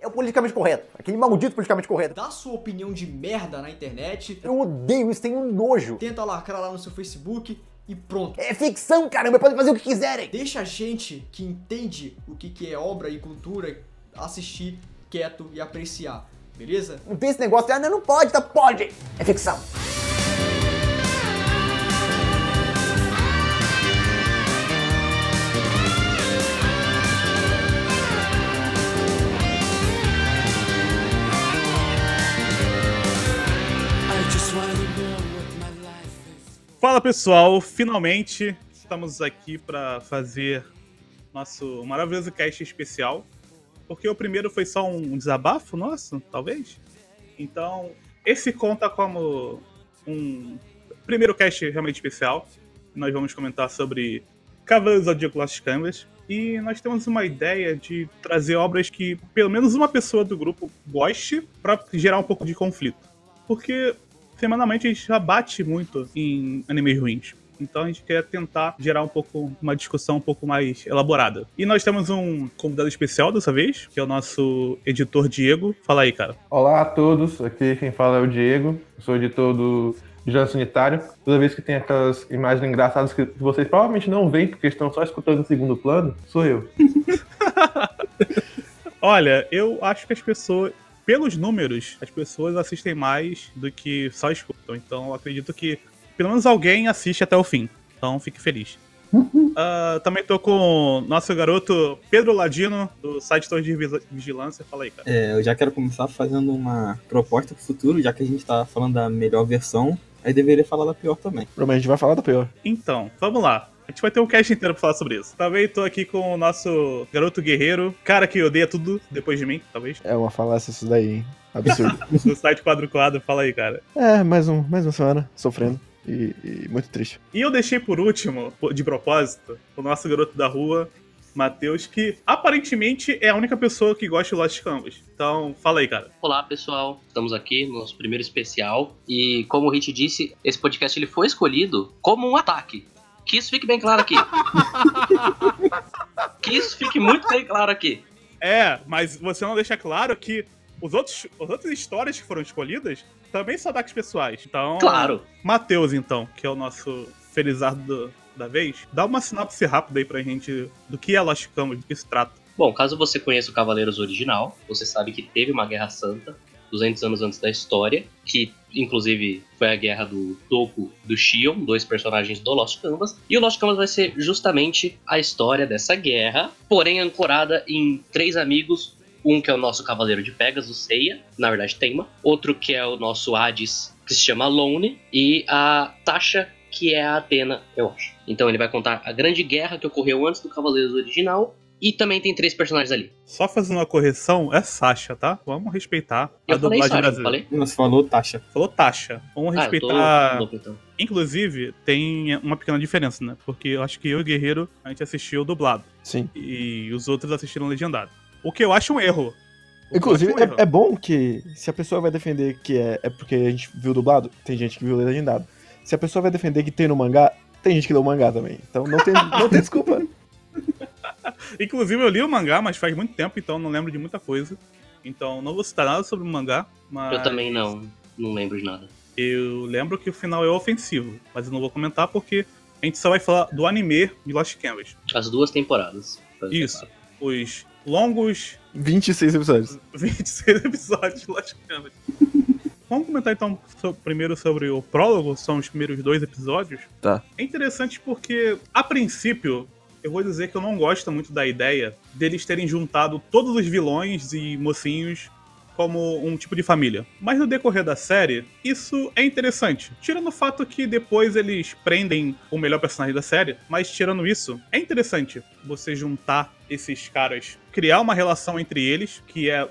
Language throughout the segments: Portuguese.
É o politicamente correto. Aquele maldito politicamente correto. Dá sua opinião de merda na internet. Eu odeio isso, tenho um nojo. Tenta lacrar lá no seu Facebook e pronto. É ficção, caramba, podem fazer o que quiserem. Deixa a gente que entende o que é obra e cultura assistir quieto e apreciar, beleza? Não tem esse negócio de, não pode, tá? Pode. É ficção. Fala pessoal, finalmente estamos aqui para fazer nosso maravilhoso cast especial, porque o primeiro foi só um desabafo nosso, talvez. Então, esse conta como um primeiro cast realmente especial. Nós vamos comentar sobre Cavaleiros do Zodíaco Lost Canvas, e nós temos uma ideia de trazer obras que pelo menos uma pessoa do grupo goste para gerar um pouco de conflito. Porque semanalmente a gente já bate muito em animes ruins. Então a gente quer tentar gerar uma discussão um pouco mais elaborada. E nós temos um convidado especial dessa vez, que é o nosso editor Diego. Fala aí, cara. Olá a todos, aqui quem fala é o Diego, eu sou editor do Vigilância Sanitário. Toda vez que tem aquelas imagens engraçadas que vocês provavelmente não veem, porque estão só escutando no segundo plano, sou eu. Olha, eu acho que as pessoas... Pelos números, as pessoas assistem mais do que só escutam. Então eu acredito que pelo menos alguém assiste até o fim. Então fique feliz. Também tô com o nosso garoto Pedro Ladino, do site Torre de Vigilância. Fala aí, cara. Eu já quero começar fazendo uma proposta pro futuro, já que a gente tá falando da melhor versão, aí deveria falar da pior também. Provavelmente a gente vai falar da pior. Então, vamos lá. A gente vai ter um cast inteiro pra falar sobre isso. Também tô aqui com o nosso garoto guerreiro, cara que odeia tudo depois de mim, talvez. É uma falácia isso daí, hein? Absurdo. Do site Quadro Quadro, fala aí, cara. Mais uma semana sofrendo e muito triste. E eu deixei por último, de propósito, o nosso garoto da rua, Matheus, que aparentemente é a única pessoa que gosta de Lost Canvas. Então, fala aí, cara. Olá, pessoal. Estamos aqui no nosso primeiro especial. E como o Hit disse, esse podcast ele foi escolhido como um ataque. Que isso fique bem claro aqui. Que isso fique muito bem claro aqui. Mas você não deixa claro que as outras histórias que foram escolhidas também são ataques pessoais. Então, claro. Matheus, então, que é o nosso felizardo da vez, dá uma sinopse rápida aí pra gente do que é Lost Canvas, do que se trata. Bom, caso você conheça o Cavaleiros original, você sabe que teve uma Guerra Santa 200 anos antes da história, que inclusive foi a guerra do Toku e do Shion, dois personagens do Lost Canvas. E o Lost Canvas vai ser justamente a história dessa guerra, porém ancorada em 3 amigos. Um que é o nosso Cavaleiro de Pegasus, Seiya, na verdade Tenma. Outro que é o nosso Hades, que se chama Lone. E a Tasha, que é a Athena, eu acho. Então ele vai contar a grande guerra que ocorreu antes do Cavaleiros original. E também tem 3 personagens ali. Só fazendo uma correção, é Sasha, tá? Vamos respeitar a dublagem Sasha, brasileira. Você falou Tasha. Falou Tasha. Vamos respeitar. Eu tô louco, então. Inclusive, tem uma pequena diferença, né? Porque eu acho que eu e o Guerreiro, a gente assistiu dublado. Sim. E os outros assistiram legendado. O que eu acho um erro. Inclusive, é bom que se a pessoa vai defender que é porque a gente viu dublado, tem gente que viu legendado. Se a pessoa vai defender que tem no mangá, tem gente que leu o mangá também. Então não tem desculpa. Inclusive, eu li o mangá, mas faz muito tempo, então não lembro de muita coisa. Então não vou citar nada sobre o mangá, mas... Eu também não lembro de nada. Eu lembro que o final é ofensivo, mas eu não vou comentar porque a gente só vai falar do anime de Lost Canvas. As 2 temporadas. Isso. Os longos... 26 episódios. 26 episódios de Lost Canvas. Vamos comentar então primeiro sobre o prólogo, são os primeiros 2 episódios. Tá. É interessante porque, a princípio, eu vou dizer que eu não gosto muito da ideia deles terem juntado todos os vilões e mocinhos como um tipo de família. Mas no decorrer da série, isso é interessante. Tirando o fato que depois eles prendem o melhor personagem da série, mas tirando isso, é interessante você juntar esses caras, criar uma relação entre eles que é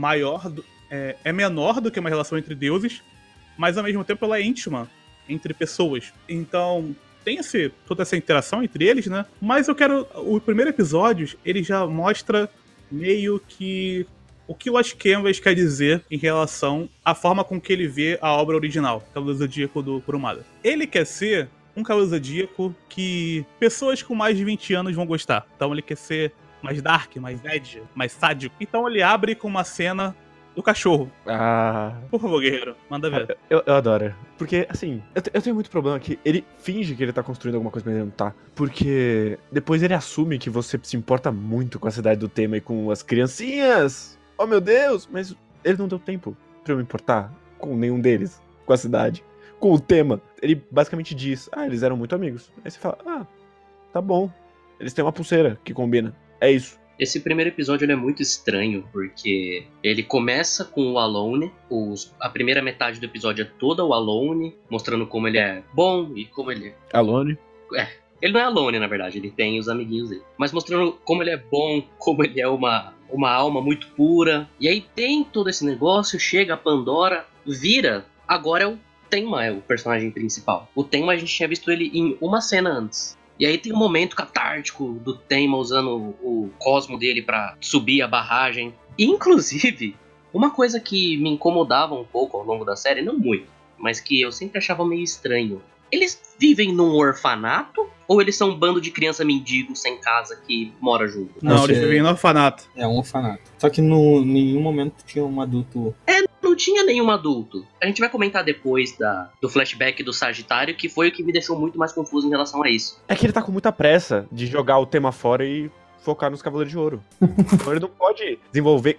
menor do que uma relação entre deuses, mas ao mesmo tempo ela é íntima entre pessoas. Então tem toda essa interação entre eles, né? Mas o primeiro episódio, ele já mostra meio que o que Lost Canvas quer dizer em relação à forma com que ele vê a obra original, Cavaleiro Zodíaco do Kurumada. Ele quer ser um Cavaleiro Zodíaco que pessoas com mais de 20 anos vão gostar. Então ele quer ser mais dark, mais edge, mais sádico. Então ele abre com uma cena do cachorro. Por favor, guerreiro, manda ver. Eu adoro. Porque, assim, eu tenho muito problema que ele finge que ele tá construindo alguma coisa, mas ele não tá. Porque depois ele assume que você se importa muito com a cidade do tema e com as criancinhas. Oh, meu Deus! Mas ele não deu tempo pra eu me importar com nenhum deles, com a cidade, com o tema. Ele basicamente diz, eles eram muito amigos. Aí você fala, tá bom. Eles têm uma pulseira que combina. É isso. Esse primeiro episódio ele é muito estranho, porque ele começa com o Alone, a primeira metade do episódio é toda o Alone, mostrando como ele é bom e como ele é... Alone? Ele não é Alone, na verdade, ele tem os amiguinhos dele. Mas mostrando como ele é bom, como ele é uma alma muito pura. E aí tem todo esse negócio, chega a Pandora, vira, agora é o Tenma, é o personagem principal. O Tenma a gente tinha visto ele em uma cena antes. E aí tem um momento catártico do Tenma usando o cosmo dele pra subir a barragem. E, inclusive, uma coisa que me incomodava um pouco ao longo da série, não muito, mas que eu sempre achava meio estranho. Eles vivem num orfanato ou eles são um bando de criança mendigo sem casa que mora junto? Não, eles vivem no orfanato. É um orfanato. Só que em nenhum momento tinha um adulto. Não tinha nenhum adulto. A gente vai comentar depois do flashback do Sagitário, que foi o que me deixou muito mais confuso em relação a isso. É que ele tá com muita pressa de jogar o tema fora e focar nos Cavaleiros de Ouro. Então ele não pode desenvolver,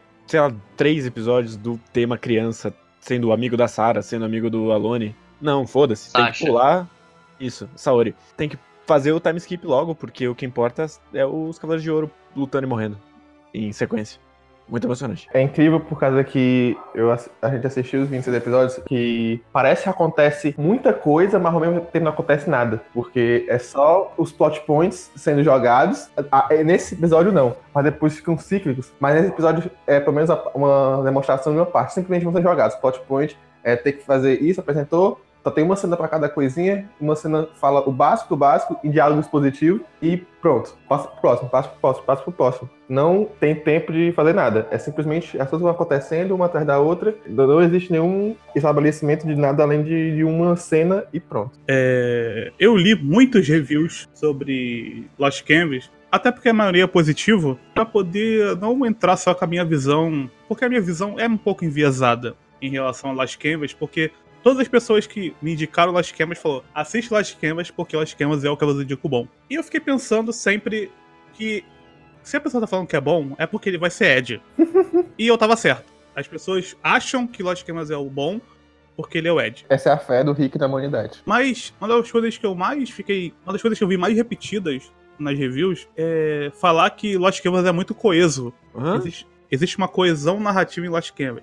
3 episódios do tema criança, sendo amigo da Sarah, sendo amigo do Alone. Não, foda-se. Tem que pular. Isso, Saori. Tem que fazer o time skip logo, porque o que importa é os Cavaleiros de Ouro lutando e morrendo em sequência. Muito emocionante. É incrível por causa que a gente assistiu os 26 episódios que parece que acontece muita coisa, mas ao mesmo tempo não acontece nada. Porque é só os plot points sendo jogados. Nesse episódio não, mas depois ficam cíclicos. Mas nesse episódio é pelo menos uma demonstração de uma parte. Simplesmente vão ser jogados. Plot point é ter que fazer isso, apresentou. Só tem uma cena pra cada coisinha, uma cena fala o básico do básico, em diálogo expositivo, e pronto. Passa pro próximo, passa pro próximo. Não tem tempo de fazer nada. É simplesmente as coisas vão acontecendo uma atrás da outra. Não existe nenhum estabelecimento de nada além de uma cena e pronto. Eu li muitos reviews sobre Lost Canvas, até porque a maioria é positivo, pra poder não entrar só com a minha visão, porque a minha visão é um pouco enviesada em relação a Lost Canvas, porque todas as pessoas que me indicaram Lost Canvas falaram, assiste Lost Canvas porque Lost Canvas é o que eu indico bom. E eu fiquei pensando sempre que se a pessoa tá falando que é bom, é porque ele vai ser Ed. E eu tava certo. As pessoas acham que Lost Canvas é o bom porque ele é o Ed. Essa é a fé do Rick da humanidade. Mas uma das coisas que eu vi mais repetidas nas reviews é falar que Lost Canvas é muito coeso. Existe uma coesão narrativa em Lost Canvas.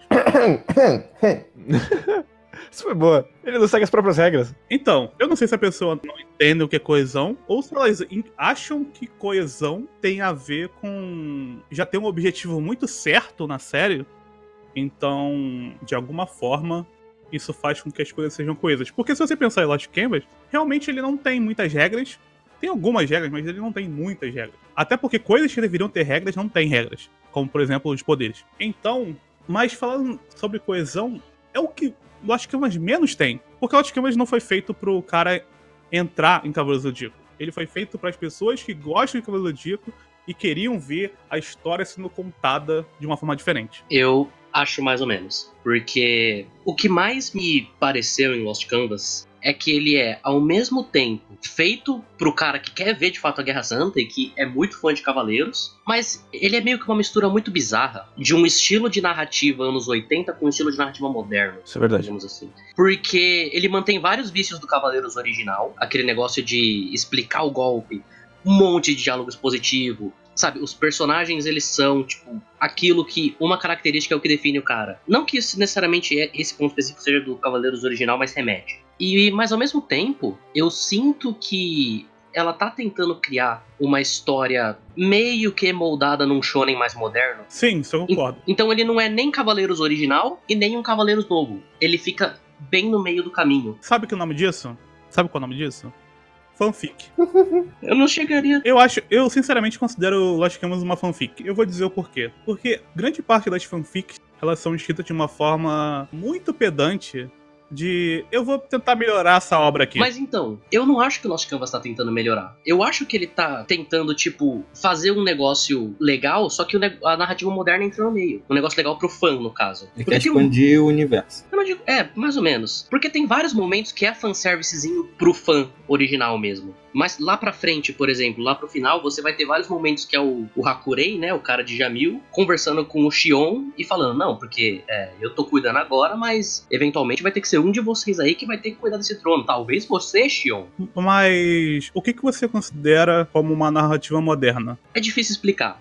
Isso foi boa. Ele não segue as próprias regras. Então, eu não sei se a pessoa não entende o que é coesão, ou se elas acham que coesão tem a ver com já ter um objetivo muito certo na série. Então, de alguma forma, isso faz com que as coisas sejam coesas. Porque se você pensar em Lost Canvas, realmente ele não tem muitas regras. Tem algumas regras, mas ele não tem muitas regras. Até porque coisas que deveriam ter regras não tem regras. Como, por exemplo, os poderes. Então, mas falando sobre coesão, é o que Lost Canvas menos tem. Porque Lost Canvas não foi feito pro cara entrar em Cavaleiro Zodíaco. Ele foi feito para as pessoas que gostam de Cavaleiro Zodíaco e queriam ver a história sendo contada de uma forma diferente. Eu acho mais ou menos. Porque o que mais me pareceu em Lost Canvas é que ele é, ao mesmo tempo, feito pro cara que quer ver de fato a Guerra Santa e que é muito fã de Cavaleiros, mas ele é meio que uma mistura muito bizarra de um estilo de narrativa anos 80 com um estilo de narrativa moderno. Isso é verdade. Digamos assim. Porque ele mantém vários vícios do Cavaleiros original, aquele negócio de explicar o golpe, um monte de diálogo expositivo, sabe? Os personagens, eles são, tipo, aquilo que uma característica é o que define o cara. Não que isso necessariamente esse ponto específico seja do Cavaleiros original, mas remete. Mas ao mesmo tempo, eu sinto que ela tá tentando criar uma história meio que moldada num shonen mais moderno. Sim, isso eu concordo. Então ele não é nem Cavaleiros original e nem um Cavaleiros novo. Ele fica bem no meio do caminho. Sabe que o nome disso? Sabe qual é o nome disso? Fanfic. Eu não chegaria... Eu sinceramente considero Lost Canvas uma fanfic. Eu vou dizer o porquê. Porque grande parte das fanfics, elas são escritas de uma forma muito pedante, de eu vou tentar melhorar essa obra aqui. Mas então, eu não acho que o Lost Canvas tá tentando melhorar. Eu acho que ele tá tentando, tipo, fazer um negócio legal, só que a narrativa moderna entra no meio. Um negócio legal pro fã, no caso. Ele Porque quer tem expandir o universo. Eu não digo, mais ou menos. Porque tem vários momentos que é fanservicezinho pro fã original mesmo. Mas lá pra frente, por exemplo, lá pro final, você vai ter vários momentos que é o Hakurei, né, o cara de Jamil, conversando com o Shion e falando, não, porque eu tô cuidando agora, mas eventualmente vai ter que ser um de vocês aí que vai ter que cuidar desse trono. Talvez você, Shion. Mas o que você considera como uma narrativa moderna? É difícil explicar,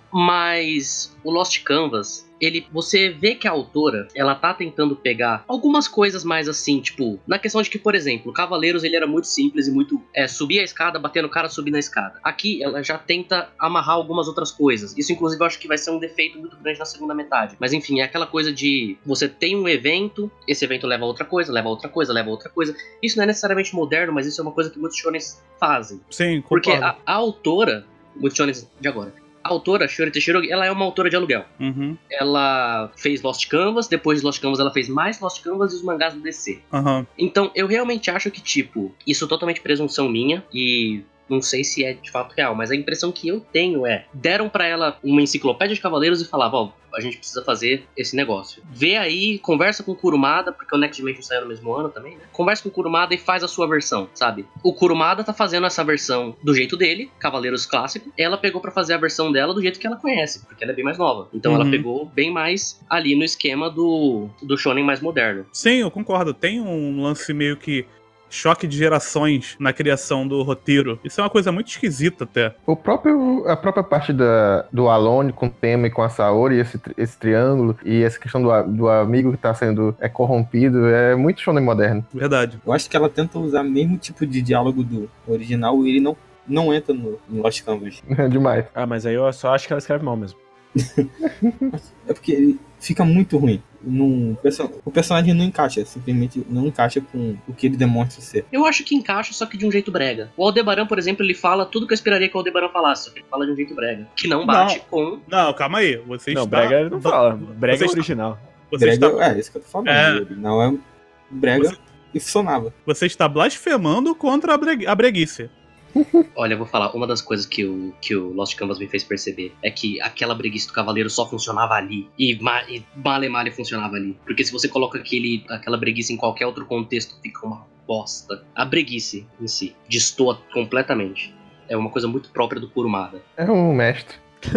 mas o Lost Canvas, você vê que a autora, ela tá tentando pegar algumas coisas mais assim, tipo, na questão de que, por exemplo, Cavaleiros, ele era muito simples e muito, subir a escada, bater no cara, subir na escada. Aqui, ela já tenta amarrar algumas outras coisas. Isso, inclusive, eu acho que vai ser um defeito muito grande na segunda metade. Mas, enfim, é aquela coisa de, você tem um evento, esse evento leva a outra coisa, leva a outra coisa, leva a outra coisa. Isso não é necessariamente moderno, mas isso é uma coisa que muitos shonens fazem. Sim, concordo. Porque a autora, muitos shonens de agora, a autora, Shiori Teshirogi, ela é uma autora de aluguel. Uhum. Ela fez Lost Canvas, depois de Lost Canvas ela fez mais Lost Canvas e os mangás do DC. Uhum. Então, eu realmente acho que, tipo, isso é totalmente presunção minha e não sei se é de fato real, mas a impressão que eu tenho deram pra ela uma enciclopédia de Cavaleiros e falavam, a gente precisa fazer esse negócio. Vê aí, conversa com o Kurumada, porque o Next Dimension saiu no mesmo ano também, né? Conversa com o Kurumada e faz a sua versão, sabe? O Kurumada tá fazendo essa versão do jeito dele, Cavaleiros clássico. Ela pegou pra fazer a versão dela do jeito que ela conhece, porque ela é bem mais nova. Então ela pegou bem mais ali no esquema do shonen mais moderno. Sim, eu concordo. Tem um lance meio que choque de gerações na criação do roteiro. Isso é uma coisa muito esquisita até. A própria parte do Alone com o Tema e com a Saori, esse triângulo, e essa questão do amigo que tá sendo corrompido, é muito shonen moderno. Verdade. Eu acho que ela tenta usar o mesmo tipo de diálogo do original e ele não entra no Lost Canvas. É demais. Ah, mas aí eu só acho que ela escreve mal mesmo. É porque ele fica muito ruim. O personagem não encaixa, simplesmente não encaixa com o que ele demonstra ser. Eu acho que encaixa, só que de um jeito brega. O Aldebaran, por exemplo, ele fala tudo que eu esperaria que o Aldebaran falasse, só que ele fala de um jeito brega. Que não bate com... Não, calma aí. Não, brega ele não fala. Brega é original. Brega, é isso que eu tô falando. Não é brega e funcionava. Você está blasfemando contra a breguice. Olha, eu vou falar, uma das coisas que o Lost Canvas me fez perceber é que aquela breguice do Cavaleiro só funcionava ali. E male funcionava ali. Porque se você coloca aquela breguice em qualquer outro contexto, fica uma bosta. A breguice em si destoa completamente. É uma coisa muito própria do Kurumada. É um mestre.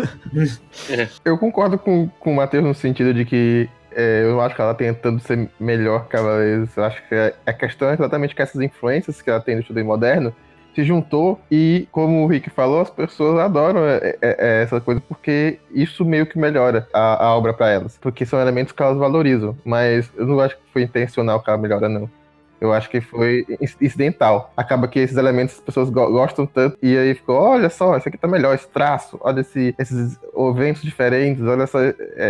Eu concordo com o Matheus no sentido de que eu não acho que ela tentando ser melhor que Cavaleiros. Eu acho que a questão é exatamente que essas influências que ela tem no estudo moderno se juntou e, como o Rick falou, as pessoas adoram essa coisa porque isso meio que melhora a obra pra elas. Porque são elementos que elas valorizam. Mas eu não acho que foi intencional que ela melhora, não. Eu acho que foi incidental. Acaba que esses elementos as pessoas gostam tanto e aí ficou, olha só, isso aqui tá melhor, esse traço, olha esses eventos diferentes, olha só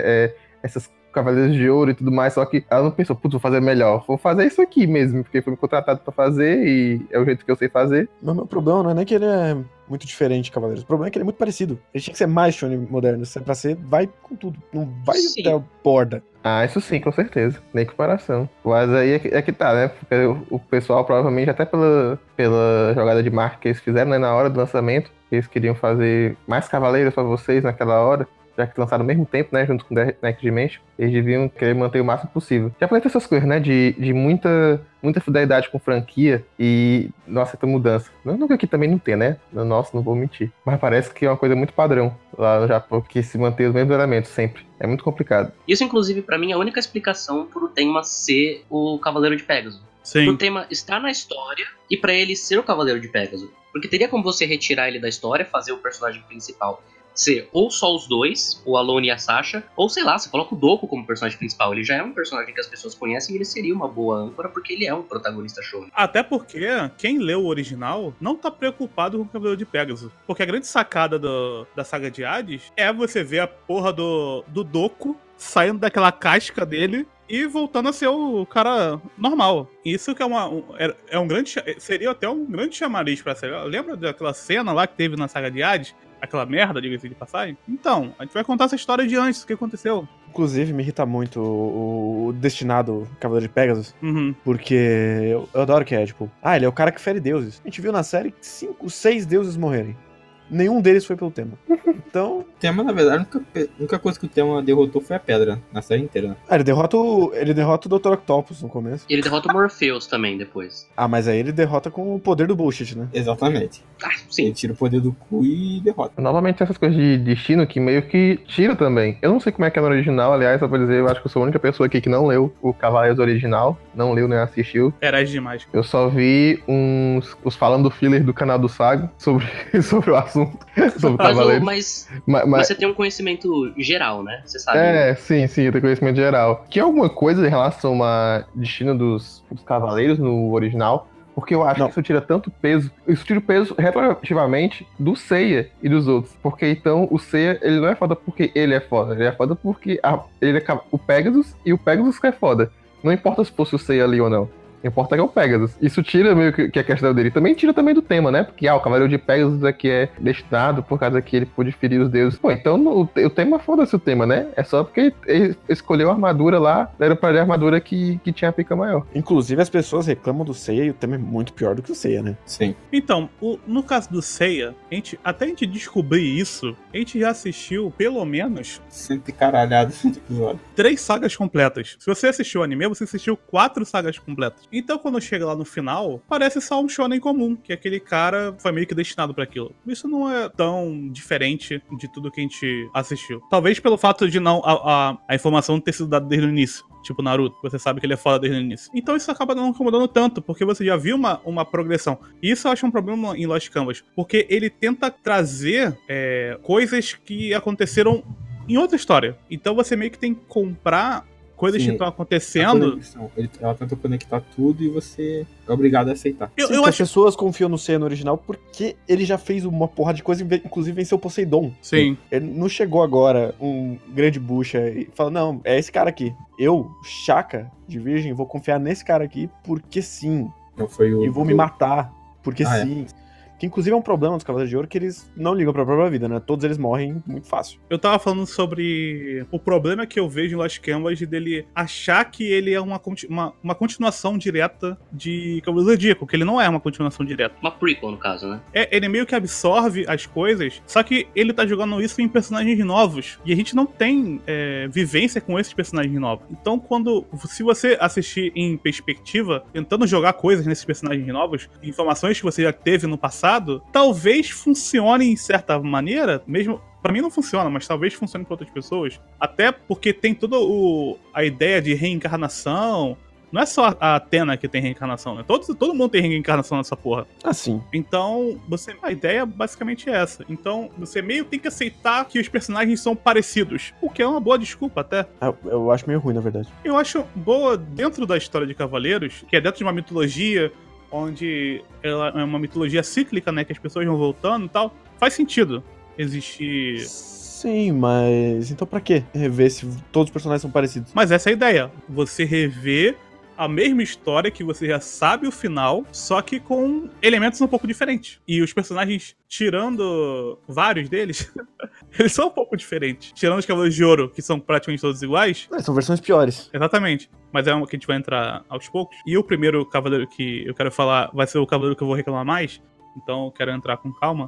essas Cavaleiros de Ouro e tudo mais, só que ela não pensou, putz, vou fazer melhor, vou fazer isso aqui mesmo, porque foi me contratado pra fazer e é o jeito que eu sei fazer. Mas o meu problema não é nem que ele é muito diferente de Cavaleiros, o problema é que ele é muito parecido. Ele tinha que ser mais shonen moderno, se é pra ser, vai com tudo, não vai até a borda. Ah, isso sim, com certeza, nem comparação. Mas aí é que tá, né, porque o pessoal provavelmente, até pela jogada de marca que eles fizeram, né, na hora do lançamento, eles queriam fazer mais Cavaleiros pra vocês naquela hora, já que lançaram ao mesmo tempo, né, junto com o Next Dimension, eles deviam querer manter o máximo possível. Já falei essas coisas, né, de muita fidelidade com franquia e, nossa, essa mudança. Não que aqui também não tem, né, nossa, não vou mentir, mas parece que é uma coisa muito padrão lá no Japão, que se mantém os mesmos elementos sempre. É muito complicado. Isso, inclusive, pra mim, é a única explicação pro Tenma ser o Cavaleiro de Pégaso. Sim. O Tenma está na história e pra ele ser o Cavaleiro de Pégaso. Porque teria como você retirar ele da história, fazer o personagem principal ser ou só os dois, o Alone e a Sasha, ou sei lá, você coloca o Doku como personagem principal. Ele já é um personagem que as pessoas conhecem e ele seria uma boa âncora porque ele é um protagonista shonen. Até porque quem leu o original não tá preocupado com o Cavaleiro de Pégaso. Porque a grande sacada da saga de Hades é você ver a porra do Doku saindo daquela casca dele e voltando a ser o cara normal. Isso que é um grande... Seria até um grande chamariz pra série. Lembra daquela cena lá que teve na saga de Hades? Aquela merda, diga-se de passagem? Então, a gente vai contar essa história de antes, o que aconteceu. Inclusive, me irrita muito o destinado Cavaleiro de Pegasus, Uhum. porque eu adoro que é, tipo, ele é o cara que fere deuses. A gente viu na série 5, 6 deuses morrerem. Nenhum deles foi pelo tema. Então... O tema, na verdade, a única coisa que o tema derrotou foi a pedra, na série inteira, né? ele derrota o Dr. Octopus no começo. E ele derrota o Morpheus também depois. Mas aí ele derrota com o poder do bullshit, né? Exatamente. Ah, Ele sim. tira o poder do cu e derrota. Novamente, essas coisas de destino que meio que tira também. Eu não sei como é que é no original, aliás, só pra dizer, eu acho que eu sou a única pessoa aqui que não leu o Cavaleiros original. Não leu nem assistiu. Herege demais. Eu só vi os falando do filler do canal do Sago sobre o assunto. Sobre Cavaleiros. Mas Mas você tem um conhecimento geral, né? Você sabe. sim, eu tenho conhecimento geral. Tinha alguma coisa em relação a destino dos Cavaleiros no original? Porque eu acho que isso tira tanto peso. Isso tira o peso relativamente do Seiya e dos outros. Porque então o Seiya, ele não é foda porque ele é foda. Ele é foda porque ele é o Pegasus e o Pegasus que é foda. Não importa se fosse o Seiya ali ou não. Importa que é o Pegasus. Isso tira meio que a questão dele. Também tira também do tema, né? Porque o Cavaleiro de Pegasus aqui é destinado por causa que ele pôde ferir os deuses. Pô, então o tema, foda-se o tema, né? É só porque ele escolheu a armadura lá, era pra ele a armadura que tinha a pica maior. Inclusive, as pessoas reclamam do Seiya e o tema é muito pior do que o Seiya, né? Sim. Então, no caso do Seiya, até a gente descobrir isso, a gente já assistiu, pelo menos, 100 caralhados de episódio. 3 sagas completas. Se você assistiu o anime, você assistiu 4 sagas completas. Então, quando chega lá no final, parece só um shonen comum, que aquele cara foi meio que destinado pra aquilo. Isso não é tão diferente de tudo que a gente assistiu. Talvez pelo fato de não a informação não ter sido dada desde o início. Tipo Naruto, você sabe que ele é foda desde o início. Então isso acaba não incomodando tanto, porque você já viu uma progressão. E isso eu acho um problema em Lost Canvas, porque ele tenta trazer coisas que aconteceram em outra história. Então você meio que tem que comprar coisas que estão acontecendo. Ela tenta conectar tudo e você é obrigado a aceitar. Eu acho que as pessoas confiam no Seiya no original porque ele já fez uma porra de coisa, inclusive venceu o Poseidon. Sim. Ele não chegou agora um grande bucha e fala, não, é esse cara aqui. Eu, Shaka, de Virgem, vou confiar nesse cara aqui porque sim. Não foi e vou me matar porque sim. Que inclusive é um problema dos Cavaleiros de Ouro que eles não ligam pra própria vida, né? Todos eles morrem muito fácil. Eu tava falando sobre o problema que eu vejo em Lost Canvas dele achar que ele é uma continuação direta de Cavaleiro do Zodíaco, que ele não é uma continuação direta. Uma prequel, no caso, né? Ele meio que absorve as coisas, só que ele tá jogando isso em personagens novos. E a gente não tem vivência com esses personagens novos. Então, se você assistir em perspectiva, tentando jogar coisas nesses personagens novos, informações que você já teve no passado, talvez funcione em certa maneira, mesmo pra mim não funciona, mas talvez funcione pra outras pessoas, até porque tem toda a ideia de reencarnação. Não é só a Athena que tem reencarnação, né? Todo mundo tem reencarnação nessa porra. Assim. Então, a ideia basicamente é essa. Então, você meio tem que aceitar que os personagens são parecidos, o que é uma boa desculpa até. Eu acho meio ruim, na verdade. Eu acho boa dentro da história de Cavaleiros, que é dentro de uma mitologia onde ela é uma mitologia cíclica, né? Que as pessoas vão voltando e tal. Faz sentido existir... Sim, mas então pra quê rever se todos os personagens são parecidos? Mas essa é a ideia. Você rever a mesma história que você já sabe o final, só que com elementos um pouco diferentes. E os personagens, tirando vários deles, eles são um pouco diferentes. Tirando os Cavaleiros de Ouro, que são praticamente todos iguais. São versões piores. Exatamente. Mas é uma que a gente vai entrar aos poucos. E o primeiro Cavaleiro que eu quero falar vai ser o Cavaleiro que eu vou reclamar mais. Então eu quero entrar com calma.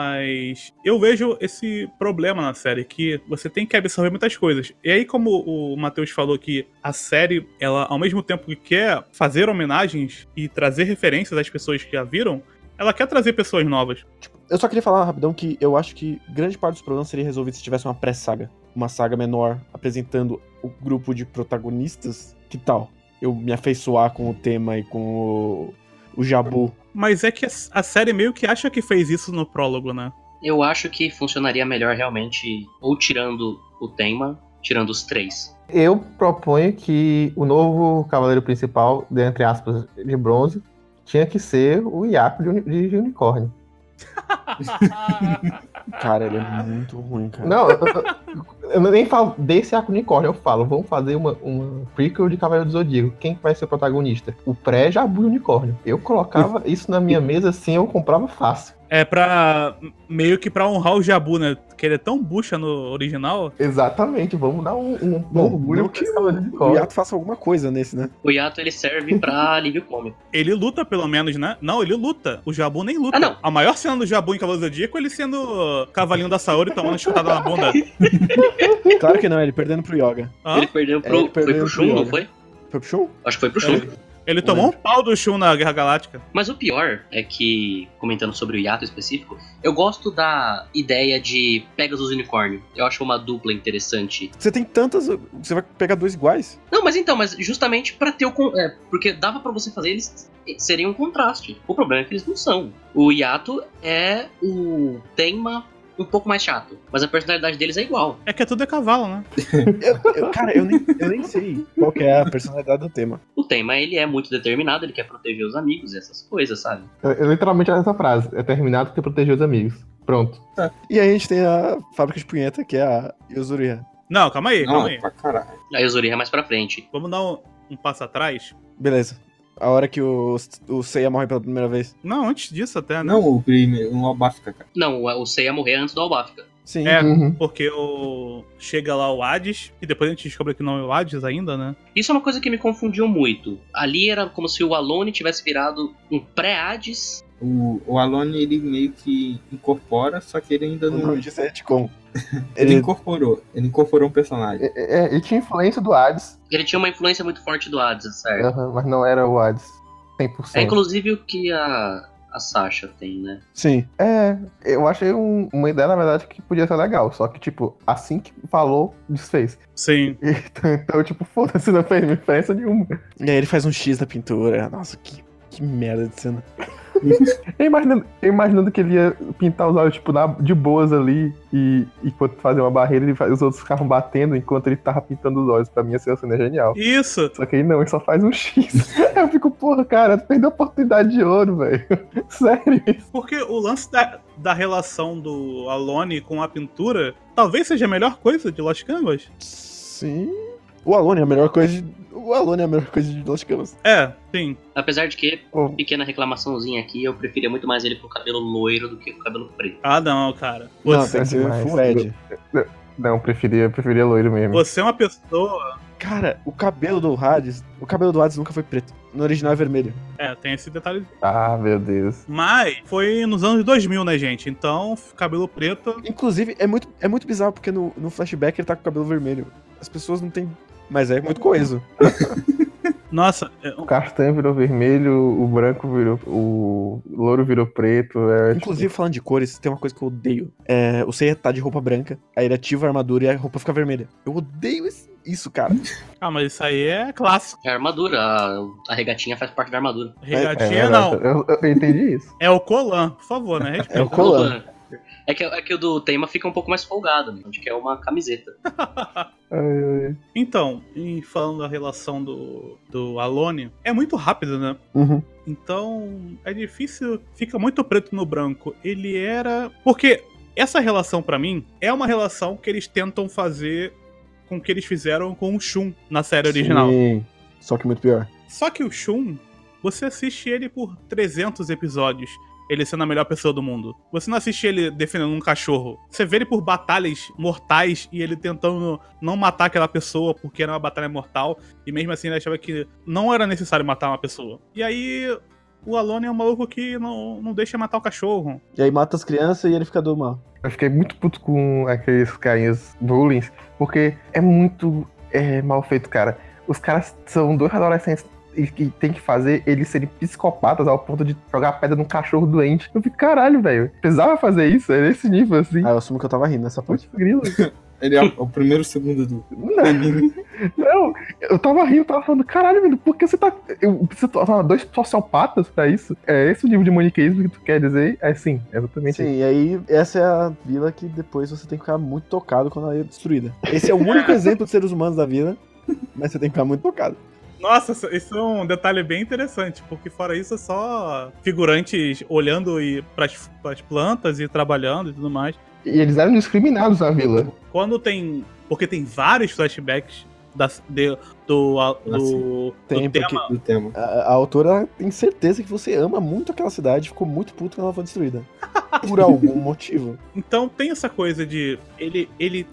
Mas eu vejo esse problema na série, que você tem que absorver muitas coisas. E aí, como o Matheus falou que a série, ela ao mesmo tempo que quer fazer homenagens e trazer referências às pessoas que já viram, ela quer trazer pessoas novas. Eu só queria falar rapidão que eu acho que grande parte dos problemas seria resolvido se tivesse uma pré-saga. Uma saga menor, apresentando o grupo de protagonistas. Que tal? Eu me afeiçoar com o tema e com o Jabu. Mas é que a série meio que acha que fez isso no prólogo, né? Eu acho que funcionaria melhor realmente, ou tirando o tema, tirando os 3. Eu proponho que o novo cavaleiro principal, entre aspas, de bronze, tinha que ser o Yaku de unicórnio. Cara, ele é muito ruim, cara. Não, eu nem falo desse Yaku unicórnio, eu falo, vamos fazer uma prequel de Cavaleiro do Zodíaco. Quem vai ser o protagonista? O pré-Jabu Unicórnio. Eu colocava isso na minha mesa assim, eu comprava fácil. meio que pra honrar o Jabu, né? Que ele é tão bucha no original. Exatamente, vamos dar um Bom, orgulho não pra que esse Cavaleiro de o Cobre. Yato faça alguma coisa nesse, né? O Yato, ele serve pra alívio cômico. Ele luta, pelo menos, né? Não, ele luta. O Jabu nem luta. Ah, não. A maior cena do Jabu em Cavaleiro do Zodíaco é ele sendo cavalinho da Saori tomando chutada na bunda. Claro que não, ele perdendo pro Yoga. Hã? Ele perdeu pro, ele perdeu foi pro pro Shun, não Yoga. foi? Foi pro show? Acho que foi pro Shun. Ele tomou um pau do Shun na Guerra Galáctica. Mas o pior é que, comentando sobre o Yato específico, eu gosto da ideia de Pegasus e Unicórnio. Eu acho uma dupla interessante. Você tem tantas. Você vai pegar 2 iguais? Não, mas justamente pra ter o... porque dava pra você fazer eles serem um contraste. O problema é que eles não são. O Yato é o Tenma um pouco mais chato, mas a personalidade deles é igual. É que tudo é cavalo, né? Cara, eu nem sei qual que é a personalidade do tema. O Tenma, ele é muito determinado, ele quer proteger os amigos e essas coisas, sabe? É literalmente essa frase. É terminado porque proteger os amigos. Pronto. E aí a gente tem a fábrica de punheta, que é a Yozuriha. Não, calma aí, calma Não, aí. pra caralho. A Yuzuriha é mais pra frente. Vamos dar um passo atrás? Beleza. A hora que o Seiya morre pela primeira vez. Não, antes disso até, né? Não, o primeiro, um Albafica, cara. Não, o Seiya morrer antes do Albafica. Sim. É, Uhum. porque chega lá o Hades, e depois a gente descobre que não é o Hades ainda, né? Isso é uma coisa que me confundiu muito. Ali era como se o Alone tivesse virado um pré-Hades. O Alone, ele meio que incorpora, só que ele ainda O não... nome disso é retcon. Ele incorporou um personagem. Ele tinha influência do Hades, Ele tinha uma influência muito forte do Hades, certo? mas não era o Hades 100%. É inclusive o que a Sasha tem, né? Sim. Eu achei uma ideia, na verdade, que podia ser legal. Só que, tipo, assim que falou, desfez. Sim. Então, tipo, foda-se, não fez diferença nenhuma. E aí ele faz um X da pintura. Nossa, que merda de cena. Eu imaginando que ele ia pintar os olhos, tipo, de boas ali e enquanto fazer uma barreira, os outros ficavam batendo enquanto ele tava pintando os olhos. Pra mim, essa cena é genial. Isso! Só que aí não, ele só faz um X. Eu fico, porra, cara, tu perdeu a oportunidade de ouro, velho. Sério isso. Porque o lance da relação do Alone com a pintura talvez seja a melhor coisa de Lost Canvas. Sim. O Alone é a melhor coisa de Lost Canvas. É, sim. Apesar de que, Oh. pequena reclamaçãozinha aqui, eu preferia muito mais ele com o cabelo loiro do que com o cabelo preto. Ah, não, cara. Não, Você, tem que ser demais. full Ed. Não, preferia loiro mesmo. você é uma pessoa... Cara, o cabelo do Hades nunca foi preto. No original é vermelho. É, tem esse detalhe. Ah, meu Deus. Mas foi nos anos 2000, né, gente? Então, cabelo preto... Inclusive, é muito bizarro, porque no flashback ele tá com o cabelo vermelho. As pessoas não têm... Mas é muito coeso. Nossa, O castanho virou vermelho, o branco virou... O louro virou preto. Inclusive, falando de cores, tem uma coisa que eu odeio. O Seiya tá de roupa branca, aí ele ativa a armadura e a roupa fica vermelha. Eu odeio isso, cara. ah, mas isso aí é clássico. É a armadura, a regatinha faz parte da armadura. Regatinha, não. Eu entendi isso. É o Colan, por favor, né? É o Colan. É que o do Tenma fica um pouco mais folgado, né? Onde que é uma camiseta. Então, e falando da relação do Alone, é muito rápido, né? Uhum. Então, é difícil, fica muito preto no branco. Ele era... Porque essa relação, pra mim, é uma relação que eles tentam fazer com o que eles fizeram com o Shun na série original. Sim, só que muito pior. Só que o Shun, você assiste ele por 300 episódios, ele sendo a melhor pessoa do mundo. Você não assiste ele defendendo um cachorro. Você vê ele por batalhas mortais e ele tentando não matar aquela pessoa porque era uma batalha mortal. E mesmo assim ele achava que não era necessário matar uma pessoa. E aí o Alone é um maluco que não deixa matar o cachorro. E aí mata as crianças e ele fica do mal. Eu fiquei muito puto com aqueles carinhas bullying, porque é muito mal feito, cara. Os caras são 2 adolescentes e que tem que fazer eles serem psicopatas ao ponto de jogar pedra num cachorro doente. Eu fico, caralho, velho. Precisava fazer isso? É nesse nível, assim. Ah, eu assumo que eu tava rindo nessa parte. Putz, grilo. Ele é o primeiro segundo do anime. Não, eu tava rindo, tava falando, caralho, velho, por que você tá... Eu preciso falar 2 sociopatas pra isso? É esse o nível de maniqueísmo que tu quer dizer? É sim, exatamente. Sim, e aí essa é a vila que depois você tem que ficar muito tocado quando ela é destruída. Esse é o único exemplo de seres humanos da vila, mas você tem que ficar muito tocado. Nossa, isso é um detalhe bem interessante, porque fora isso é só figurantes olhando pras plantas e trabalhando e tudo mais. E eles eram discriminados na vila. Quando tem... Porque tem vários flashbacks do Tem, tema. porque Do tema. a autora tem certeza que você ama muito aquela cidade, ficou muito puto quando ela foi destruída. Por algum motivo. Então tem essa coisa de ele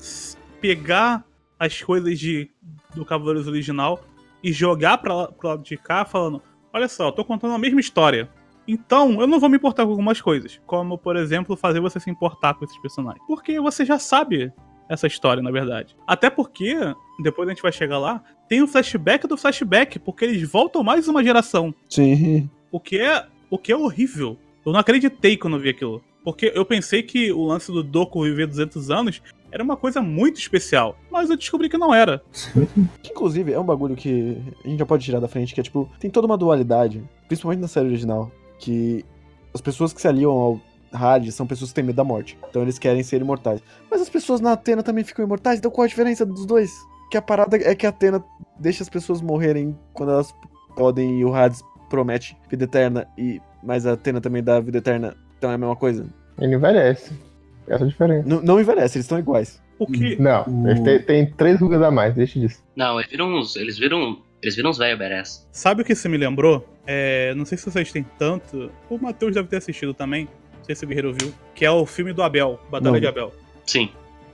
pegar as coisas do Cavaleiros original e jogar pro lado de cá, falando: olha só, eu tô contando a mesma história. Então, eu não vou me importar com algumas coisas. Como, por exemplo, fazer você se importar com esses personagens. Porque você já sabe essa história, na verdade. Até porque, depois a gente vai chegar lá, tem o flashback do flashback, porque eles voltam mais uma geração. Sim. O que é horrível. Eu não acreditei quando eu vi aquilo. Porque eu pensei que o lance do Doku viver 200 anos era uma coisa muito especial. Mas eu descobri que não era. Que, inclusive, é um bagulho que a gente já pode tirar da frente, que é tipo, tem toda uma dualidade, principalmente na série original, que as pessoas que se aliam ao Hades são pessoas que têm medo da morte. Então eles querem ser imortais. Mas as pessoas na Athena também ficam imortais, então qual a diferença dos dois? Que a parada é que a Athena deixa as pessoas morrerem quando elas podem, e o Hades promete vida eterna, mas a Athena também dá vida eterna, então é a mesma coisa. Ele envelhece. Essa é a diferença. Não envelhece, eles estão iguais. O que... Não, ele tem 3 rugas a mais, deixa disso. Não, eles viram uns velho badass. Sabe o que isso me lembrou? Não sei se vocês têm tanto. O Matheus deve ter assistido também. Não sei se o Guerreiro viu. Que é o filme do Abel, Batalha de Abel. Sim.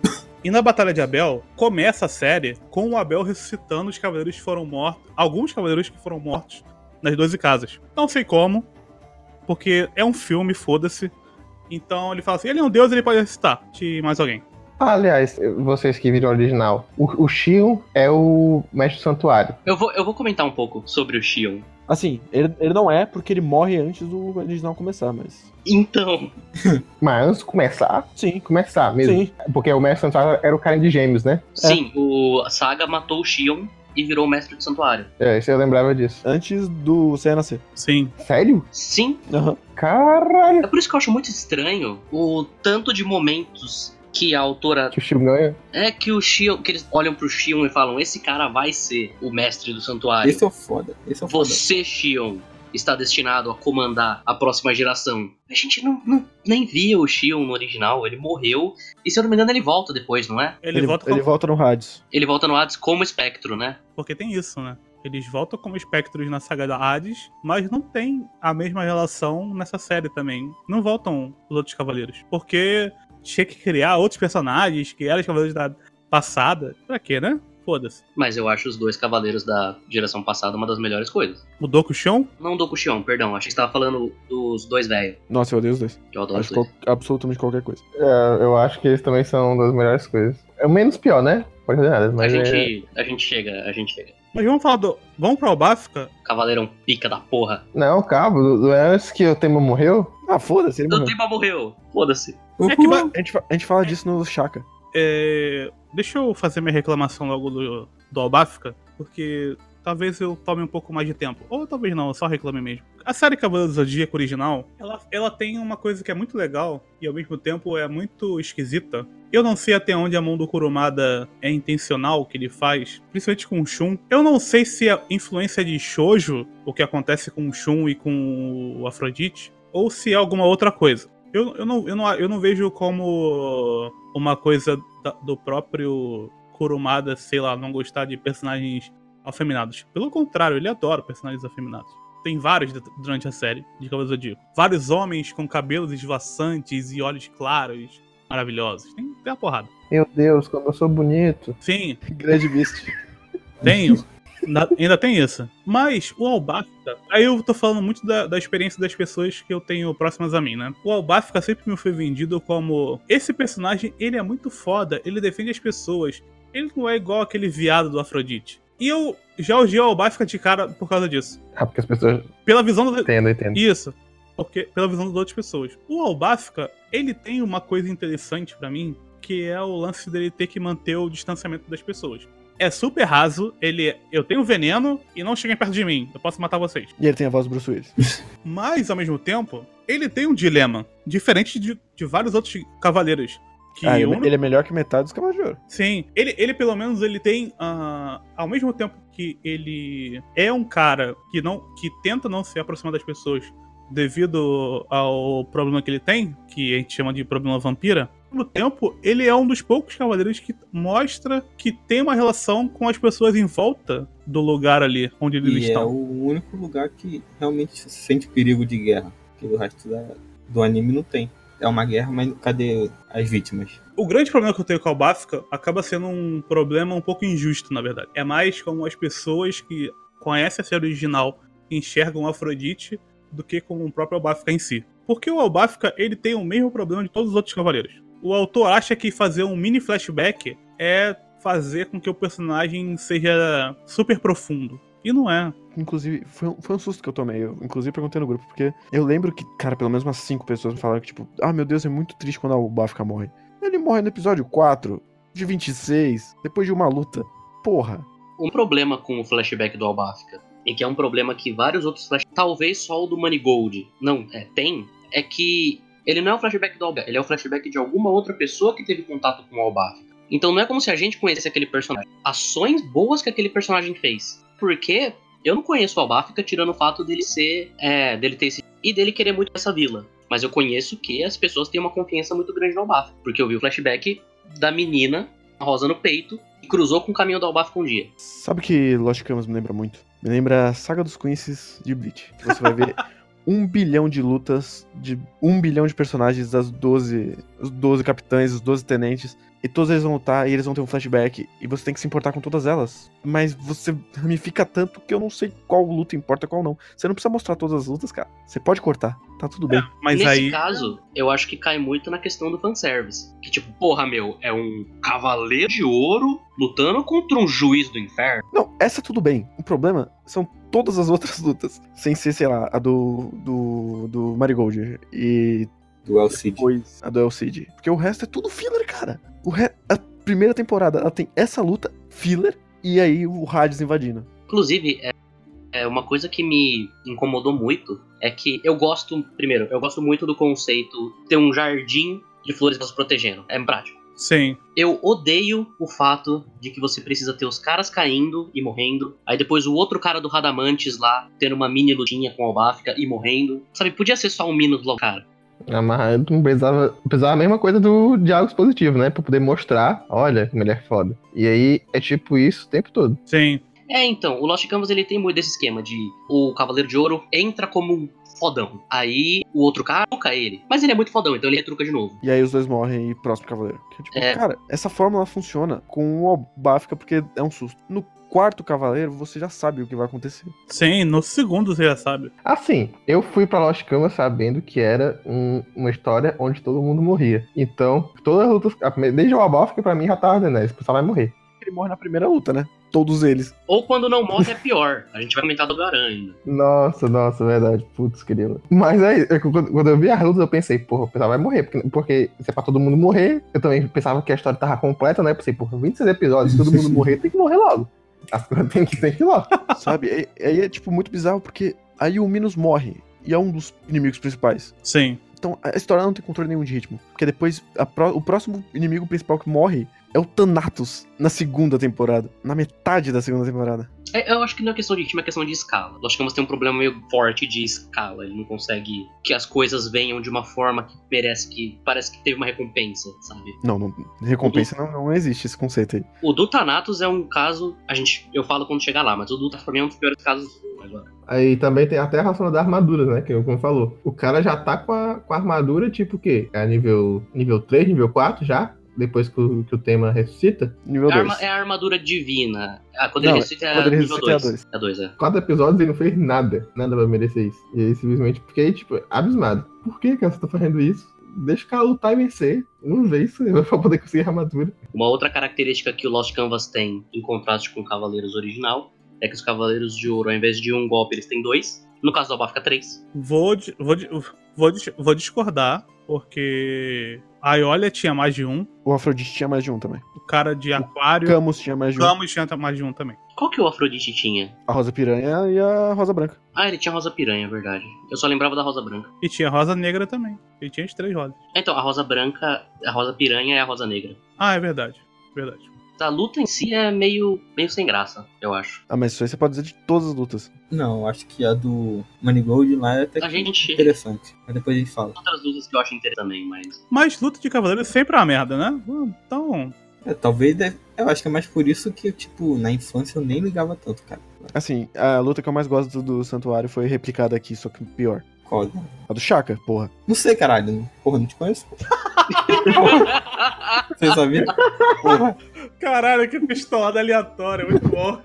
E na Batalha de Abel, começa a série com o Abel ressuscitando os cavaleiros que foram mortos. Alguns cavaleiros que foram mortos nas 12 casas. Não sei como. Porque é um filme, foda-se. Então ele fala assim, ele é um deus, ele pode ressuscitar. De mais alguém. Ah, aliás, vocês que viram o original, o Shion é o mestre do santuário. Eu vou comentar um pouco sobre o Shion. Assim, ele não é porque ele morre antes do original começar, mas... Então, Mas antes de começar, Sim. começar mesmo. Sim. Porque o mestre do santuário era o cara de gêmeos, né? sim, o Saga matou o Shion e virou o mestre do santuário. Isso eu lembrava disso. Antes do Seiya nascer. Sim. Sério? Sim, Aham. Caralho. é por isso que eu acho muito estranho o tanto de momentos que a autora... Que o Shion ganha. É que o Shion, que eles olham pro Shion e falam, esse cara vai ser o mestre do santuário. Esse é o foda. Esse é o foda. Você, Shion, está destinado a comandar a próxima geração. A gente nem via o Shion no original, ele morreu. E se eu não me engano, ele volta depois, não é? Ele volta no Hades. Ele volta no Hades como espectro, né? porque tem isso, né? Eles voltam como espectros na saga da Hades, mas não tem a mesma relação nessa série também. Não voltam os outros cavaleiros. Porque tinha que criar outros personagens que eram os cavaleiros da passada. Pra quê, né? Foda-se. Mas eu acho os dois cavaleiros da geração passada uma das melhores coisas. O Dokushon? Não do Kuxion, perdão. Achei que você tava falando dos dois velhos. Nossa, eu odeio os dois. Eu adoro os Acho dois. absolutamente qualquer coisa. Eu acho que eles também são uma das melhores coisas. É o menos pior, né? Pode fazer nada, mas A gente chega. Mas vamos falar do... Vamos pra Albáfica? Cavaleirão pica da porra. Não, calma, antes que o Tema morreu, Ah, foda-se, ele O morreu. Tema morreu. Foda-se. É que A gente fala disso no Shaka. deixa eu fazer minha reclamação logo do Albáfica, porque talvez eu tome um pouco mais de tempo. Ou talvez não, eu só reclame mesmo. A série Cavaleiros do Zodíaco original, ela tem uma coisa que é muito legal e ao mesmo tempo é muito esquisita. Eu não sei até onde a mão do Kurumada é intencional, o que ele faz, principalmente com o Shun. Eu não sei se é influência de shoujo, o que acontece com o Shun e com o Afrodite, ou se é alguma outra coisa. Eu não vejo como uma coisa do próprio Kurumada, sei lá, não gostar de personagens afeminados. Pelo contrário, ele adora personagens afeminados. Tem vários durante a série de Cavaleiros do Zodíaco. Vários homens com cabelos esvoaçantes e olhos claros, maravilhosos. Tem uma porrada. meu Deus, como eu sou bonito. Sim, Grande Beast. tenho. Ainda tem isso. Mas o Albáfica, aí eu tô falando muito da experiência das pessoas que eu tenho próximas a mim, né? O Albáfica sempre me foi vendido como... Esse personagem, ele é muito foda, ele defende as pessoas. Ele não é igual aquele viado do Afrodite. E eu já odiei o Albáfica de cara por causa disso. Ah, porque as pessoas Pela visão do... entendo. Isso. Porque, pela visão das outras pessoas. O Albáfica, ele tem uma coisa interessante pra mim, que é o lance dele ter que manter o distanciamento das pessoas. É super raso, eu tenho veneno e não cheguem perto de mim, eu posso matar vocês. E ele tem a voz do Bruce Willis. Mas, ao mesmo tempo, ele tem um dilema, diferente de vários outros cavaleiros. Que Ele é melhor que metade dos Cavaleiros de Ouro. Sim, ele pelo menos ele tem, ao mesmo tempo que ele é um cara que tenta não se aproximar das pessoas devido ao problema que ele tem, que a gente chama de problema vampira, mesmo tempo, ele é um dos poucos cavaleiros que mostra que tem uma relação com as pessoas em volta do lugar ali onde eles E é estão. o único lugar que realmente se sente perigo de guerra. Que o resto do anime não tem. É uma guerra, mas cadê as vítimas? O grande problema que eu tenho com a Albáfica acaba sendo um problema um pouco injusto, na verdade. É mais como as pessoas que conhecem a série original enxergam Afrodite do que com o próprio Albáfica em si. Porque o Albáfica, ele tem o mesmo problema de todos os outros cavaleiros. O autor acha que fazer um mini flashback é fazer com que o personagem seja super profundo. E não é. Inclusive, foi um susto que eu tomei. Eu, inclusive, perguntei no grupo, porque eu lembro que, cara, pelo menos umas 5 pessoas me falaram que, tipo, ah, meu Deus, é muito triste quando o Albáfica morre. Ele morre no episódio 4, de 26, depois de uma luta. Porra. Um problema com o flashback do Albáfica, e que é um problema que vários outros flashbacks, talvez só o do Manigold tem, é que ele não é o flashback do Albáfica, ele é o flashback de alguma outra pessoa que teve contato com o Albáfica. Então não é como se a gente conhecesse aquele personagem. Ações boas que aquele personagem fez. Porque eu não conheço o Albáfica tirando o fato dele dele ter esse e dele querer muito essa vila. Mas eu conheço que as pessoas têm uma confiança muito grande no Albáfica. Porque eu vi o flashback da menina, a rosa no peito, e cruzou com o caminho do Albáfica um dia. Sabe o que Lost Canvas me lembra muito? Me lembra a Saga dos Quincy's de Bleach. Que você vai ver 1 bilhão de lutas, de 1 bilhão de personagens, os 12 capitães, os 12 tenentes, e todos eles vão lutar e eles vão ter um flashback, e você tem que se importar com todas elas. Mas você ramifica tanto que eu não sei qual luta importa e qual não. Você não precisa mostrar todas as lutas, cara. Você pode cortar, tá tudo bem. Mas Nesse aí... caso, eu acho que cai muito na questão do fanservice. Que tipo, porra, é um cavaleiro de ouro lutando contra um juiz do inferno. Não, essa tudo bem. O problema são todas as outras lutas. Sem ser, sei lá, a do Marigold e Do Elcid. depois a do Elcid. Porque o resto é tudo filler, cara. A primeira temporada, ela tem essa luta, filler, e aí o Hades invadindo. Inclusive, uma coisa que me incomodou muito é que eu gosto muito do conceito de ter um jardim de flores nos protegendo. É prático. Sim. Eu odeio o fato de que você precisa ter os caras caindo e morrendo. Aí depois o outro cara do Radamantes lá, tendo uma mini lutinha com o Albáfica e morrendo. Sabe, podia ser só um minuto lá, cara. Mas não precisava a mesma coisa do diálogo positivo, né? Pra poder mostrar, olha, que mulher foda. E aí é tipo isso o tempo todo. Sim. Então, o Lost Canvas ele tem muito desse esquema de o Cavaleiro de Ouro entra como um fodão. Aí o outro cara truca ele. Mas ele é muito fodão, então ele retruca de novo. E aí os dois morrem e próximo cavaleiro. Que é tipo, cara, essa fórmula funciona com o Albáfica porque é um susto. No quarto cavaleiro, você já sabe o que vai acontecer. Sim, no segundo você já sabe. Assim, eu fui pra Lost Canvas sabendo que era uma história onde todo mundo morria. Então, todas as lutas, desde o Albáfica pra mim já tava dizendo, esse pessoal vai morrer. Ele morre na primeira luta, né? Todos eles. Ou quando não morre é pior. A gente vai comentar do Garan ainda. Nossa, verdade. Putz, queria. Mas aí, quando eu vi as lutas, eu pensei, porra, o pessoal vai morrer. Porque se é pra todo mundo morrer, eu também pensava que a história tava completa, né? Eu pensei, porra, 26 episódios, se todo mundo morrer, tem que morrer logo. As coisas tem que ir logo. Sabe? Aí é, tipo, muito bizarro, porque aí o Minos morre. E é um dos inimigos principais. Sim. Então, a história não tem controle nenhum de ritmo. Porque depois, o próximo inimigo principal que morre é o Thanatos na segunda temporada. Na metade da segunda temporada. Eu acho que não é questão de ritmo, é questão de escala. Lost Canvas tem um problema meio forte de escala. Ele não consegue que as coisas venham de uma forma que parece que teve uma recompensa, sabe? Não recompensa não existe esse conceito aí. O do Thanatos é um caso, eu falo quando chegar lá, mas o do Thanatos pra mim é um dos piores casos agora. Aí também tem até a relação da armadura, né? Que como falou. O cara já tá com a armadura, tipo o quê? É nível 3, nível 4 já? Depois que o tema ressuscita? Nível 2. É a armadura divina. Quando ele ressuscita é nível 2. É 2, é. 4 episódios ele não fez nada pra merecer isso. E aí simplesmente fiquei, tipo, abismado. Por que você tá fazendo isso? Deixa o cara lutar e vencer. Não vê isso pra poder conseguir a armadura. Uma outra característica que o Lost Canvas tem, em contraste com o Cavaleiros original, é que os Cavaleiros de Ouro, ao invés de um golpe, eles têm 2. No caso do Albáfica, 3. Vou discordar, porque a Iolia tinha mais de um. O Afrodite tinha mais de um também. O cara de Aquário... Camus tinha mais de um. Camus tinha mais de um também. Qual que o Afrodite tinha? A Rosa Piranha e a Rosa Branca. Ele tinha Rosa Piranha, é verdade. Eu só lembrava da Rosa Branca. E tinha Rosa Negra também. Ele tinha as 3 rosas. Então, a Rosa Branca, a Rosa Piranha é a Rosa Negra. É verdade. A luta em si é meio sem graça, eu acho. Ah, mas isso aí você pode dizer de todas as lutas. Não, acho que a do Manigold lá é até A que gente- interessante. Mas depois a gente fala. Outras lutas que eu acho interessante também, mas... Mas luta de cavaleiro sempre é uma merda, né? Então... Talvez, eu acho que é mais por isso que, tipo, na infância eu nem ligava tanto, cara. Assim, a luta que eu mais gosto do Santuário foi replicada aqui, só que pior. Qual? A do Shaka, porra. Não sei, caralho. Porra, não te conheço. Você sabia? Porra. Caralho, que pistolada aleatória, muito bom.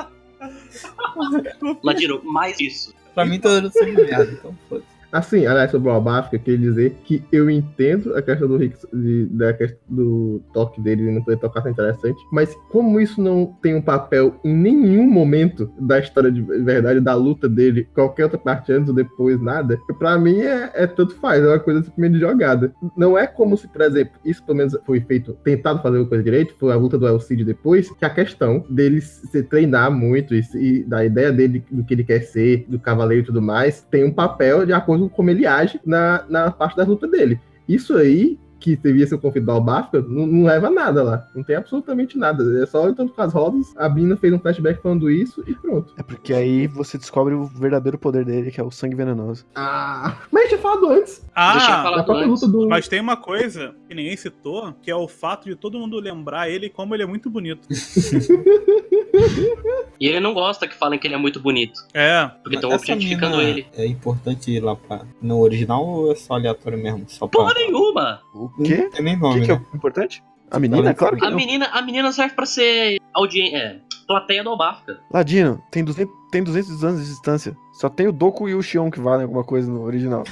Ladino, mais isso. Pra mim, todo mundo sempre merda, então foda-se. Assim, aliás, sobre o Albafka, eu queria dizer que eu entendo a questão do Rick, da questão do toque dele e não poder tocar ser interessante, mas como isso não tem um papel em nenhum momento da história de verdade, da luta dele, qualquer outra parte antes ou depois, nada, pra mim é tanto faz, é uma coisa simplesmente jogada. Não é como se, por exemplo, isso pelo menos foi feito, tentado fazer a coisa direito, foi a luta do El Cid depois, que a questão dele se treinar muito e da ideia dele, do que ele quer ser, do cavaleiro e tudo mais, tem um papel de acordo com como ele age na parte da luta dele. Isso aí, que devia ser o conflito do Albafka, não leva a nada lá. Não tem absolutamente nada. É só lutando com as rodas. A Bina fez um flashback falando isso e pronto. É porque aí você descobre o verdadeiro poder dele, que é o sangue venenoso. Ah, mas eu tinha falado antes. Deixa eu Ah, falar Na própria antes. luta do... mas tem uma coisa que ninguém citou, que é o fato de todo mundo lembrar ele como ele é muito bonito. E ele não gosta que falem que ele é muito bonito, É, porque estão Essa objetificando mina ele. É importante ir lá pra... No original ou é só aleatório mesmo? Só pra... Porra nenhuma! O quê? Não tem nem O nome, que é né? o importante? A menina? Claro que A não. menina serve pra ser plateia do Albafka. Ladino, tem 200 anos de distância. Só tem o Doku e o Shion que valem alguma coisa no original.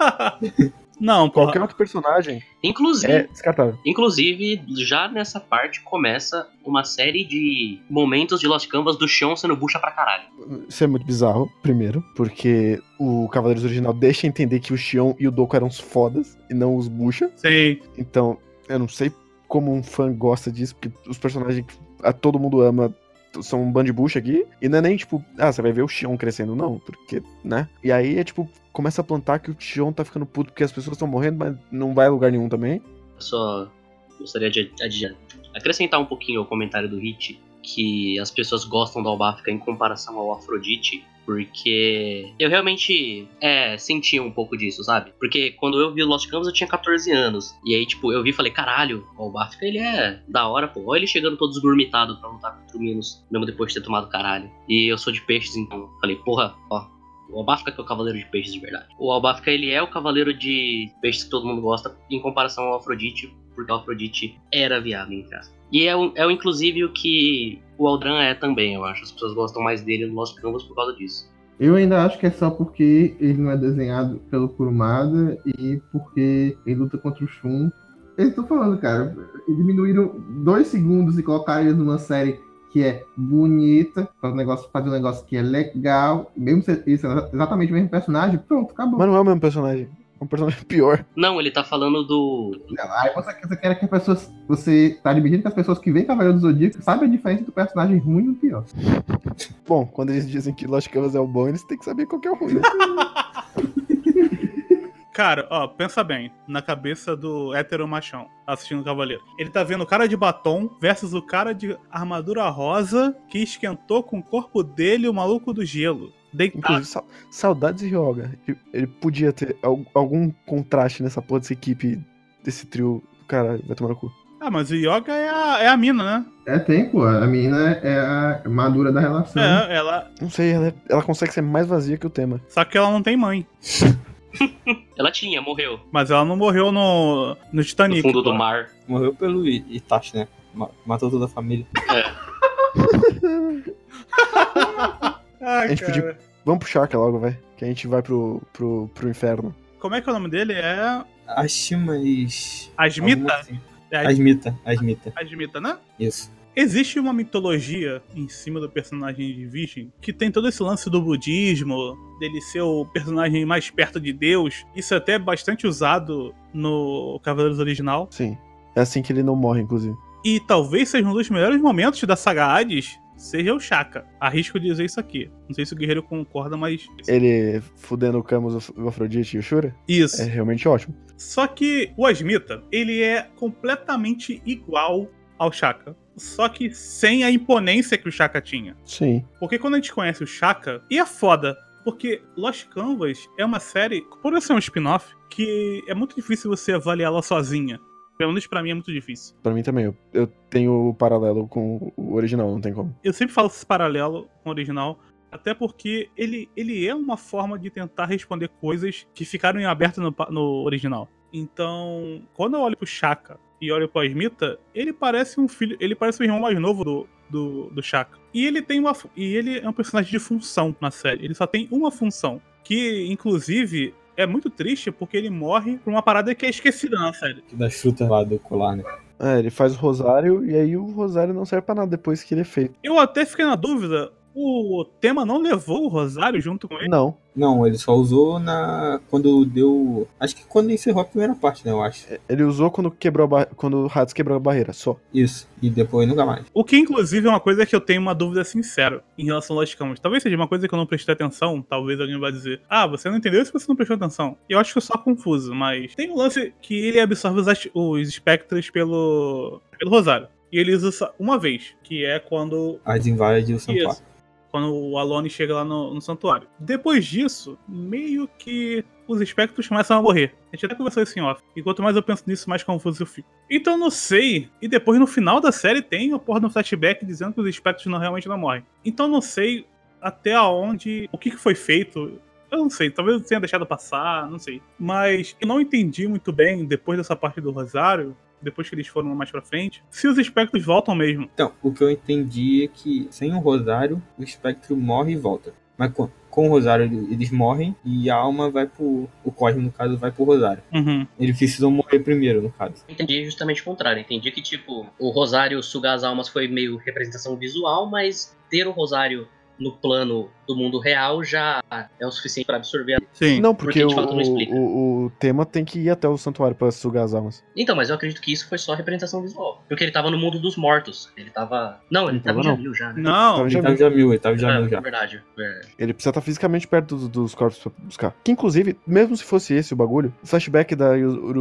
não, Qualquer porra. outro personagem Inclusive, é descartável. Inclusive, já nessa parte começa uma série de momentos de Lost Canvas do Shion sendo bucha pra caralho. Isso é muito bizarro, primeiro, porque o Cavaleiros original deixa entender que o Shion e o Doku eram os fodas e não os bucha. Sei. Então, eu não sei como um fã gosta disso, porque os personagens que todo mundo ama são um bando de bucha aqui, e não é nem tipo, você vai ver o Shion crescendo, não, porque, né? E aí é tipo, começa a plantar que o Shion tá ficando puto porque as pessoas estão morrendo, mas não vai a lugar nenhum também. Eu só gostaria de acrescentar um pouquinho ao comentário do Hit, que as pessoas gostam do Albafka em comparação ao Afrodite, porque eu realmente senti um pouco disso, sabe? Porque quando eu vi o Lost Canvas eu tinha 14 anos, e aí tipo, eu vi e falei, caralho, o Albafka ele é da hora, pô, olha ele chegando todo esgurmitado pra lutar contra o Minos, mesmo depois de ter tomado caralho. E eu sou de peixes, então falei, porra, ó, o Albafka que é o cavaleiro de peixes de verdade. O Albafka ele é o cavaleiro de peixes que todo mundo gosta em comparação ao Afrodite, porque o Afrodite era viado, entre aspas. E é inclusive o que o Aldran é também, eu acho. As pessoas gostam mais dele no Lost Canvas por causa disso. Eu ainda acho que é só porque ele não é desenhado pelo Kurumada e porque ele luta contra o Shun. Eles estão falando, cara, diminuíram 2 segundos e colocaram ele numa série que é bonita, fazer um negócio que é legal, mesmo se isso é exatamente o mesmo personagem, pronto, acabou. Mas não é o mesmo personagem. É um personagem pior. Não, ele tá falando do... Aí você quer que as pessoas. Você tá admitindo que as pessoas que veem Cavaleiro do Zodíaco sabem a diferença do personagem ruim e do pior. Bom, quando eles dizem que Lost Canvas é o bom, eles têm que saber qual que é o ruim. Cara, ó, pensa bem, na cabeça do hétero machão assistindo o Cavaleiro. Ele tá vendo o cara de batom versus o cara de armadura rosa que esquentou com o corpo dele o maluco do gelo. Deitado. Inclusive, saudades de Ryoga. Ele podia ter algum contraste nessa porra dessa equipe, desse trio. Caralho, vai tomar no cu. Ah, mas o Yoga é a mina, né? Tem, pô. A menina é a madura da relação. É, ela... Não sei, ela consegue ser mais vazia que o tema. Só que ela não tem mãe. Ela tinha, morreu. Mas ela não morreu no Titanic. No fundo do pô. mar. Morreu pelo Itachi, né? Matou toda a família. Ai, A gente cara. podia- Vamos pro Shaka logo, vai. Que a gente vai pro inferno. Como é que é o nome dele? É Ashimas... Asmita? Assim. É Asmita. Asmita, né? Isso. Existe uma mitologia em cima do personagem de Virgem que tem todo esse lance do budismo, dele ser o personagem mais perto de Deus. Isso é até bastante usado no Cavaleiros original. Sim. É assim que ele não morre, inclusive. E talvez seja um dos melhores momentos da saga Hades, seja o Shaka. Arrisco dizer isso aqui. Não sei se o Guerreiro concorda, mas... Ele fudendo o Camus, o Afrodite e o Shura Isso. é realmente ótimo. Só que o Asmita, ele é completamente igual ao Shaka. Só que sem a imponência que o Shaka tinha. Sim. Porque quando a gente conhece o Shaka, e é foda, porque Lost Canvas é uma série, por ser um spin-off, que é muito difícil você avaliar ela sozinha. Pelo menos pra mim é muito difícil. Pra mim também. Eu tenho o paralelo com o original, não tem como. Eu sempre falo esse paralelo com o original, até porque ele é uma forma de tentar responder coisas que ficaram em aberto no original. Então, quando eu olho pro Shaka e olho pro Asmita, ele parece um filho, ele parece o irmão mais novo do Shaka. E ele é um personagem de função na série. Ele só tem uma função, que inclusive é muito triste porque ele morre por uma parada que é esquecida na série. Das frutas lá do colar, né? Ele faz o rosário e aí o rosário não serve pra nada depois que ele é feito. Eu até fiquei na dúvida, o tema não levou o rosário junto com ele? Não. Não, ele só usou quando deu. Acho que quando encerrou a primeira parte, né? Eu acho. Ele usou quando quando o Hades quebrou a barreira, só. Isso. E depois nunca mais. O que, inclusive, é uma coisa que eu tenho uma dúvida sincera em relação ao Lost Canvas. Talvez seja uma coisa que eu não prestei atenção, talvez alguém vai dizer, você não entendeu se você não prestou atenção. Eu acho que eu sou confuso, mas tem um lance que ele absorve os espectros pelo rosário. E ele usa só uma vez, que é quando... A invade o santuário. Isso. Quando o Alone chega lá no santuário. Depois disso, meio que os espectros começam a morrer. A gente até conversou isso em off. E quanto mais eu penso nisso, mais confuso eu fico. Então eu não sei. E depois no final da série tem a porra do flashback dizendo que os espectros realmente não morrem. Então eu não sei até onde... O que foi feito. Eu não sei. Talvez eu tenha deixado passar, não sei. Mas eu não entendi muito bem, depois dessa parte do Rosário... Depois que eles foram mais pra frente, se os espectros voltam mesmo. Então, o que eu entendi é que sem o rosário, o espectro morre e volta. Mas com o rosário eles morrem e a alma vai pro... O Cosmo, no caso, vai pro rosário. Uhum. Eles precisam morrer primeiro, no caso. Entendi justamente o contrário. Entendi que, tipo, o rosário sugar as almas foi meio representação visual, mas ter o rosário no plano do mundo real já é o suficiente pra absorver. Sim. Não, porque de fato não explica. o tema tem que ir até o santuário pra sugar as almas. Então, mas eu acredito que isso foi só representação visual. Porque ele tava no mundo dos mortos. Ele tava... Não, ele tava em Jamil já, né? Não. Ele tava em Jamil, já. Verdade. Ele precisa estar fisicamente perto dos corpos pra buscar. Que, inclusive, mesmo se fosse esse o bagulho, o flashback da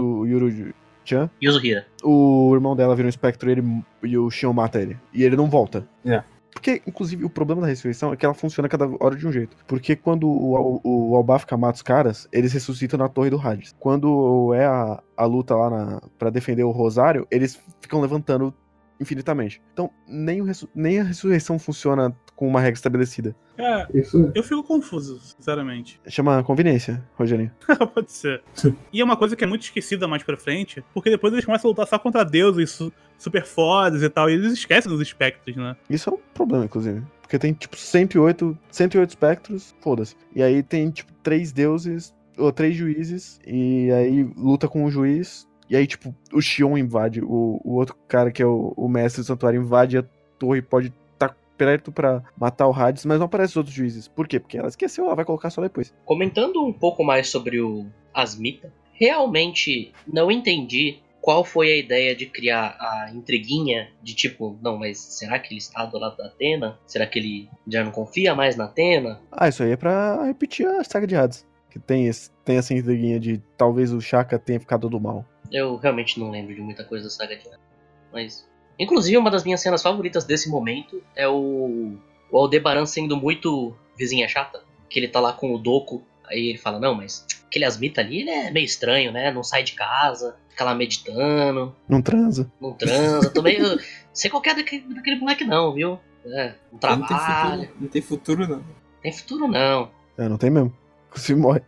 Yuru-chan, Yuzuhira. o irmão dela vira um espectro e o Shion mata ele. E ele não volta. Porque, inclusive, o problema da ressurreição é que ela funciona cada hora de um jeito. Porque quando o Albafka mata os caras, eles ressuscitam na torre do Hades. Quando é a luta lá pra defender o Rosário, eles ficam levantando infinitamente. Então, nem a ressurreição funciona com uma regra estabelecida. Isso. Eu fico confuso, sinceramente. Chama conveniência, Rogerinho. Pode ser. E é uma coisa que é muito esquecida mais pra frente, porque depois eles começam a lutar só contra deuses super fodas e tal, e eles esquecem dos espectros, né? Isso é um problema, inclusive. Porque tem, tipo, 108 espectros, foda-se. E aí tem, tipo, 3 deuses, ou 3 juízes, e aí luta com o juiz, e aí, tipo, o Shion invade, o outro cara que é o mestre do santuário invade a torre, pode estar perto pra matar o Hades, mas não aparece os outros juízes. Por quê? Porque ela esqueceu, ela vai colocar só depois. Comentando um pouco mais sobre o Asmita, realmente não entendi qual foi a ideia de criar a intriguinha de tipo, não, mas será que ele está do lado da Athena? Será que ele já não confia mais na Athena? Isso aí é pra repetir a saga de Hades. Que tem essa intriguinha de talvez o Shaka tenha ficado do mal. Eu realmente não lembro de muita coisa da saga de Hades. Mas, inclusive, uma das minhas cenas favoritas desse momento é o Aldebaran sendo muito vizinha chata. Que ele tá lá com o Doku. Aí ele fala, não, mas aquele Asmita ali, ele é meio estranho, né? Não sai de casa, fica lá meditando. Não transa. Tô meio... Sei qual que é daquele moleque não, viu? Não trabalha. Não tem futuro, não. Tem futuro não. Não tem mesmo. Se morre.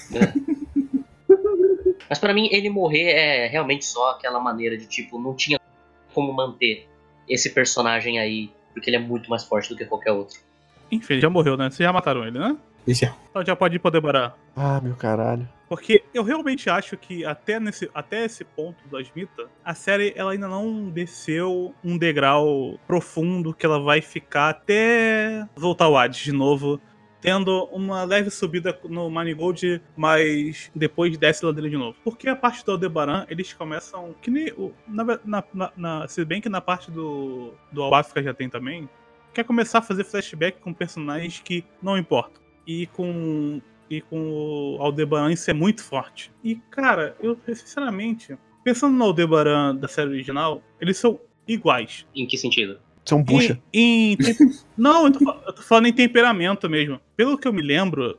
Mas pra mim, ele morrer é realmente só aquela maneira de, tipo, não tinha como manter esse personagem aí, porque ele é muito mais forte do que qualquer outro. Enfim, ele já morreu, né? Vocês já mataram ele, né? Já. Então já pode ir pra Aldebaran. Meu caralho. Porque eu realmente acho que até esse ponto do Asmita, a série ela ainda não desceu um degrau profundo que ela vai ficar até voltar ao Hades de novo, tendo uma leve subida no Manigold, mas depois desce a ladeira de novo. Porque a parte do Aldebaran, eles começam... que nem se bem que na parte do Albafka já tem também, quer começar a fazer flashback com personagens que não importam. E com o Aldebaran isso é muito forte. E, cara, eu sinceramente, pensando no Aldebaran da série original, eles são iguais. Em que sentido? São bucha. Não, eu tô falando em temperamento mesmo. Pelo que eu me lembro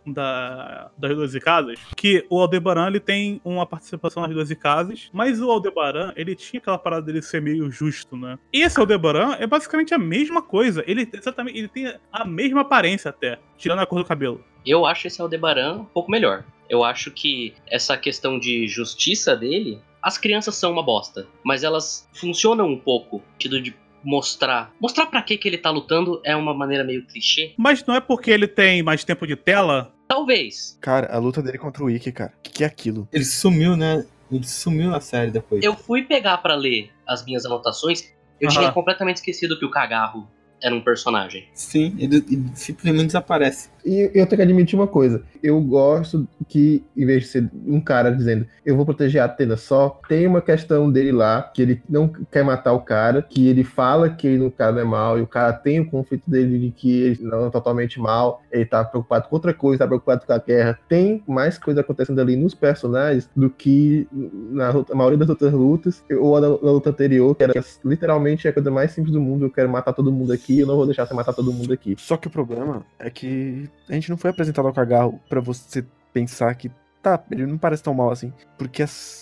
das 12 casas, que o Aldebaran ele tem uma participação nas 12 casas, mas o Aldebaran ele tinha aquela parada dele ser meio justo, né? E esse Aldebaran é basicamente a mesma coisa. Ele tem a mesma aparência até, tirando a cor do cabelo. Eu acho esse Aldebaran um pouco melhor. Eu acho que essa questão de justiça dele, as crianças são uma bosta, mas elas funcionam um pouco, no sentido de mostrar pra que ele tá lutando é uma maneira meio clichê. Mas não é porque ele tem mais tempo de tela? Talvez. Cara, a luta dele contra o Ikki, cara. O que é aquilo? Ele sumiu, né? Ele sumiu na série depois. Eu fui pegar pra ler as minhas anotações, eu tinha completamente esquecido que o Cagarro era um personagem. Sim, ele simplesmente desaparece. E eu tenho que admitir uma coisa. Eu gosto que, em vez de ser um cara dizendo eu vou proteger a Athena só, tem uma questão dele lá, que ele não quer matar o cara, que ele fala que o cara não é mal, e o cara tem o conflito dele de que ele não é totalmente mal, ele tá preocupado com outra coisa, tá preocupado com a guerra. Tem mais coisa acontecendo ali nos personagens do que na maioria das outras lutas, ou na luta anterior, que era literalmente a coisa mais simples do mundo, eu quero matar todo mundo aqui, eu não vou deixar você matar todo mundo aqui. Só que o problema é que a gente não foi apresentado ao Cagarro pra você pensar que, tá, ele não parece tão mal assim. Porque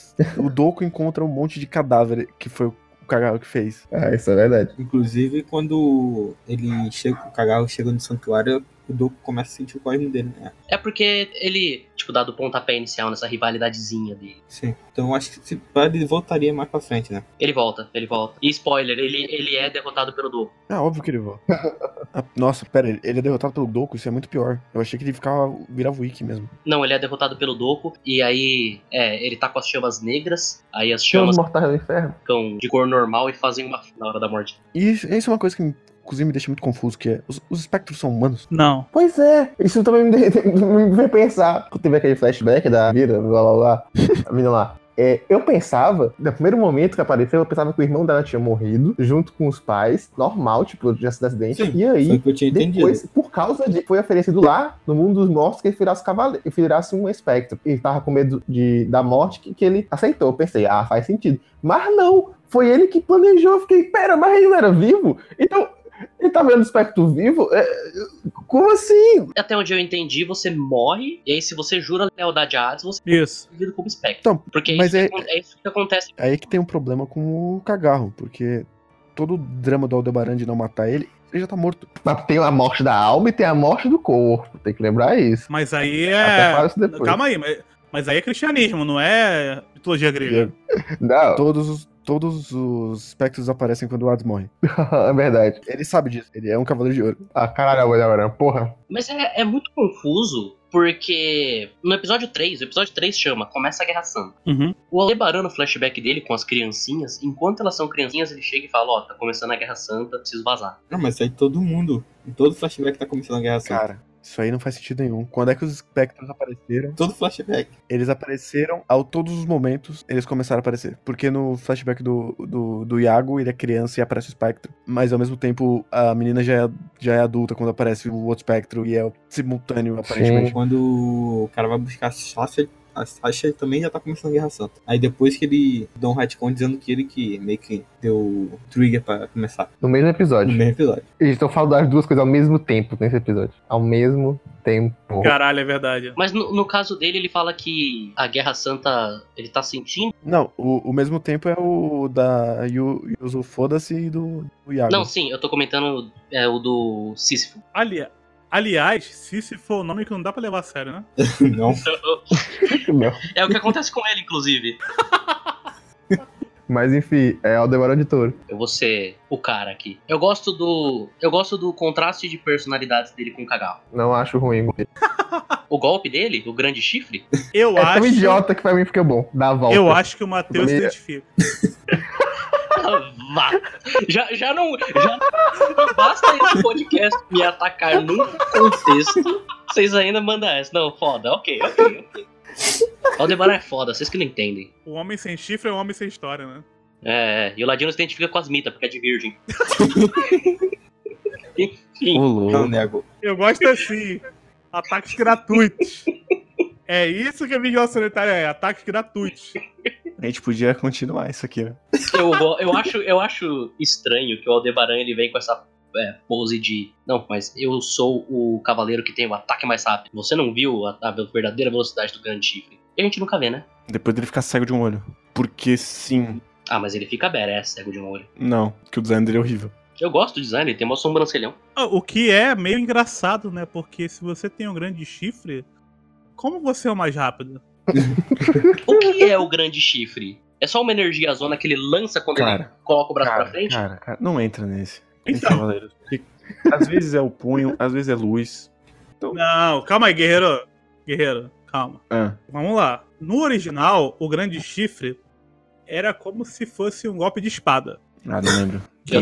o Doku encontra um monte de cadáver que foi o Cagarro que fez. Ah, isso é verdade. Inclusive, quando o Cagarro chega no santuário, o Doku começa a sentir o cosmo dele, né? É porque ele, dado o pontapé inicial nessa rivalidadezinha dele. Sim. Então eu acho que ele voltaria mais pra frente, né? Ele volta. E spoiler, ele é derrotado pelo Doku. Ah, óbvio que ele volta. Nossa, pera, ele é derrotado pelo Doku? Isso é muito pior. Eu achei que ele virava o Ikki mesmo. Não, ele é derrotado pelo Doku, e aí, ele tá com as chamas negras, aí as chamas Mortais do Inferno. ficam de cor normal e fazem uma na hora da morte. E isso é uma coisa que inclusive me deixa muito confuso, que é, os espectros são humanos? Não. Pois é, isso também me fez pensar. Teve aquele flashback da Vira, lá, a menina lá. Eu pensava, no primeiro momento que apareceu, eu pensava que o irmão dela tinha morrido, junto com os pais, normal, tipo, de acidente. Sim, e aí, foi o que eu tinha depois, entendido. por causa de... Foi oferecido lá, no mundo dos mortos, que ele virasse um espectro. Ele tava com medo da morte, que ele aceitou. Eu pensei, faz sentido. Mas não, foi ele que planejou. Eu fiquei, pera, mas ele não era vivo? Então... Ele tá vendo o espectro vivo? Como assim? Até onde eu entendi, você morre, e aí se você jura lealdade a Hades, você Isso. é vivo como espectro. Então, Porque mas é isso que acontece. aí que tem um problema com o Cagarro, porque todo o drama do Aldebaran de não matar ele já tá morto. Mas tem a morte da alma e tem a morte do corpo. Tem que lembrar isso. Mas aí Até fala isso depois. Calma aí, mas aí é cristianismo, não é mitologia grega. Não, Todos os espectros aparecem quando o Hades morre. é verdade. Ele sabe disso, ele é um cavaleiro de ouro. Caralho, porra. Mas é muito confuso, porque no episódio 3, o episódio 3 chama Começa a Guerra Santa. Uhum. O Aldebaran, no flashback dele com as criancinhas, enquanto elas são criancinhas, ele chega e fala, tá começando a Guerra Santa, preciso vazar. Não, mas aí todo mundo, em todo flashback tá começando a Guerra Santa. Cara, isso aí não faz sentido nenhum. Quando é que os espectros apareceram? Todo flashback. Eles apareceram a todos os momentos, eles começaram a aparecer. Porque no flashback do Iago, ele é criança e aparece o espectro. Mas ao mesmo tempo, a menina já é adulta quando aparece o outro espectro e é simultâneo, aparentemente. Quando o cara vai buscar a Sasha também já tá começando a Guerra Santa. Aí depois que ele dá um retcon dizendo que ele que meio que deu o trigger pra começar. No mesmo No episódio. mesmo episódio. Eles estão falando das duas coisas ao mesmo tempo nesse episódio. Ao mesmo tempo. Caralho, é verdade. Mas no caso dele, ele fala que a Guerra Santa, ele tá sentindo... Não, o mesmo tempo é o da Yuzu Foda-se e do Iago. Não, sim, eu tô comentando o do Sísifo. Aliás, Sísifo foi o nome que não dá pra levar a sério, né? Não. Não. É o que acontece com ele, inclusive. Mas enfim, é Aldebaran de Touro. Eu vou ser o cara aqui. Eu gosto do contraste de personalidades dele com o Cagarro. Não acho ruim. O golpe dele, o grande chifre, Eu É acho. tão idiota que pra mim fica bom. Dá a volta. Eu acho que o Matheus se Pra mim- identifica. vá. Já não basta esse podcast me atacar num contexto, vocês ainda mandam essa. Não, foda, ok. Aldebaran é foda, vocês que não entendem. O homem sem chifre é um homem sem história, né? E o Ladino se identifica com as mitas, porque é de virgem. Enfim, Ô, louco. Não nego. Eu gosto assim. Ataques gratuitos. É isso que a vigilância sanitária é, ataques gratuitos. A gente podia continuar isso aqui, né? Eu acho estranho que o Aldebaran ele vem com essa pose de não, mas eu sou o cavaleiro que tem o ataque mais rápido. Você não viu a verdadeira velocidade do grande chifre? E a gente nunca vê, né? Depois dele ficar cego de um olho. Porque sim. Ah, mas ele fica badass, cego de um olho. Não, que o design dele é horrível. Eu gosto do design, ele tem uma sobrancelhão. O que é meio engraçado, né? Porque se você tem um grande chifre, como você é o mais rápido? O que é o grande chifre? É só uma energia zona que ele lança quando ele coloca o braço pra frente? Cara, não entra nesse. Então. Cavaleiros. Às vezes é o punho, às vezes é luz. Não, calma aí, guerreiro. Guerreiro, calma. Vamos lá. No original, o grande chifre era como se fosse um golpe de espada. Ah, não lembro.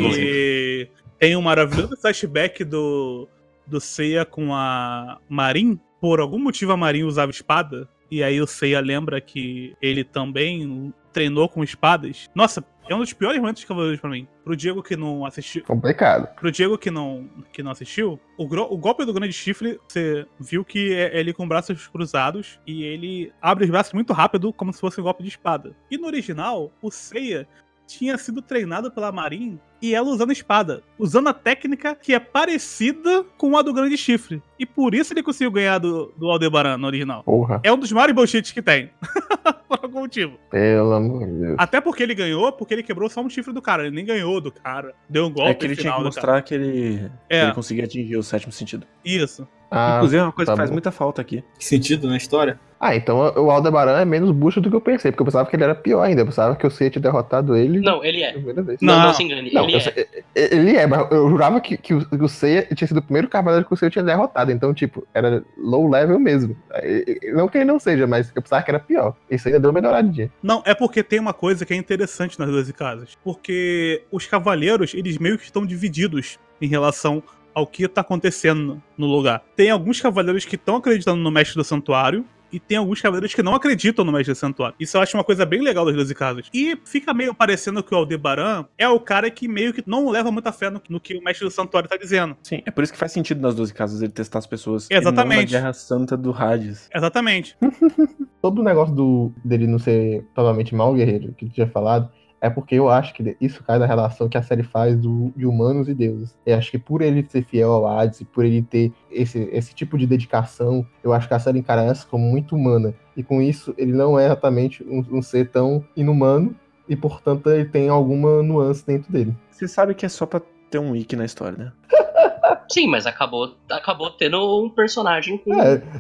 E tem um maravilhoso flashback do Seiya com a Marin. Por algum motivo a Marin usava espada. E aí o Seiya lembra que ele também treinou com espadas. Nossa, é um dos piores momentos de Cavaleiros pra mim. Pro Diego que não assistiu. Complicado. Pro Diego que não assistiu, o golpe do grande chifre, você viu que é ele com braços cruzados e ele abre os braços muito rápido, como se fosse um golpe de espada. E no original, o Seiya tinha sido treinado pela Marin e ela usando espada, usando a técnica que é parecida com a do grande chifre. E por isso ele conseguiu ganhar do Aldebaran no original. Porra. É um dos maiores bullshits que tem. Por algum motivo. Pelo amor de Deus. Até porque ele ganhou, porque ele quebrou só um chifre do cara. Ele nem ganhou do cara. Deu um golpe É que ele tinha final que do mostrar que ele conseguia atingir o sétimo sentido. Isso. Inclusive é uma coisa tá que faz bom. muita falta aqui. Que sentido na história? Então o Aldebaran é menos bucho do que eu pensei, porque eu pensava que ele era pior ainda. Eu pensava que eu tinha derrotado ele. Não, ele é. Primeira vez. Não se engane, Não, ele é. Ele é, mas eu jurava que o Seiya tinha sido o primeiro cavaleiro que o Seiya tinha derrotado. Então, tipo, era low level mesmo. Não que ele não seja, mas eu pensava que era pior. Isso ainda deu uma melhoradinha. Não, é porque tem uma coisa que é interessante nas 12 casas. Porque os cavaleiros, eles meio que estão divididos em relação ao que tá acontecendo no lugar. Tem alguns cavaleiros que estão acreditando no mestre do santuário, e tem alguns cavaleiros que não acreditam no mestre do santuário. Isso eu acho uma coisa bem legal das 12 casas. E fica meio parecendo que o Aldebaran é o cara que meio que não leva muita fé no que o mestre do santuário tá dizendo. Sim, é por isso que faz sentido nas 12 casas ele testar as pessoas. Exatamente. E não na Guerra Santa do Hades. Exatamente. Todo o negócio dele não ser totalmente mal guerreiro, que tu tinha falado, é porque eu acho que isso cai da relação que a série faz de humanos e deuses. Eu acho que por ele ser fiel ao Hades e por ele ter esse tipo de dedicação, eu acho que a série encara essa como muito humana. E com isso, ele não é exatamente um ser tão inumano e, portanto, ele tem alguma nuance dentro dele. Você sabe que é só pra ter um wiki na história, né? Sim, mas acabou tendo um personagem com...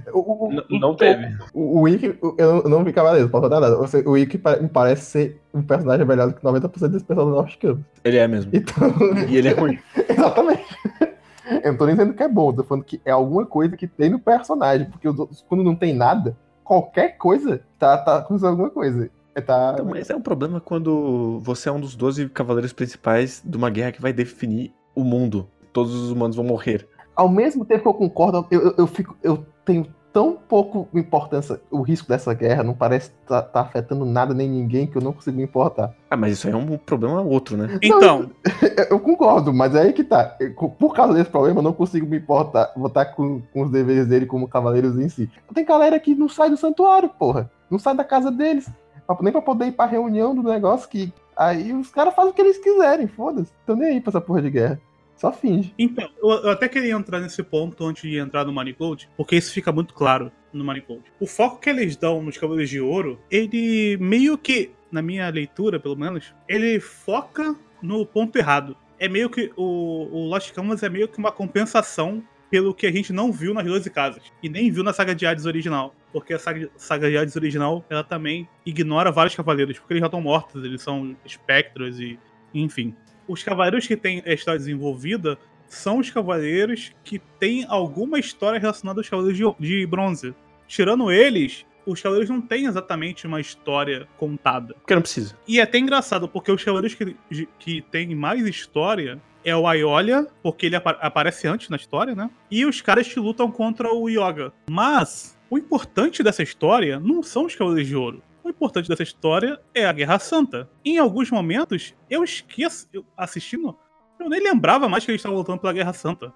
Não teve. O Ikki, eu não vi Cavaleiros, posso dar nada. O Ikki me parece ser um personagem melhor do que 90% dos personagens norte-americanos. Ele é mesmo. Então... E ele é ruim. Exatamente. Eu não tô nem dizendo que é bom, tô falando que é alguma coisa que tem no personagem, porque os outros, quando não tem nada, qualquer coisa tá acontecendo alguma coisa. Então, mas é um problema quando você é um dos 12 cavaleiros principais de uma guerra que vai definir o mundo. Todos os humanos vão morrer. Ao mesmo tempo que eu concordo, eu tenho tão pouco importância. O risco dessa guerra não parece tá afetando nada nem ninguém que eu não consigo me importar. Mas isso aí é um problema outro, né? Então... Eu concordo, mas é aí que tá. Por causa desse problema, eu não consigo me importar, botar com os deveres dele como cavaleiros em si. Tem galera que não sai do santuário, porra. Não sai da casa deles. Nem pra poder ir pra reunião do negócio que... Aí os caras fazem o que eles quiserem, foda-se. Tô nem aí pra essa porra de guerra. Só finge. Então, eu até queria entrar nesse ponto antes de entrar no Marigold, porque isso fica muito claro no Marigold. O foco que eles dão nos Cavaleiros de Ouro, ele meio que, na minha leitura pelo menos, ele foca no ponto errado. É meio que o Lost Canvas é meio que uma compensação pelo que a gente não viu nas 12 casas. E nem viu na saga de Hades original. Porque a saga de Hades original, ela também ignora vários cavaleiros, porque eles já estão mortos, eles são espectros e enfim. Os cavaleiros que têm a história desenvolvida são os cavaleiros que têm alguma história relacionada aos cavaleiros de bronze. Tirando eles, os cavaleiros não têm exatamente uma história contada. Porque não precisa. E é até engraçado, porque os cavaleiros que têm mais história é o Aiolia, porque ele aparece antes na história, né? E os caras que lutam contra o Yoga. Mas o importante dessa história não são os Cavaleiros de Ouro. O importante dessa história é a Guerra Santa. Em alguns momentos, eu esqueço, assistindo, Eu nem lembrava mais que eles estavam lutando pela Guerra Santa.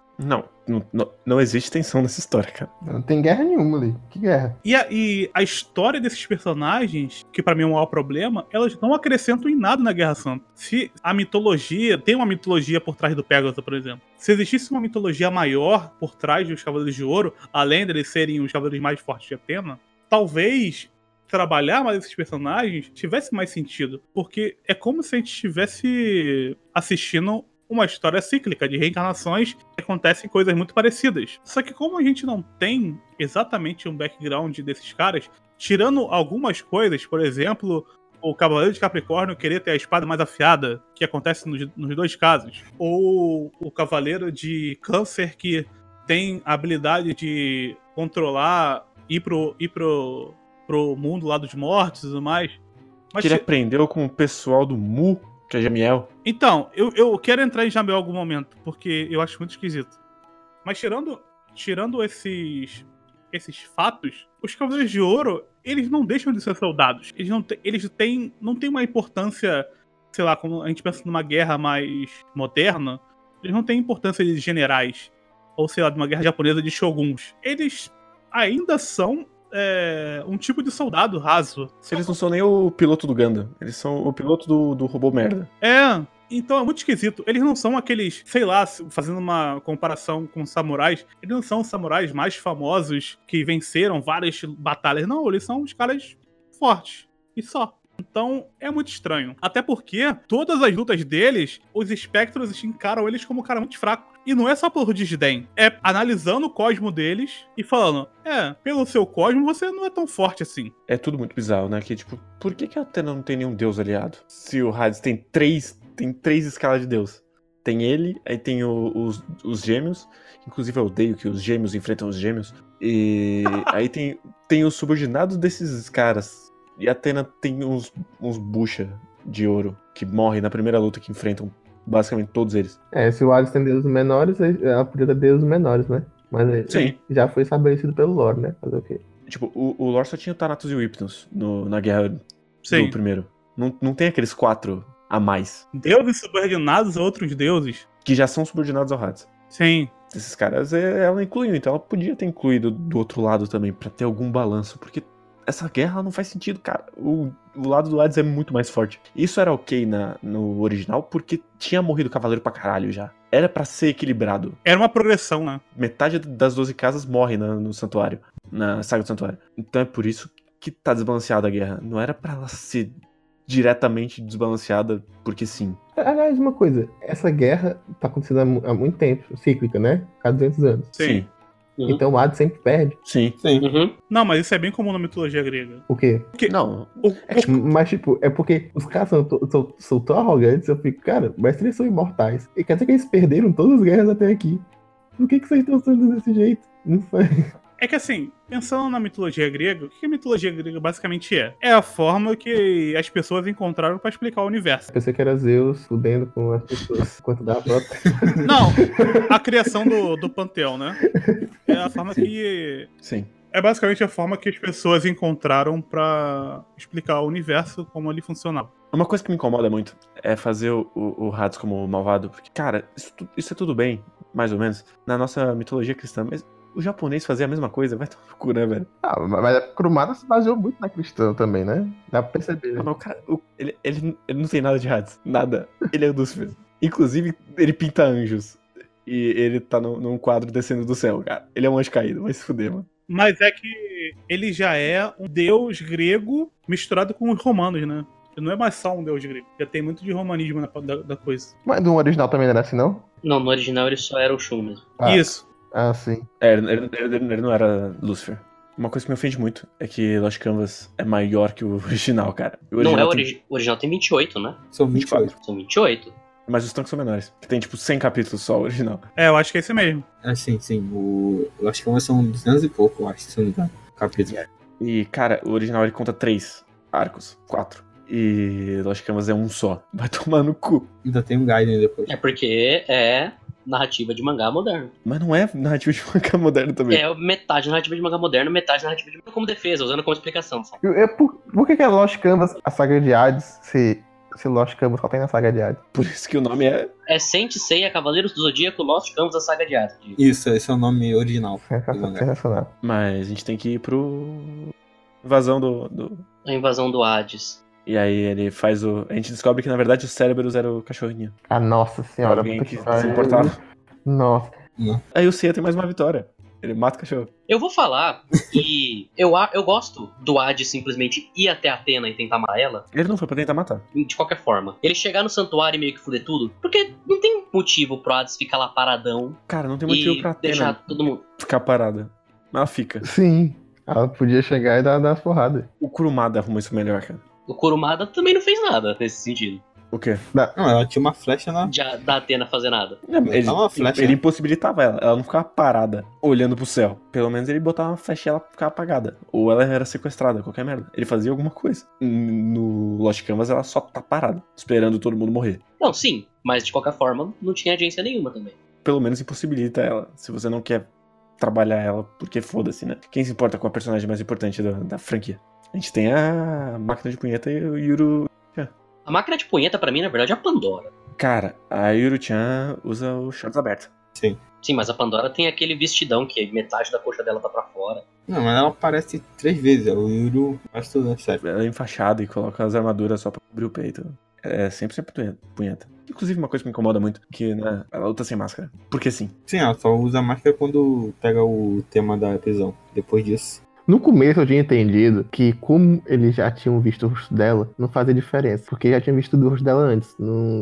Não existe tensão nessa história, cara. Não tem guerra nenhuma ali. Que guerra? E a história desses personagens, que pra mim é um maior problema, elas não acrescentam em nada na Guerra Santa. Se a mitologia, tem uma mitologia por trás do Pégaso, por exemplo. Se existisse uma mitologia maior por trás dos Cavaleiros de Ouro, além deles serem os Cavaleiros mais fortes de Athena, talvez trabalhar mais esses personagens tivesse mais sentido. Porque é como se a gente estivesse assistindo uma história cíclica de reencarnações que acontecem coisas muito parecidas. Só que como a gente não tem exatamente um background desses caras, tirando algumas coisas, por exemplo, o Cavaleiro de Capricórnio querer ter a espada mais afiada, que acontece nos dois casos, ou o Cavaleiro de Câncer que tem a habilidade de controlar, ir pro mundo lá dos mortos e tudo mais. Mas Que ele aprendeu com o pessoal do Mu, que é Jamiel. Então, eu quero entrar em Jamiel em algum momento, porque eu acho muito esquisito. Mas tirando esses fatos, os Cavaleiros de Ouro, eles não deixam de ser soldados. Eles não têm uma importância, sei lá, como a gente pensa numa guerra mais moderna, eles não têm importância de generais, ou sei lá, de uma guerra japonesa de shoguns. Eles ainda são um tipo de soldado raso. Eles não são nem o piloto do Gundam. Eles são o piloto do robô merda. Então é muito esquisito. Eles não são aqueles, sei lá, fazendo uma comparação com samurais, eles não são os samurais mais famosos que venceram várias batalhas. Não, eles são os caras fortes. E só. Então é muito estranho. Até porque todas as lutas deles, os espectros encaram eles como um cara muito fraco. E não é só por desdém. É analisando o cosmo deles e falando: pelo seu cosmo você não é tão forte assim. É tudo muito bizarro, né? Que tipo, por que a Athena não tem nenhum deus aliado? Se o Hades tem três escalas de deus. Tem ele, aí tem os gêmeos. Inclusive eu odeio que os gêmeos enfrentam os gêmeos. E aí tem os subordinados desses caras. E a Athena tem uns bucha de ouro que morrem na primeira luta que enfrentam basicamente todos eles. Se o Hades tem deuses menores, ela podia ter deuses menores, né? Mas Sim. Já foi estabelecido pelo lore, né? Fazer o quê? Tipo, o lore só tinha o Thanatos e o Hypnos na guerra Sim. do primeiro. Não tem aqueles 4 a mais. Deuses subordinados a outros deuses. Que já são subordinados ao Hades. Sim. Esses caras ela incluiu, então ela podia ter incluído do outro lado também, pra ter algum balanço, porque essa guerra não faz sentido, cara. O lado do Hades é muito mais forte. Isso era ok no original, porque tinha morrido cavaleiro pra caralho já. Era pra ser equilibrado. Era uma progressão, né? Metade das 12 casas morre no santuário, na saga do santuário. Então é por isso que tá desbalanceada a guerra. Não era pra ela ser diretamente desbalanceada, porque sim. Aliás, uma coisa. Essa guerra tá acontecendo há muito tempo, cíclica, né? Cada 200 anos. Sim. Uhum. Então o Hades sempre perde. Sim. Uhum. Não, mas isso é bem comum na mitologia grega. O quê? Não. Mas, tipo, é porque os caras são tão arrogantes, eu fico, cara, mas eles são imortais. E quer dizer que eles perderam todas as guerras até aqui. Por que vocês estão sendo desse jeito? Não foi. É que assim, pensando na mitologia grega, o que a mitologia grega basicamente é? É a forma que as pessoas encontraram pra explicar o universo. Pensei que era Zeus fudendo com as pessoas enquanto dava própria. Não, a criação do panteão, né? É a forma que... Sim. É basicamente a forma que as pessoas encontraram pra explicar o universo, como ele funcionava. Uma coisa que me incomoda muito é fazer o Hades como malvado. Porque, cara, isso é tudo bem, mais ou menos, na nossa mitologia cristã, mas o japonês fazia a mesma coisa, vai tomar no cu, né, velho? Mas a Kurumada se baseou muito na cristã também, né? Dá pra perceber. Mas o cara, ele não tem nada de Hades. Nada. Ele é o Lúcifer. Inclusive, ele pinta anjos. E ele tá num quadro descendo do céu, cara. Ele é um anjo caído, vai se fuder, mano. Mas é que ele já é um deus grego misturado com os romanos, né? Ele não é mais só um deus grego. Já tem muito de romanismo da coisa. Mas no original também não era assim, não? Não, no original ele só era o Shun mesmo. Isso. Sim. Ele não era Lúcifer. Uma coisa que me ofende muito é que Lost Canvas é maior que o original, cara. O original tem 28, né? São 24. São 28. Mas os tanques são menores. Que tem, tipo, 100 capítulos só, o original. É, eu acho que é esse mesmo. Sim. Eu acho que são 200 e pouco, eu acho, se não me engano. Capítulo. E, cara, o original ele conta 3 arcos, 4. E Lost Canvas é um só. Vai tomar no cu. Ainda tem um Gaiden depois. É porque é narrativa de mangá moderno. Mas não é narrativa de mangá moderno também. É metade narrativa de mangá moderno, metade narrativa de mangá como defesa, usando como explicação, sabe? Por que a Lost Canvas, a saga de Hades, se Lost Canvas só tem na saga de Hades. Por isso que o nome é... É Saint Seiya, Cavaleiros do Zodíaco, Lost Canvas, da Saga de Hades. Isso, esse é o nome original. Sensacional. Mas a gente tem que ir pro... Invasão do... A invasão do Hades. E aí ele faz o... A gente descobre que, na verdade, o Cérebros era o cachorrinho. Ah, nossa senhora. Alguém puta que pariu. se importava. Nossa. Aí o Seiya tem mais uma vitória. Ele mata o cachorro. Eu vou falar que eu gosto do Hades simplesmente ir até Atena e tentar matar ela, Ele não foi pra tentar matar. de qualquer forma. Ele chegar no santuário e meio que fuder tudo, porque não tem motivo pro Hades ficar lá paradão Cara, não tem motivo e pra deixar Atena todo mundo... ficar parada. Mas ela fica. Sim. Ela podia chegar e dar as porradas. O Kurumada arrumou isso melhor, cara. O Kurumada também não fez nada nesse sentido, O quê? Não, ela tinha uma flecha na. da Atena fazer nada. Ele, Uma flecha, ele né? impossibilitava ela. Ela não ficava parada, olhando pro céu. Pelo menos ele botava uma flecha e ela ficava apagada. Ou ela era sequestrada, qualquer merda. Ele fazia alguma coisa. No Lost Canvas ela só tá parada, esperando todo mundo morrer. Não, sim, mas de qualquer forma não tinha agência nenhuma também. Pelo menos impossibilita ela, se você não quer trabalhar ela, porque foda-se, né? Quem se importa com a personagem mais importante da franquia? A gente tem a máquina de punheta e o Yuru. A máquina de punheta pra mim, na verdade, é a Pandora. Cara, a Yuru-chan usa o shorts aberto. Sim, mas a Pandora tem aquele vestidão que metade da coxa dela tá pra fora. Não, mas ela aparece 3 vezes. O Yuru faz tudo, né? Sério. Ela é enfaixada e coloca as armaduras só pra cobrir o peito. É sempre punheta. Inclusive, uma coisa que me incomoda muito, que, né, ela luta sem máscara. Porque sim. Sim, ela só usa máscara quando pega o tema da prisão. Depois disso. No começo eu tinha entendido que, como eles já tinham visto o rosto dela, não fazia diferença. Porque já tinha visto o rosto dela antes.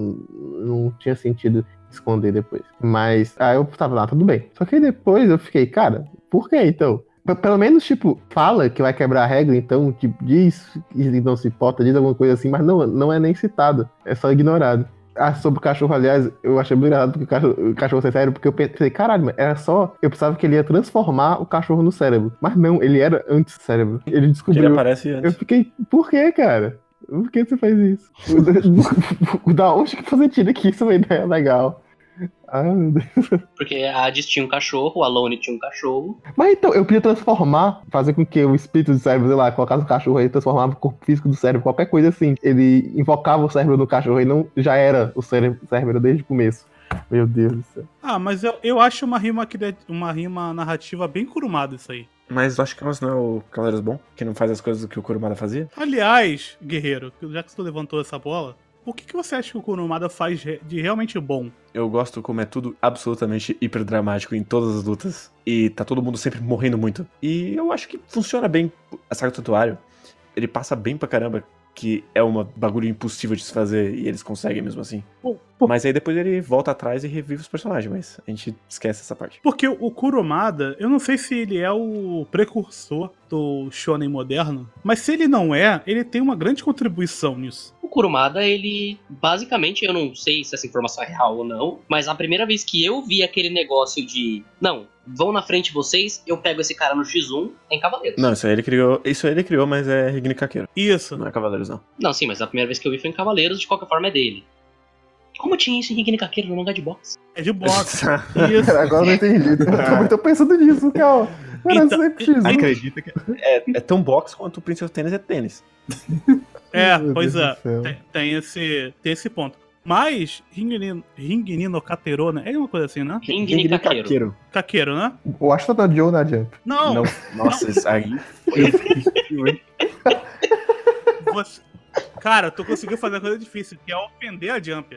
Não tinha sentido esconder depois. Mas aí eu tava lá, tudo bem. Só que aí depois eu fiquei, cara, por que então? Pelo menos, tipo, fala que vai quebrar a regra, então, tipo, diz que não se importa, diz alguma coisa assim, mas não é nem citado. É só ignorado. Ah, sobre o cachorro, aliás, eu achei muito engraçado porque o cachorro ser cérebro, porque eu pensei, caralho, mas era só. Eu pensava que ele ia transformar o cachorro no cérebro. Mas não, ele era antes cérebro. Ele descobriu. Ele aparece Eu antes. fiquei, por que, cara? Por que você faz isso? Da onde que faz sentido que isso é uma ideia legal? Ah, meu Deus. Porque a Hades tinha um cachorro, o Alone tinha um cachorro. Mas então, eu podia transformar, fazer com que o espírito do cérebro, sei lá, colocasse o cachorro aí, transformava o corpo físico do cérebro, qualquer coisa assim. Ele invocava o cérebro no cachorro e não já era o cérebro desde o começo. Meu Deus do céu. Ah, mas eu acho uma rima narrativa bem curumada isso aí. Mas eu acho que não é o Cavaleiros Bom, que não faz as coisas que o Kurumada fazia. Aliás, guerreiro, já que você levantou essa bola, o que você acha que o Kurumada faz de realmente bom? Eu gosto como é tudo absolutamente hiper dramático em todas as lutas. E tá todo mundo sempre morrendo muito. E eu acho que funciona bem a saga do Santuário. Ele passa bem pra caramba, que é um bagulho impossível de se fazer e eles conseguem mesmo assim. Mas aí depois ele volta atrás e revive os personagens, mas a gente esquece essa parte. Porque o Kurumada, eu não sei se ele é o precursor do shonen moderno, mas se ele não é, ele tem uma grande contribuição nisso. O Kurumada, ele, basicamente, eu não sei se essa informação é real ou não, mas a primeira vez que eu vi aquele negócio de, não, vão na frente vocês, eu pego esse cara no X1, é em Cavaleiros. Não, isso aí ele criou, mas é Rigni Kakeiro. Isso. Não é Cavaleiros, não. Não, sim, mas a primeira vez que eu vi foi em Cavaleiros, de qualquer forma é dele. Como tinha isso em Rigni Kakeiro no mangá de boxe? É de boxe. Isso. Agora eu não entendi. Eu também tô pensando nisso, cara. Era Então, sempre X1. Acredita que é tão boxe quanto o Princess Tennis é tênis. É, Meu pois Deus é. do céu. Tem esse ponto. Mas Ringini no Katerona é uma coisa assim, né? Rigni Kakeiro. Kakeiro, né? Eu acho que tá na Joe na Jump. Não. Nossa, isso aí. Você... Cara, tu conseguiu fazer uma coisa difícil, que é ofender a Jumper.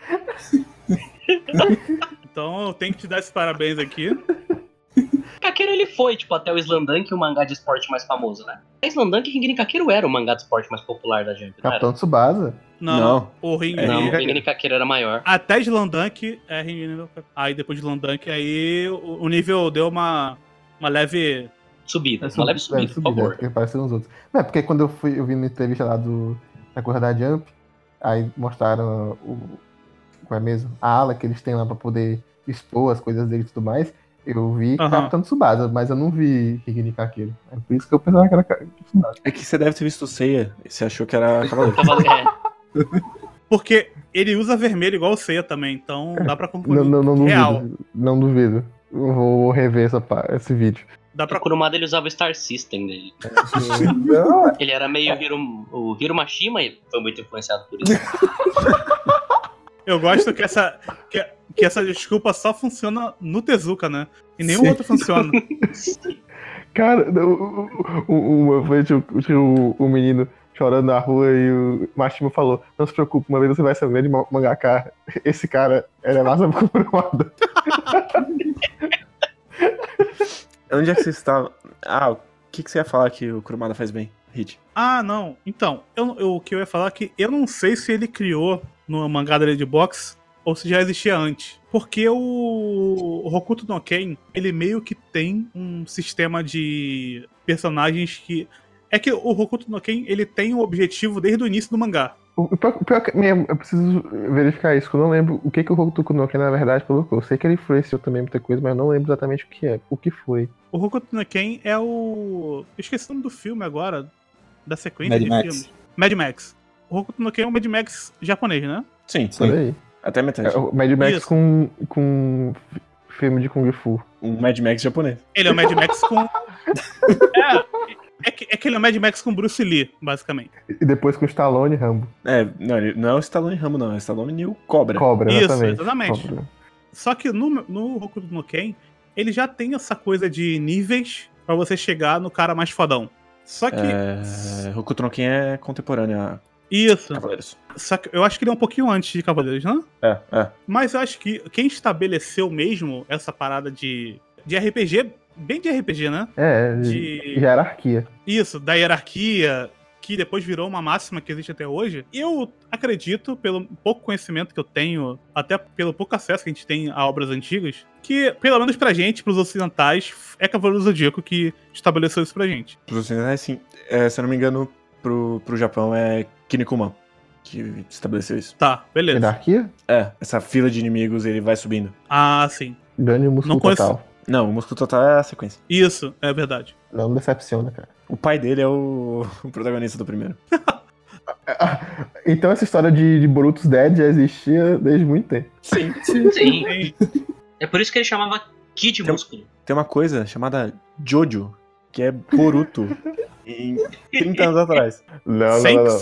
Então eu tenho que te dar esses parabéns aqui. Kakeiro, ele foi, tipo, até o Slandunk, o mangá de esporte mais famoso, né? A Slandunk e Rigni Kakeiro era o mangá de esporte mais popular da Jump, não Capitão era? Tsubasa. Não. O Ringini... Não, o Rigni Kakeiro era maior. Até Slandunk é Ringini no Kakeiro. Aí depois de Slandunk, aí o nível deu uma leve... Subida, uma leve subida, por favor. Porque parece uns outros. Não, é porque quando eu vi uma entrevista lá da Corrida da Jump, aí mostraram qual é mesmo? A ala que eles têm lá pra poder expor as coisas dele e tudo mais. Eu vi Capitão Tsubasa, mas eu não vi Rigni Kakeiro. É por isso que eu pensava que era Tsubasa. É que você deve ter visto o Seiya e você achou que era Cavaleiro. Porque ele usa vermelho igual o Seiya também, então dá pra concluir. Não Real. duvido. Não duvido. Eu vou rever esse vídeo. Dá pra... O Kurumada ele usava o Star System dele. Ele era meio o Hiro Mashima e foi muito influenciado por isso. Eu gosto que essa desculpa só funciona no Tezuka, né? E nenhum outro funciona. Cara, uma vez tinha o menino chorando na rua e o Mashima falou: não se preocupe, uma vez você vai ser um grande mangaka. Esse cara era massa Kurumada. Onde é que você estava? O que você ia falar que o Kurumada faz bem, Hit? Ah, não. Então, o que eu ia falar é que eu não sei se ele criou no mangá da Lady Box ou se já existia antes. Porque o Hokuto no Ken, ele meio que tem um sistema de personagens que... É que o Hokuto no Ken, ele tem um objetivo desde o início do mangá. O pior que eu preciso verificar isso, porque eu não lembro o que o Hokuto no Ken na verdade colocou. Eu sei que ele influenciou também muita coisa, mas eu não lembro exatamente o que foi. O Hokuto no Ken é o... Eu esqueci o nome do filme agora, da sequência Mad de Max. filmes. Mad Max. O Hokuto no Ken é um Mad Max japonês, né? Sim, Olha aí. até metade. É o Mad Max Isso. com filme de Kung Fu. Um Mad Max japonês. Ele é o Mad Max com... É que ele é o Mad Max com Bruce Lee, basicamente. E depois com Stallone e Rambo. Não, ele não é o Stallone Rambo, não. É o Stallone e o Cobra. Cobra, Isso, exatamente. exatamente. Cobra. Só que no Hokuto no Ken, ele já tem essa coisa de níveis pra você chegar no cara mais fodão. Só que... Hokuto no Ken é contemporâneo a Isso. Cavaleiros. Só que eu acho que ele é um pouquinho antes de Cavaleiros, né? É. Mas eu acho que quem estabeleceu mesmo essa parada de RPG, bem de RPG, né? De hierarquia. Isso, da hierarquia, que depois virou uma máxima que existe até hoje. Eu acredito, pelo pouco conhecimento que eu tenho, até pelo pouco acesso que a gente tem a obras antigas, que, pelo menos pra gente, pros ocidentais, é Cavaleiro do Zodíaco que estabeleceu isso pra gente. Pros ocidentais, sim. Se eu não me engano, pro Japão é Kinnikuman que estabeleceu isso. Tá, beleza. Hierarquia? Essa fila de inimigos, ele vai subindo. Ah, sim. Ganho músculo Não conheço. total. Não, o músculo total é a sequência. Isso, é verdade. Não decepciona, cara. O pai dele é o protagonista do primeiro. Então essa história de Boruto's Dead já existia desde muito tempo. Sim. Sim. É por isso que ele chamava Kid Músculo. Tem uma coisa chamada Jojo, que é Boruto, em 30 anos atrás. Não.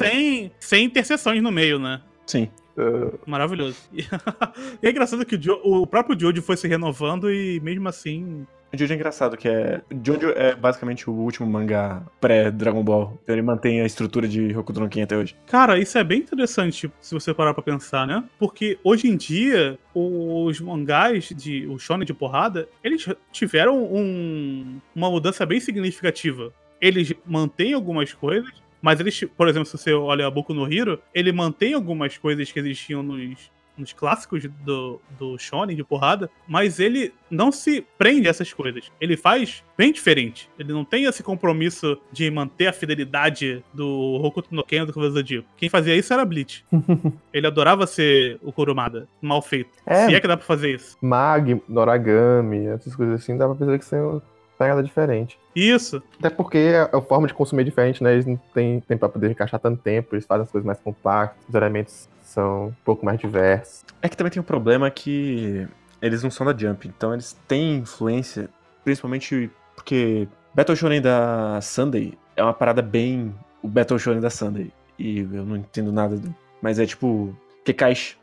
Sem interseções no meio, né? Sim. Maravilhoso. E é engraçado que o próprio Jojo foi se renovando e mesmo assim... O Jojo é engraçado, Jojo é basicamente o último mangá pré-Dragon Ball. Então ele mantém a estrutura de Hokuto no Ken até hoje. Cara, isso é bem interessante se você parar pra pensar, né? Porque hoje em dia, os mangás, o shonen de porrada, eles tiveram uma mudança bem significativa. Eles mantêm algumas coisas, mas eles, por exemplo, se você olha Boku no Hero, ele mantém algumas coisas que existiam nos clássicos do shonen de porrada, mas ele não se prende a essas coisas. Ele faz bem diferente. Ele não tem esse compromisso de manter a fidelidade do Hokuto no Ken do Cavaleiro do Zodíaco. Quem fazia isso era Bleach. Ele adorava ser o Kurumada, mal feito. Se é que dá pra fazer isso. Mag, Noragami, essas coisas assim, dá pra pensar que são pegada diferente. Isso. Até porque a forma de consumir é diferente, né? Eles não têm tempo pra poder encaixar tanto tempo, eles fazem as coisas mais compactas, os elementos são um pouco mais diversos. É que também tem um problema que eles não são da Jump, então eles têm influência, principalmente porque Battle Shonen da Sunday é uma parada bem o Battle Shonen da Sunday, e eu não entendo nada, mas é tipo Kekaishi,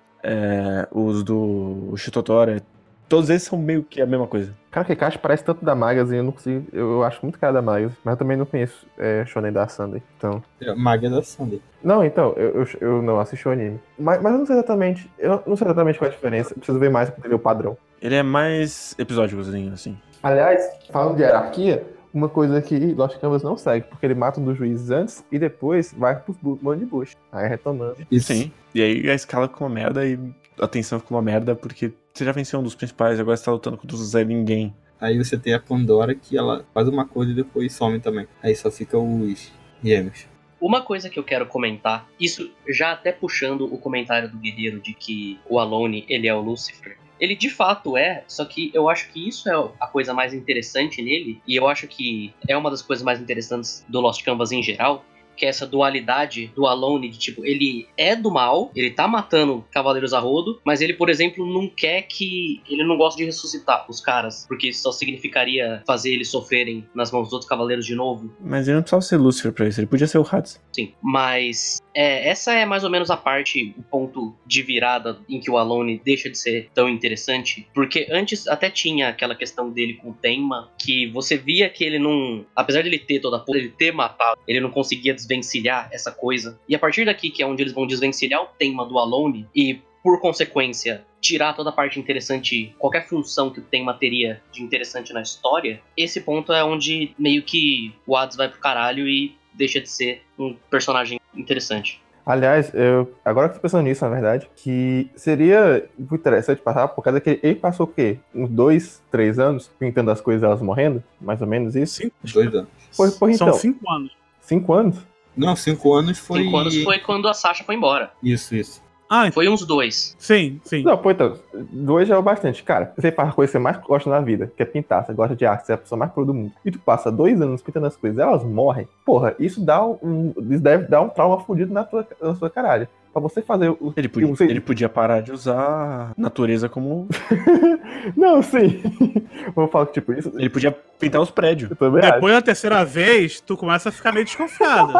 os do Shitotora, todos eles são meio que a mesma coisa. Cara, Kekashi parece tanto da Magazine, eu não consigo. Eu acho muito cara da Magazine, mas eu também não conheço Shonen da Sunday. Então. Maga da Sunday. Não, então, eu não assisti o anime. Mas eu não sei exatamente. Eu não sei exatamente qual é a diferença. Eu preciso ver mais pra entender o padrão. Ele é mais episódicozinho, assim. Aliás, falando de hierarquia, uma coisa que Lost Canvas não segue, porque ele mata um dos juízes antes e depois vai pro bando de Bush. Aí retomando. Isso. Sim. E aí a escala ficou uma merda e a tensão ficou uma merda porque você já venceu um dos principais, agora você tá lutando contra os Zé Ninguém. Aí você tem a Pandora, que ela faz uma coisa e depois some também. Aí só fica os gêmeos. Uma coisa que eu quero comentar, isso já até puxando o comentário do Guerreiro de que o Alone, ele é o Lucifer. Ele de fato é, só que eu acho que isso é a coisa mais interessante nele, e eu acho que é uma das coisas mais interessantes do Lost Canvas em geral, que é essa dualidade do Alone, de tipo, ele é do mal, ele tá matando cavaleiros a rodo, mas ele, por exemplo, não quer que... Ele não gosta de ressuscitar os caras, porque isso só significaria fazer eles sofrerem nas mãos dos outros cavaleiros de novo. Mas ele não precisava ser Lúcifer pra isso, ele podia ser o Hades. Sim, mas essa é mais ou menos a parte, o ponto de virada em que o Alone deixa de ser tão interessante, porque antes até tinha aquela questão dele com o Tenma, que você via que ele não, apesar de ele ter toda a porra, ele ter matado, ele não conseguia desvencilhar essa coisa, e a partir daqui, que é onde eles vão desvencilhar o Tenma do Alone, e por consequência tirar toda a parte interessante, qualquer função que o Tenma teria de interessante na história, esse ponto é onde meio que o Hades vai pro caralho e deixa de ser um personagem interessante. Aliás, agora que eu tô pensando nisso, na verdade, que seria muito interessante passar, por causa que ele passou o quê? Uns 2, 3 anos pintando as coisas, elas morrendo? Mais ou menos isso? 2 anos. Pois São então, 5 anos. 5 anos? Não, 5 anos foi... 5 anos foi quando a Sasha foi embora. Isso. Ah, Foi uns 2. sim. Não, pô, então, 2 já é o bastante. Cara, você faz a coisa que você mais gosta na vida, que é pintar, você gosta de arte, você é a pessoa mais produto do mundo, e tu passa 2 anos pintando as coisas, elas morrem, porra, isso deve dar um trauma fudido na sua caralho. Pra você fazer o... Ele podia parar de usar a natureza como... Não, sim. Vou falar que, tipo, isso... Ele podia pintar os prédios. Eu também acho. Depois da terceira vez, tu começa a ficar meio desconfiado.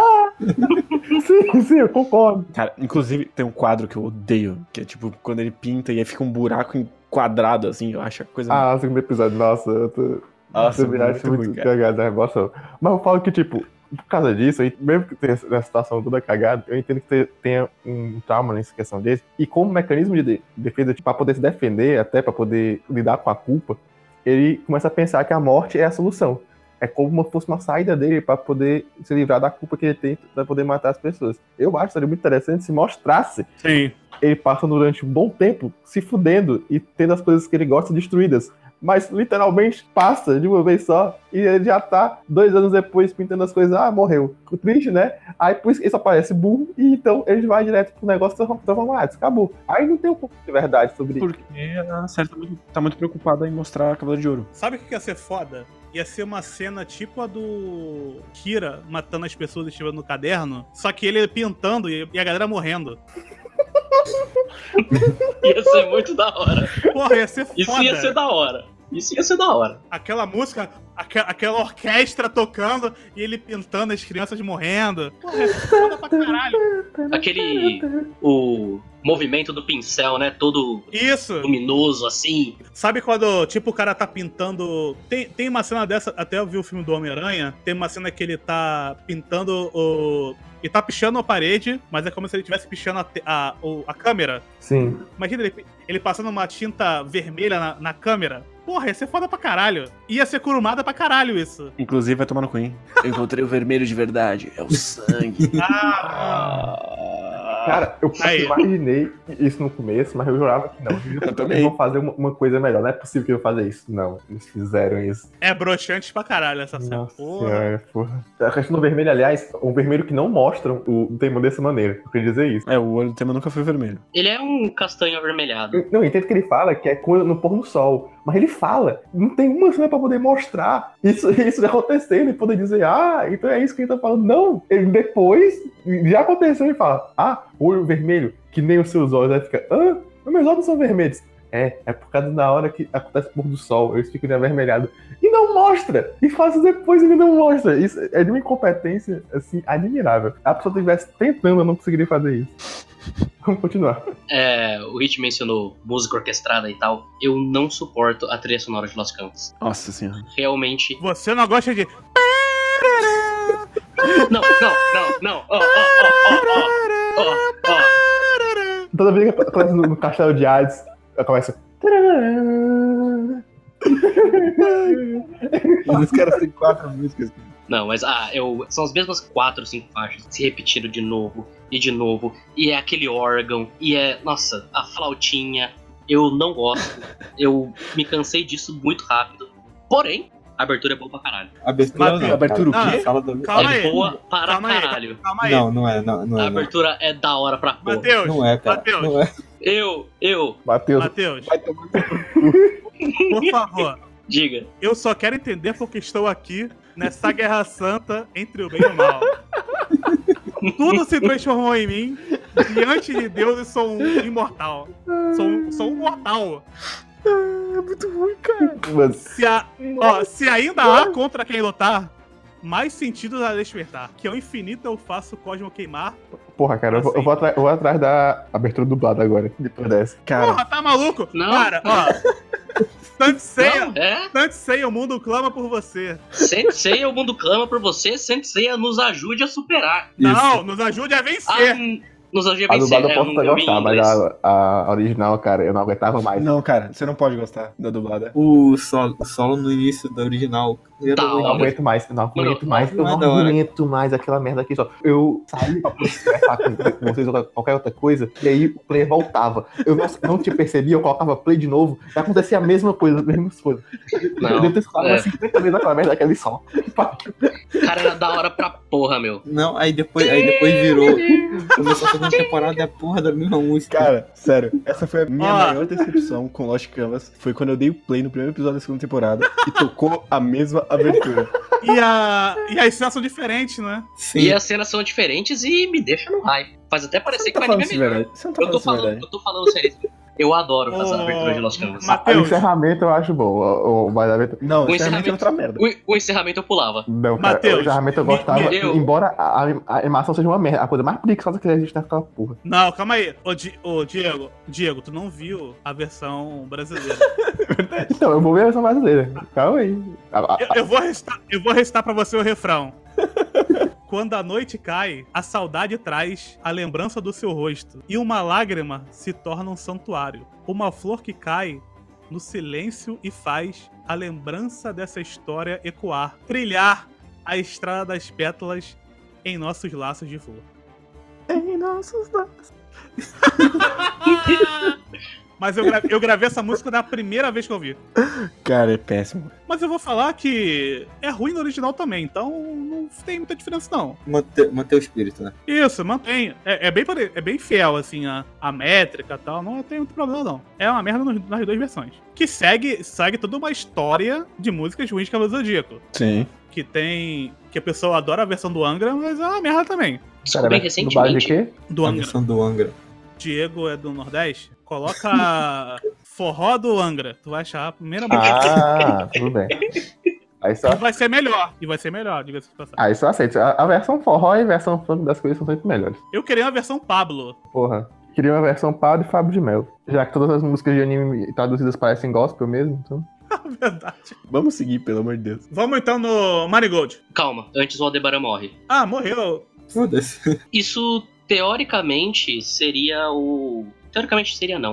Sim, eu concordo. Cara, inclusive tem um quadro que eu odeio, que é tipo, quando ele pinta e aí fica um buraco quadrado, assim, eu acho a coisa... Ah, o segundo episódio, nossa, eu tô... Nossa, também acho muito ruim, muito cara. cagado a emoção. Mas eu falo que, tipo, por causa disso, aí, mesmo que tenha essa situação toda cagada, eu entendo que tenha um trauma nessa questão desse. E como mecanismo de defesa, tipo, pra poder se defender, até pra poder lidar com a culpa, ele começa a pensar que a morte é a solução. É como se fosse uma saída dele pra poder se livrar da culpa que ele tem pra poder matar as pessoas. Eu acho que seria muito interessante se mostrasse Sim. ele passa durante um bom tempo se fudendo e tendo as coisas que ele gosta destruídas. Mas literalmente passa de uma vez só e ele já tá 2 anos depois pintando as coisas. Ah, morreu. Ficou triste, né? Aí por isso ele só parece burro e então ele vai direto pro negócio transformado. Acabou. Aí não tem um pouco de verdade sobre isso. Porque a série tá muito preocupada em mostrar a Cavaleiro de Ouro. Sabe o que ia ser foda? Ia ser uma cena tipo a do Kira matando as pessoas escrevendo no caderno, só que ele pintando e a galera morrendo. Ia ser muito da hora. Porra, ia ser foda. Isso ia ser da hora. Isso ia ser da hora. Aquela música, aquela orquestra tocando e ele pintando as crianças morrendo. Porra, ia ser foda pra caralho. O movimento do pincel, né? Todo Isso. luminoso, assim. Sabe quando, tipo, o cara tá pintando... Tem uma cena dessa, até eu vi o filme do Homem-Aranha, tem uma cena que ele tá pintando o... E tá pichando a parede, mas é como se ele estivesse pichando a câmera. Sim. Imagina ele passando uma tinta vermelha na câmera. Porra, ia ser foda pra caralho. Ia ser curumada pra caralho isso. Inclusive vai tomar no cu, hein? Eu encontrei o vermelho de verdade, é o sangue. Cara, eu Aí. imaginei isso no começo, mas eu jurava que não. Eu também. Eles vão fazer uma coisa melhor. Não é possível que eu fazer isso. Não, eles fizeram isso. É broxante pra caralho essa cena. Nossa Porra. senhora, porra. A questão do vermelho, aliás, um vermelho que não mostram o tema dessa maneira. Eu queria dizer isso. É, o olho do tema nunca foi vermelho. Ele é um castanho avermelhado. Não, eu entendo que ele fala que é no pôr do sol. Mas ele fala, não tem uma cena pra poder mostrar isso acontecendo e poder dizer, então é isso que ele tá falando. Não, ele depois, já aconteceu e fala, olho vermelho, que nem os seus olhos. Aí fica, meus olhos são vermelhos. É por causa da hora que acontece o pôr do sol, eles ficam avermelhados. E não mostra! E faz depois ele não mostra. Isso é de uma incompetência, assim, admirável. A pessoa estivesse tentando, eu não conseguiria fazer isso. Vamos continuar. O Rich mencionou música orquestrada e tal. Eu não suporto a trilha sonora de Lost Canvas. Nossa senhora. Realmente. Você não gosta de... Não. Toda vez que aparece no castelo de Hades, ela começa... Os caras têm 4 músicas. Não, mas são as mesmas 4 ou 5 faixas se repetiram de novo e de novo. E é aquele órgão, e nossa, a flautinha. Eu não gosto. Eu me cansei disso muito rápido. Porém, a abertura é boa pra caralho. Abertura Mateus, não. abertura cara. o quê? Fala do... Calma aí. É boa para Calma aí. caralho. Calma aí. Não é. Não A é. Não. abertura é da hora pra porra. Matheus, Não é, cara. Matheus. Não é. Eu, Matheus, Matheus, Vai tomar por favor. diga. Eu só quero entender porque estou aqui nessa guerra santa entre o bem e o mal. Tudo se transformou em mim. Diante de Deus, eu sou um imortal. Sou um mortal. É muito ruim, cara. Mano, Se ainda há contra quem lutar, mais sentido a despertar. Que ao infinito eu faço o cosmo queimar. porra, cara, eu vou atrás da abertura dublada agora, depois dessa. Cara, Porra, tá maluco? Não. Cara, ó. Sensei, Não, é? Sensei, o mundo clama por você. Sensei, o mundo clama por você. Sensei, nos ajude a superar. Não, nos ajude a vencer. Nos ajude a A vencer. dublada eu posso até eu vi em gostar, mas inglês. a original, cara, eu não aguentava mais. não, cara, você não pode gostar da dublada. O solo no início da original. Da Eu não hora. aguento mais, eu não aguento mais, eu não é não da hora. aguento mais aquela merda aqui só. Eu saí pra poder conversar com vocês ou qualquer outra coisa, e aí o player voltava. Eu não tinha percebido, eu colocava play de novo, e acontecia a mesma coisa, as mesmas coisas. Não, Eu devo ter escutado é. umas 50 vezes aquela merda daquele som. Cara, era da hora pra porra, meu. Não, aí depois virou. Começou a segunda temporada e a porra da mesma música. Cara, sério, essa foi a minha Ó. maior decepção com Lost Canvas. Foi quando eu dei o play no primeiro episódio da segunda temporada e tocou a mesma abertura. E as cenas são diferentes, né? Sim. E as cenas são diferentes e me deixa no hype. Faz até parecer Você que não o tá anime falando é isso de melhor. verdade. Você não tá Eu tô falando isso de falando, verdade. eu tô falando sério. Eu adoro fazer Ô, a abertura de Lost Canvas. O Mateus, encerramento eu acho bom, mas Não, O sinceramente é encerramento- outra merda. O encerramento eu pulava. não, cara, Mateus, o encerramento eu gostava, deu. embora a animação seja uma merda, a coisa mais preguiçosa que existe naquela porra. não, calma aí. Ô, Diego, tu não viu a versão brasileira. Então, eu vou ver a versão brasileira. Calma aí. Eu vou recitar pra você o refrão. Quando a noite cai, a saudade traz a lembrança do seu rosto. E uma lágrima se torna um santuário. Uma flor que cai no silêncio e faz a lembrança dessa história ecoar. Trilhar a estrada das pétalas em nossos laços de flor. Em nossos laços. Mas eu gravei essa música da primeira vez que eu vi. Cara, é péssimo. Mas eu vou falar que é ruim no original também, então não tem muita diferença não. Manter o espírito, né? Isso, mantém. É bem fiel, assim, a métrica e tal. Não tem muito problema, não. É uma merda nas duas versões. Que segue toda uma história de músicas ruins de Cavaleiro do Zodíaco. Sim. Que a pessoa adora a versão do Angra, mas é uma merda também. Descobri Do recentemente. baile de quê? Do A Angra. versão do Angra. Diego é do Nordeste. Coloca forró do Angra. Tu vai achar a primeira música. Ah, tudo bem. Aí só, E vai ser melhor, diga-se de passagem. aí só aceito. A versão forró e a versão funk das coisas são sempre melhores. Eu queria uma versão Pablo. Porra. Queria uma versão Pablo e Fábio de Melo. Já que todas as músicas de anime traduzidas parecem gospel mesmo, então. Verdade. Vamos seguir, pelo amor de Deus. Vamos então no Marigold. Calma, antes o Aldebaran morre. Ah, morreu. Foda-se. Isso, teoricamente, seria o... Teoricamente seria não,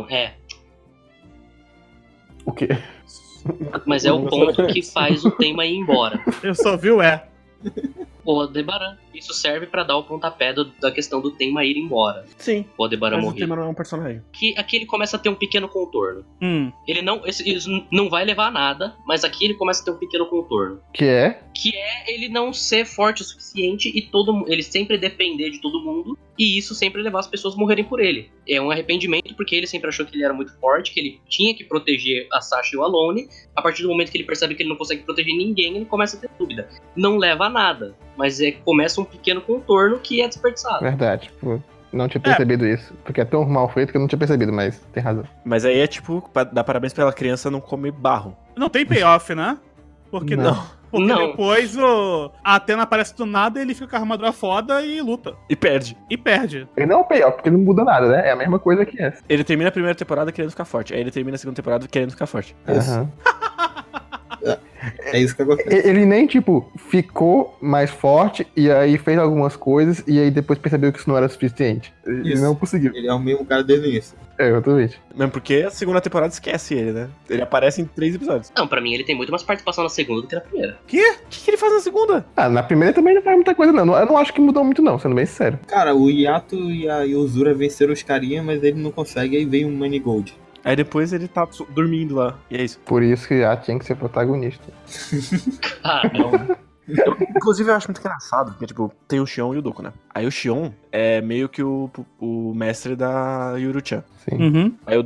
O quê? Mas é o ponto que faz o tema ir embora. Eu só vi o O Aldebaran. Isso serve pra dar o pontapé da questão do tema ir embora. Sim. O Aldebaran Mas o morrer. tema não é um personagem. Que aqui ele começa a ter um pequeno contorno. Ele não... Isso não vai levar a nada, mas aqui ele começa a ter um pequeno contorno. Que é? Que é ele não ser forte o suficiente e ele sempre depender de todo mundo, e isso sempre levar as pessoas a morrerem por ele. É um arrependimento porque ele sempre achou que ele era muito forte, que ele tinha que proteger a Sasha e o Alone. A partir do momento que ele percebe que ele não consegue proteger ninguém, ele começa a ter dúvida. Não leva a nada, mas começa um pequeno contorno que é desperdiçado. Verdade. Tipo, não tinha percebido isso. Porque é tão mal feito que eu não tinha percebido, mas tem razão. Mas aí é tipo, pra dar parabéns pela criança não comer barro. Não tem payoff, né? Porque Não. Porque Não. depois a Athena aparece do nada, ele fica com a armadura foda e luta. E perde. E perde. Ele não é um payoff, porque não muda nada, né? É a mesma coisa que essa. Ele termina a primeira temporada querendo ficar forte. Aí ele termina a segunda temporada querendo ficar forte. Isso. Aham. É isso que acontece. Ele nem, tipo, ficou mais forte e aí fez algumas coisas e aí depois percebeu que isso não era suficiente. Ele Isso. não conseguiu. Ele é o mesmo cara desde o início. É, exatamente. Mesmo porque a segunda temporada esquece ele, né? Ele aparece em 3 episódios. Não, pra mim ele tem muito mais participação na segunda do que na primeira. O que ele faz na segunda? Ah, na primeira também não faz muita coisa, não. Eu não acho que mudou muito, não, sendo bem sincero. Cara, o Yato e a Yozura venceram os carinha, mas ele não consegue, aí vem o Manigold. Aí depois ele tá dormindo lá. E é isso. Por isso que já tinha que ser protagonista. Ah, não. Inclusive eu acho muito engraçado, porque tipo, tem o Xion e o Doku, né? Aí o Xion é meio que o mestre da Yuru-chan. Sim. Uhum. Aí o Doku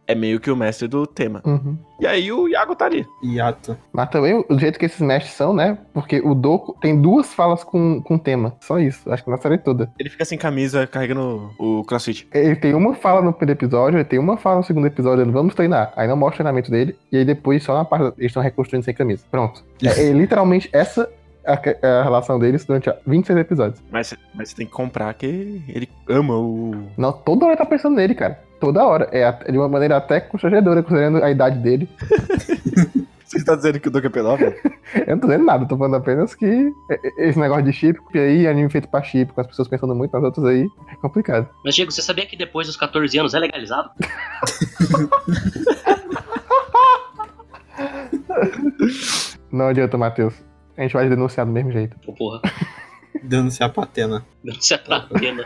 é meio que o mestre do tema. Uhum. E aí o Iago tá ali. Yato. Mas também o jeito que esses mestres são, né? Porque o Doku tem 2 falas com tema. Só isso. Acho que na série toda. Ele fica sem camisa carregando o crossfit. Ele tem uma fala no primeiro episódio, ele tem uma fala no segundo episódio, ele vamos treinar. Aí não mostra o treinamento dele. E aí depois, só na parte, eles estão reconstruindo sem camisa. Pronto. É literalmente essa a relação deles durante 26 episódios. Mas você tem que comprar que ele ama o... Não, toda hora tá pensando nele, cara. Toda hora. É de uma maneira até constrangedora, considerando a idade dele. Você está dizendo que o Doku é pedófilo? Eu não tô dizendo nada, tô falando apenas que esse negócio de chip, que aí anime feito pra chip, com as pessoas pensando muito nas outras aí, é complicado. Mas, Diego, você sabia que depois dos 14 anos é legalizado? Não adianta, Matheus. A gente vai denunciar do mesmo jeito. Pô, porra. Denunciar pra Atena. Não se é pra pena.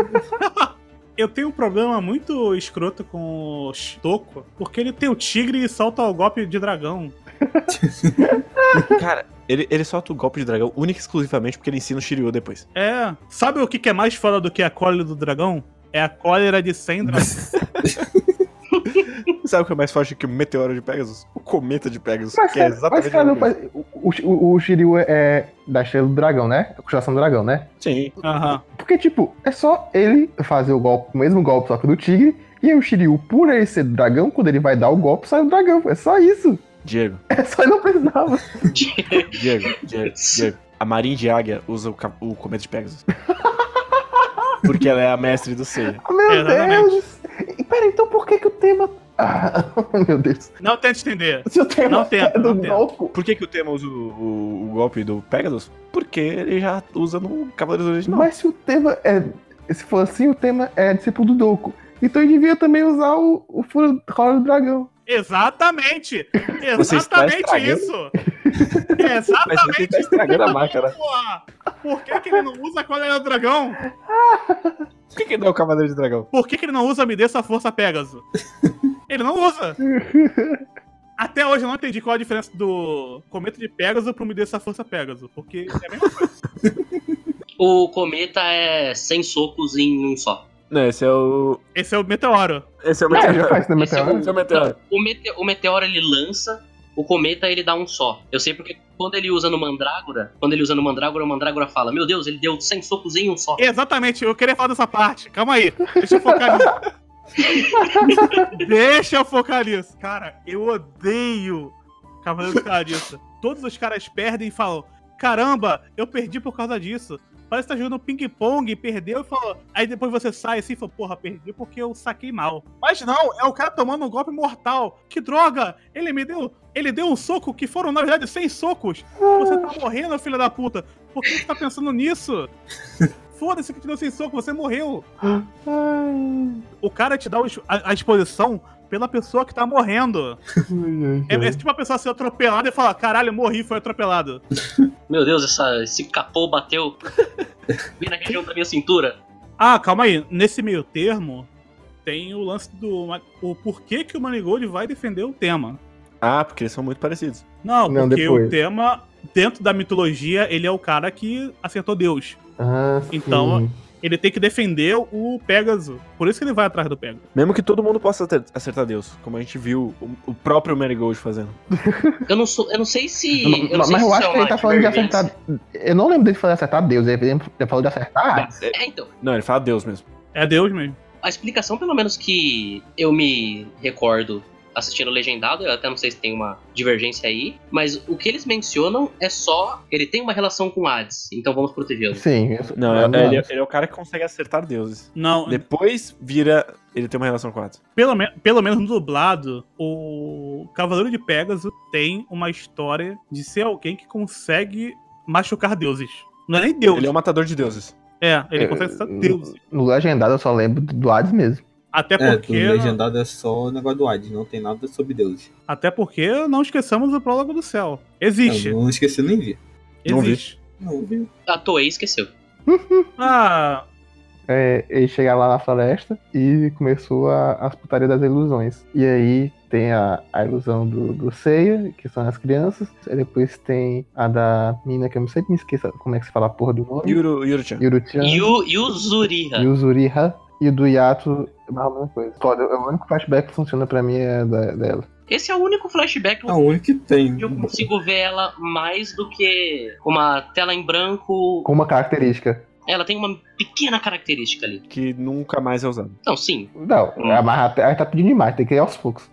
Eu tenho um problema muito escroto com o Doku, porque ele tem o tigre e solta o golpe de dragão. Cara, ele solta o golpe de dragão única e exclusivamente porque ele ensina o Shiryu depois. É. Sabe o que é mais foda do que a cólera do dragão? É a cólera de 100 dragões. Sabe o que é mais forte que o meteoro de Pegasus? O cometa de Pegasus, Mas, que é exatamente cara, a mesma coisa. o Shiryu é da estrela do dragão, né? A constelação do dragão, né? Sim. Aham. Porque, tipo, é só ele fazer o golpe, o mesmo golpe, só que do tigre, e aí o Shiryu, por ele ser do dragão, quando ele vai dar o golpe, sai o dragão. É só isso. Diego. É só ele não precisava. Diego. A Marinha de Águia usa o cometa de Pegasus. Porque ela é a mestre do Seiya. Meu Exatamente. Deus! E, pera, então por que o tema... Ah, meu Deus. Não tenta entender. Se o tema Não tenta, é do não tenta. Doku... Por que o tema usa o golpe do Pegasus? Porque ele já usa no Cavaleiros original. Mas se o tema é... Se for assim, o tema é discípulo do Doku. Então ele devia também usar o furo rola do dragão. Exatamente! Você está Exatamente estragando. isso! Mas você Exatamente tá estragando a máquina. Porra! Por que ele não usa a cólera do dragão? Por que não é o Cavaleiro de Dragão? Por que ele não usa Me Dê Essa Força Pegasus? Ele não usa! Até hoje eu não entendi qual a diferença do Cometa de Pegasus pro Me Dê Essa Força Pegasus. Porque é a mesma coisa. O cometa é 100 socos em um só. Não, esse é o... Esse é o Meteoro. Esse é o É, já Meteoro. faz na Esse é meteoro. Esse é o Meteoro. O meteoro ele lança, o cometa ele dá um só. Eu sei porque quando ele usa no Mandrágora, o Mandrágora fala: Meu Deus, ele deu 100 socos em um só. Exatamente, eu queria falar dessa parte. Calma aí, deixa eu focar nisso. Deixa eu focar nisso. Cara, eu odeio Cavaleiro do Carniça. Todos os caras perdem e falam: Caramba, eu perdi por causa disso. Parece que tá jogando ping-pong, perdeu e falou. Aí depois você sai assim e fala: Porra, perdi porque eu saquei mal. Mas não, é o cara tomando um golpe mortal. Que droga! Ele deu um soco que foram, na verdade, 100 socos. Você tá morrendo, filho da puta. Por que você tá pensando nisso? Foda-se que te deu 100 socos, você morreu. O cara te dá a exposição pela pessoa que tá morrendo. É tipo a pessoa ser atropelada e falar: Caralho, morri, foi atropelado. Meu Deus, esse capô bateu bem na região da minha cintura. Ah, calma aí. Nesse meio termo, tem o lance do... O porquê que o Manigold vai defender o tema. Ah, porque eles são muito parecidos. Não, Não, porque depois. o tema, dentro da mitologia, ele é o cara que acertou Deus. Ah, Então, sim. ele tem que defender o Pégaso. Por isso que ele vai atrás do Pégaso. Mesmo que todo mundo possa acertar Deus, como a gente viu o próprio Marigold fazendo. Eu não sei se. Mas sei se eu isso acho é que ele uma tá falando de divergência. acertar. Eu não lembro dele falar de acertar Deus, ele falou de acertar. Então. Não, ele fala Deus mesmo. É Deus mesmo. A explicação, pelo menos que eu me recordo assistindo legendado, eu até não sei se tem uma divergência aí, mas o que eles mencionam é só ele tem uma relação com Hades, então vamos protegê-lo. Sim. Não, ele é o cara que consegue acertar deuses. Não, Depois vira... Ele tem uma relação com o Hades. pelo menos no dublado, o Cavaleiro de Pégaso tem uma história de ser alguém que consegue machucar deuses. Não é nem Deus. Ele é um matador de deuses. Ele consegue ser deuses. No legendado eu só lembro do Hades mesmo. Até É, porque... tudo legendado é só o negócio do Hades, não tem nada sobre deuses. Até porque não esqueçamos o Prólogo do Céu. Existe. Eu não esqueci nem vi. não vi. Existe. Não vi. A Toei esqueceu. Ah, Ele chega lá na floresta e começou as putarias das ilusões. E aí tem a ilusão do Seiya, que são as crianças. Aí depois tem a da mina, que eu não sempre me esqueço como é que se fala a porra do nome. Yuru-chan. Yuru-chan. E o Zuriha. E o Zuriha. E o do Yato é mais ou menos coisa. Foda, o único flashback que funciona pra mim é dela. Esse é o único flashback É o único que tem. que eu consigo ver ela mais do que uma tela em branco. Com uma característica. Ela tem uma pequena característica ali. Que nunca mais é usado. Não, sim. Não, ela tá pedindo demais, tem que ir aos poucos.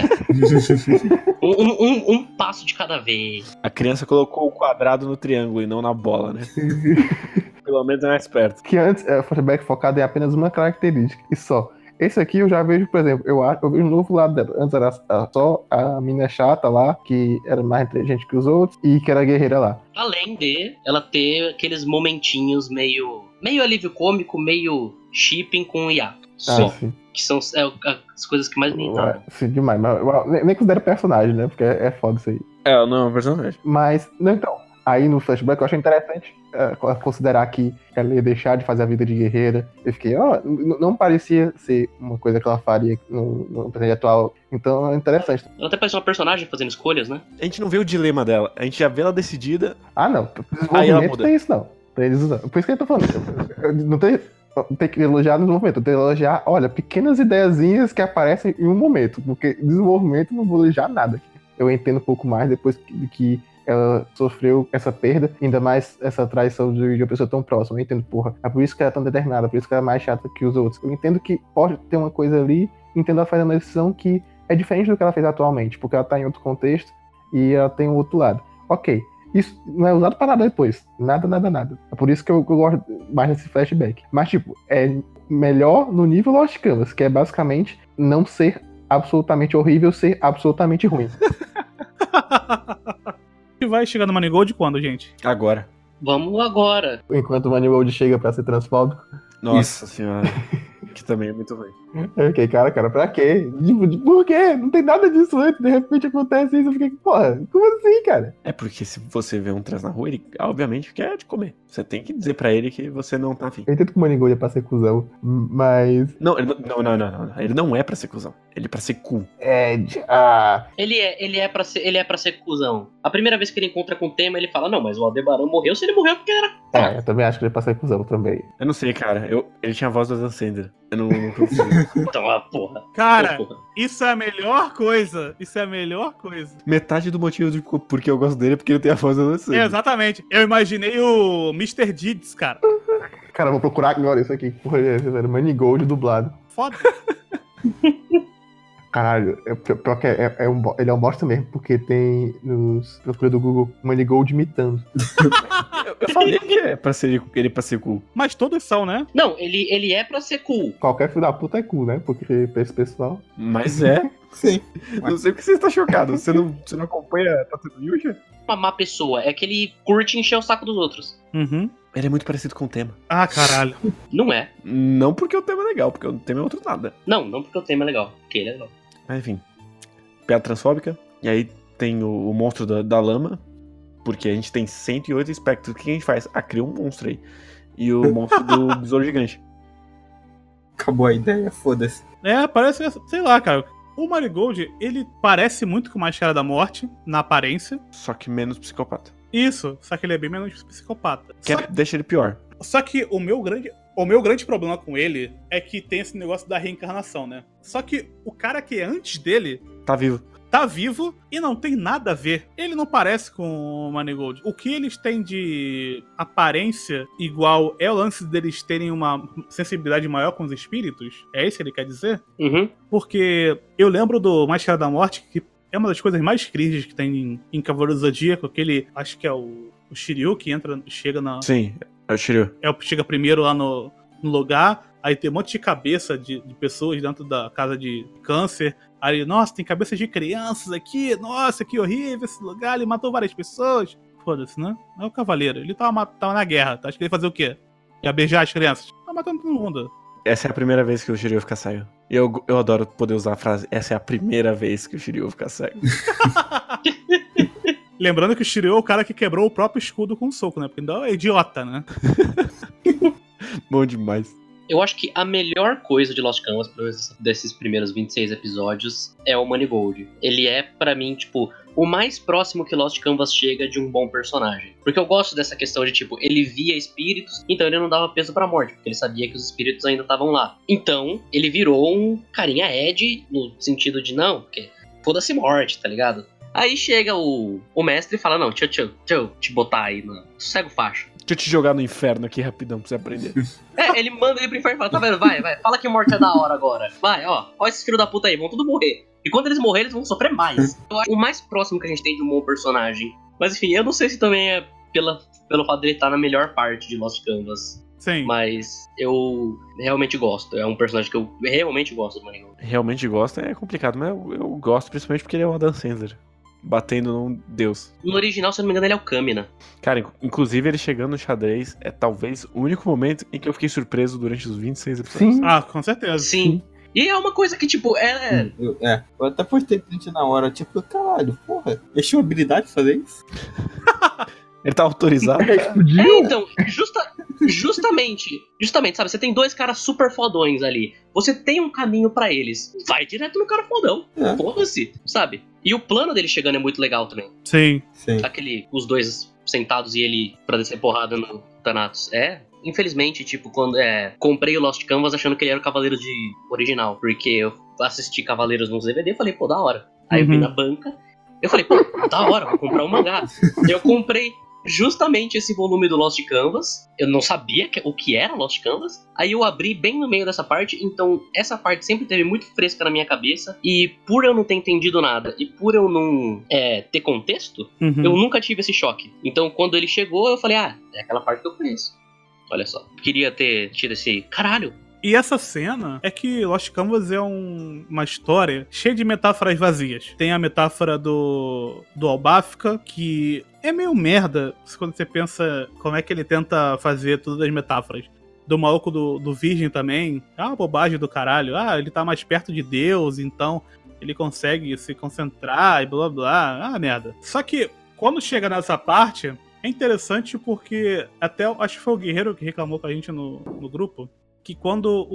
Um passo de cada vez. A criança colocou o quadrado no triângulo e não na bola, né? Pelo menos é mais perto. Que antes o flashback focado em apenas uma característica. E só. Esse aqui eu já vejo, por exemplo, eu vejo um novo lado dela. Antes era só a mina chata lá, que era mais inteligente que os outros, e que era guerreira lá. Além de ela ter aqueles momentinhos meio alívio cômico, meio shipping com o Yato. Só. Sim. Que são as coisas que mais me irritaram. Sim, demais. Mas eu nem considero personagem, né? Porque é foda isso aí. É, não é um personagem. Mas, não, então, aí no flashback eu achei interessante considerar que ela ia deixar de fazer a vida de guerreira. Eu fiquei, não parecia ser uma coisa que ela faria no presente atual. Então é interessante. Ela até parece uma personagem fazendo escolhas, né? A gente não vê o dilema dela, a gente já vê ela decidida. Ah, não. Aí ela Desenvolvimento muda. tem isso, não. Pra eles usar. Por isso que eu tô falando. Eu não tem que elogiar no desenvolvimento. Eu tenho que elogiar, olha, pequenas ideiazinhas que aparecem em um momento. Porque desenvolvimento não vou elogiar nada. Eu entendo um pouco mais depois que ela sofreu essa perda, ainda mais essa traição de uma pessoa tão próxima. Eu entendo, porra. É por isso que ela é tão determinada, por isso que ela é mais chata que os outros. Eu entendo que pode ter uma coisa ali, entendo ela fazendo uma decisão que é diferente do que ela fez atualmente, porque ela tá em outro contexto e ela tem um outro lado. Ok. Isso não é usado pra nada depois. Nada. É por isso que eu gosto mais desse flashback. Mas, tipo, é melhor no nível Lost Canvas, que é basicamente não ser absolutamente horrível, ser absolutamente ruim. E vai chegar no Manigold quando, gente? Agora. Vamos agora. Enquanto o Moneyworld chega pra ser transfóbico. Nossa senhora. Que também é muito ruim. Eu fiquei, cara, pra quê? Por quê? Não tem nada disso antes, de repente acontece isso. Eu fiquei, porra, como assim, cara? É porque se você vê um trans na rua, ele obviamente quer te comer. Você tem que dizer pra ele que você não tá afim. Eu entendo que o Moneygold é pra ser cuzão, mas... Não, não. Ele não é pra ser cuzão. Ele é pra ser cool. Ele é pra ser cuzão. A primeira vez que ele encontra com o Tema, ele fala, não, mas o Aldebaran morreu se ele morreu porque era... Eu também acho que ele é pra ser cuzão também. Eu não sei, cara. Ele tinha a voz do Dan Sandler. Eu não consigo. Então, porra. Cara, Porra. isso é a melhor coisa. Isso é a melhor coisa. Metade do motivo porque eu gosto dele é porque ele tem a voz do Dan Sandler. Exatamente. Eu imaginei o Mr. Deeds, cara. Cara, eu vou procurar agora isso aqui. Porra, é Moneygold dublado. Foda. Caralho, pior que ele é um bosta mesmo, porque tem nos procura do Google Moneygold imitando. Eu falei que é pra ser ele pra ser cool. Mas todos são, né? Não, ele é pra ser cool. Qualquer filho da puta é cool, né? Porque pra esse pessoal... Mas é. Sim. Não sei porque você está chocado. Você não acompanha Tatu Yusha? Uma má pessoa. É que ele curte encher o saco dos outros. Uhum. Ele é muito parecido com o tema. Ah, caralho. Não é. Não porque o tema é legal, porque o tema é outro nada. Não porque o tema é legal. Porque ele é legal. Mas enfim. Piada transfóbica. E aí tem o monstro da lama. Porque a gente tem 108 espectros. O que a gente faz? Cria um monstro aí. E o monstro do besouro gigante. Acabou a ideia, foda-se. Parece, sei lá, cara. O Marigold, ele parece muito com o Máscara da Morte, na aparência. Só que menos psicopata. Isso, só que ele é bem menos psicopata. Deixa ele pior. Só que o meu grande problema com ele é que tem esse negócio da reencarnação, né? Só que o cara que é antes dele tá vivo e não tem nada a ver. Ele não parece com o Manigold. O que eles têm de aparência igual é o lance deles terem uma sensibilidade maior com os espíritos? É isso que ele quer dizer? Uhum. Porque eu lembro do Máscara da Morte, que é uma das coisas mais cringes que tem em Cavaleiro do Zodíaco, aquele, acho que é o Shiryu que chega na... Sim, é o Shiryu. Chega primeiro lá no lugar, aí tem um monte de cabeça de pessoas dentro da casa de câncer. Aí, nossa, tem cabeça de crianças aqui, nossa, que horrível esse lugar, ele matou várias pessoas. Foda-se, né? É o cavaleiro, ele tava na guerra, tá? Acho que ele ia fazer o quê? Ia beijar as crianças? Tá matando todo mundo. Essa é a primeira vez que o Shiryu fica cego. E eu adoro poder usar a frase, essa é a primeira vez que o Shiryu fica cego. Lembrando que o Shiryu é o cara que quebrou o próprio escudo com um soco, né? Porque ainda é idiota, né? Bom demais. Eu acho que a melhor coisa de Lost Canvas, desses primeiros 26 episódios, é o Manigold. Ele é, pra mim, tipo, o mais próximo que Lost Canvas chega de um bom personagem. Porque eu gosto dessa questão de, tipo, ele via espíritos, então ele não dava peso pra morte, porque ele sabia que os espíritos ainda estavam lá. Então, ele virou um carinha Ed, no sentido de, não, porque foda-se morte, tá ligado? Aí chega o mestre e fala, não, deixa eu te botar aí no sossego facho. Deixa eu te jogar no inferno aqui rapidão pra você aprender. Ele manda ele pro inferno e fala, tá vendo, vai, fala que morte é da hora agora. Vai, ó esses filhos da puta aí, vão tudo morrer. E quando eles morrerem, eles vão sofrer mais. Eu acho o mais próximo que a gente tem de um bom personagem. Mas enfim, eu não sei se também é pelo fato dele estar na melhor parte de Lost Canvas. Sim. Mas eu realmente gosto. É um personagem que eu realmente gosto do Manigault. Realmente gosto, é complicado, mas eu gosto principalmente porque ele é o Adam Sandler. Batendo num deus. No original, se eu não me engano, ele é o Kamina. Cara, inclusive ele chegando no xadrez é talvez o único momento em que eu fiquei surpreso durante os 26 episódios. Sim. Ah, com certeza. Sim. E é uma coisa que, tipo, Eu até postei print na hora, tipo, caralho, porra, eles tinham habilidade de fazer isso? Ele tá autorizado. Então, justamente, sabe? Você tem dois caras super fodões ali. Você tem um caminho pra eles. Vai direto no cara fodão. Foda-se, sabe? E o plano dele chegando é muito legal também. Sim. Os dois sentados e ele pra descer porrada no Thanatos. Infelizmente, tipo, quando comprei o Lost Canvas achando que ele era o Cavaleiro original. Porque eu assisti Cavaleiros nos DVD e falei, pô, da hora. Aí eu vi na banca, eu falei, pô, da hora, vou comprar um mangá. Eu comprei justamente esse volume do Lost Canvas. Eu não sabia o que era Lost Canvas. Aí eu abri bem no meio dessa parte. Então essa parte sempre teve muito fresca na minha cabeça. E por eu não ter entendido nada e por eu não ter contexto, eu nunca tive esse choque. Então quando ele chegou, eu falei, é aquela parte que eu conheço. Olha só, queria ter tido esse caralho. E essa cena é que Lost Canvas é uma história cheia de metáforas vazias. Tem a metáfora do Albafka, que é meio merda quando você pensa como é que ele tenta fazer todas as metáforas. Do maluco do Virgem também. É uma bobagem do caralho. Ele tá mais perto de Deus, então ele consegue se concentrar e blá blá. Merda. Só que quando chega nessa parte, é interessante porque até acho que foi o Guerreiro que reclamou com a gente no grupo. Que quando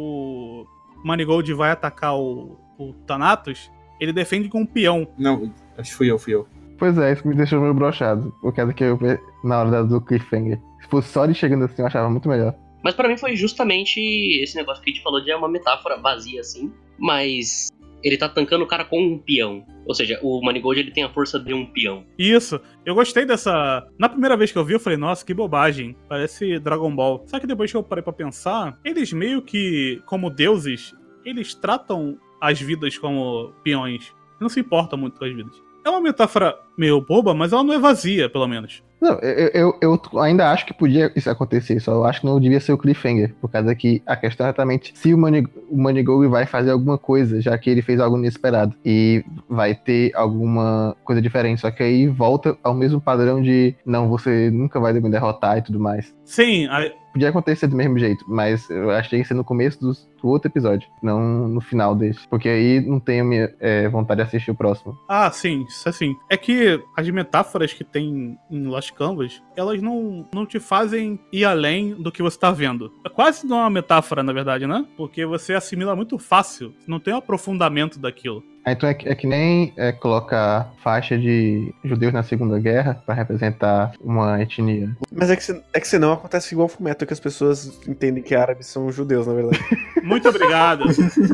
o Manigault vai atacar o Thanatos, ele defende com um peão. Não, acho que fui eu. Pois é, isso me deixou meio broxado. Por causa que eu vi na hora do cliffhanger. Se fosse só ele chegando assim, eu achava muito melhor. Mas pra mim foi justamente esse negócio que a gente falou de uma metáfora vazia, assim. Mas ele tá tancando o cara com um peão. Ou seja, o Manigault ele tem a força de um peão. Isso, eu gostei dessa... Na primeira vez que eu vi, eu falei, nossa, que bobagem. Parece Dragon Ball. Só que depois que eu parei pra pensar, eles meio que, como deuses, eles tratam as vidas como peões. Não se importam muito com as vidas. É uma metáfora meio boba, mas ela não é vazia, pelo menos. Não, eu ainda acho que podia isso acontecer, só eu acho que não devia ser o cliffhanger, por causa que a questão é exatamente se o Manigault vai fazer alguma coisa, já que ele fez algo inesperado, e vai ter alguma coisa diferente, só que aí volta ao mesmo padrão de, não, você nunca vai me derrotar e tudo mais. Sim, Podia acontecer do mesmo jeito, mas eu achei que ia ser no começo do outro episódio, não no final desse, porque aí não tenho minha vontade de assistir o próximo. Sim, isso assim. É que as metáforas que tem em Lost Canvas, elas não te fazem ir além do que você tá vendo. É quase não é uma metáfora, na verdade, né? Porque você assimila muito fácil, não tem um aprofundamento daquilo. Então é que nem colocar faixa de judeus na Segunda Guerra pra representar uma etnia. Mas é que senão acontece igual o Fullmetal, que as pessoas entendem que árabes são judeus, na verdade. Muito obrigado.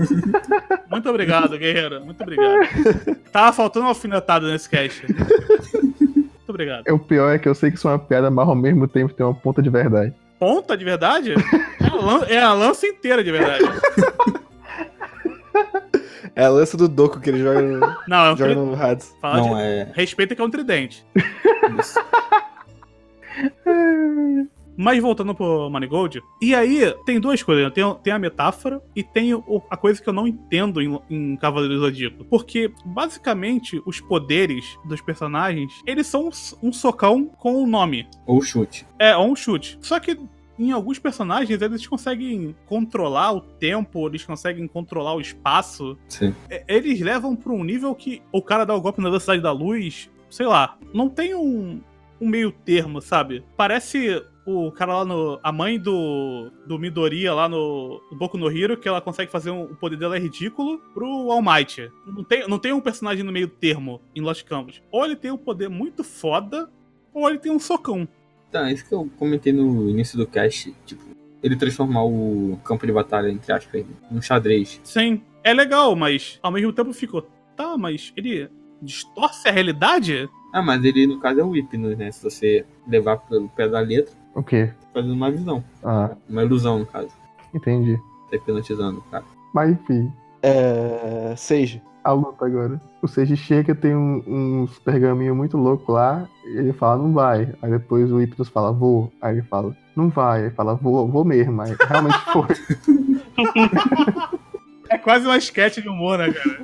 Muito obrigado, guerreiro. Muito obrigado. Tava faltando uma alfinetada nesse cast. Muito obrigado. O pior é que eu sei que isso é uma piada, mas ao mesmo tempo tem uma ponta de verdade. Ponta de verdade? É a lança inteira de verdade. É a lança do Doku que ele joga no Hades. Respeita que é um tridente. Mas voltando pro Manigault, e aí tem duas coisas, né? Tem a metáfora e tem a coisa que eu não entendo em Cavaleiro do Zodíaco. Porque, basicamente, os poderes dos personagens, eles são um socão com um nome. Ou chute. Ou um chute. Só que em alguns personagens, eles conseguem controlar o tempo, eles conseguem controlar o espaço. Sim. Eles levam pra um nível que o cara dá o golpe na velocidade da luz, sei lá, não tem um meio termo, sabe? Parece o cara lá a mãe do Midoriya lá no Boku no Hero, que ela consegue fazer o poder dela é ridículo, pro All Might. Não tem um personagem no meio termo em Lost Canvas. Ou ele tem um poder muito foda, ou ele tem um socão. Tá, isso que eu comentei no início do cast, tipo, ele transformar o campo de batalha, entre aspas, num xadrez. Sim, é legal, mas ao mesmo tempo ficou, tá, mas ele distorce a realidade? Ah, mas ele, no caso, é o Hypnos, né? Se você levar pelo pé da letra, O quê? fazendo uma visão. Ah, Uma ilusão, no caso. entendi. Tá hipnotizando o cara. Mas enfim, Sage. a luta agora. O Seiji chega, tem uns pergaminhos muito loucos lá, e ele fala, não vai. Aí depois o Hypnos fala, vou. Aí ele fala, não vai. Aí ele fala, vou mesmo. Aí realmente foi. É quase uma sketch de humor, né, cara?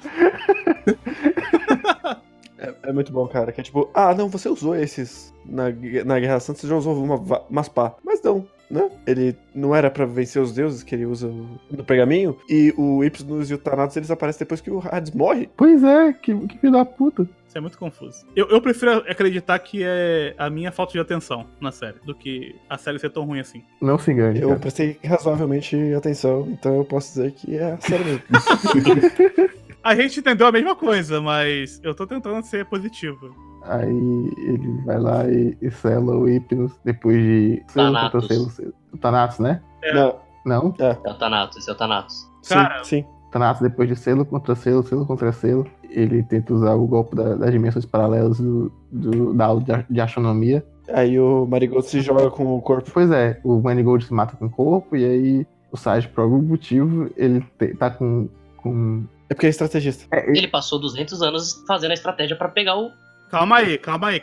É muito bom, cara. Que é tipo, não, você usou esses na Guerra Santa, você já usou umas pá. Mas não, né? Ele não era pra vencer os deuses que ele usa no pergaminho. E o Hypnos e o Thanatos, eles aparecem depois que o Hades morre. Pois é, que filho da puta. Isso é muito confuso. Eu prefiro acreditar que é a minha falta de atenção na série, do que a série ser tão ruim assim. Não se engane, Eu cara. prestei razoavelmente atenção, então eu posso dizer que é sério mesmo. A gente entendeu a mesma coisa, mas eu tô tentando ser positivo. Aí ele vai lá e sela o Hypnos depois de selo contra Thanatos. selo. O Thanatos, né? Não, Não? É o Thanatos, esse é o Thanatos. Cara, sim. Thanatos, depois de selo contra selo, selo contra selo, ele tenta usar o golpe das dimensões paralelas da aula de astronomia. Aí o Marigold se joga com o corpo. Pois é, o Manigold se mata com o corpo, e aí o Sage, por algum motivo, ele tá com... É porque é estrategista. Ele passou 200 anos fazendo a estratégia pra pegar o... calma aí.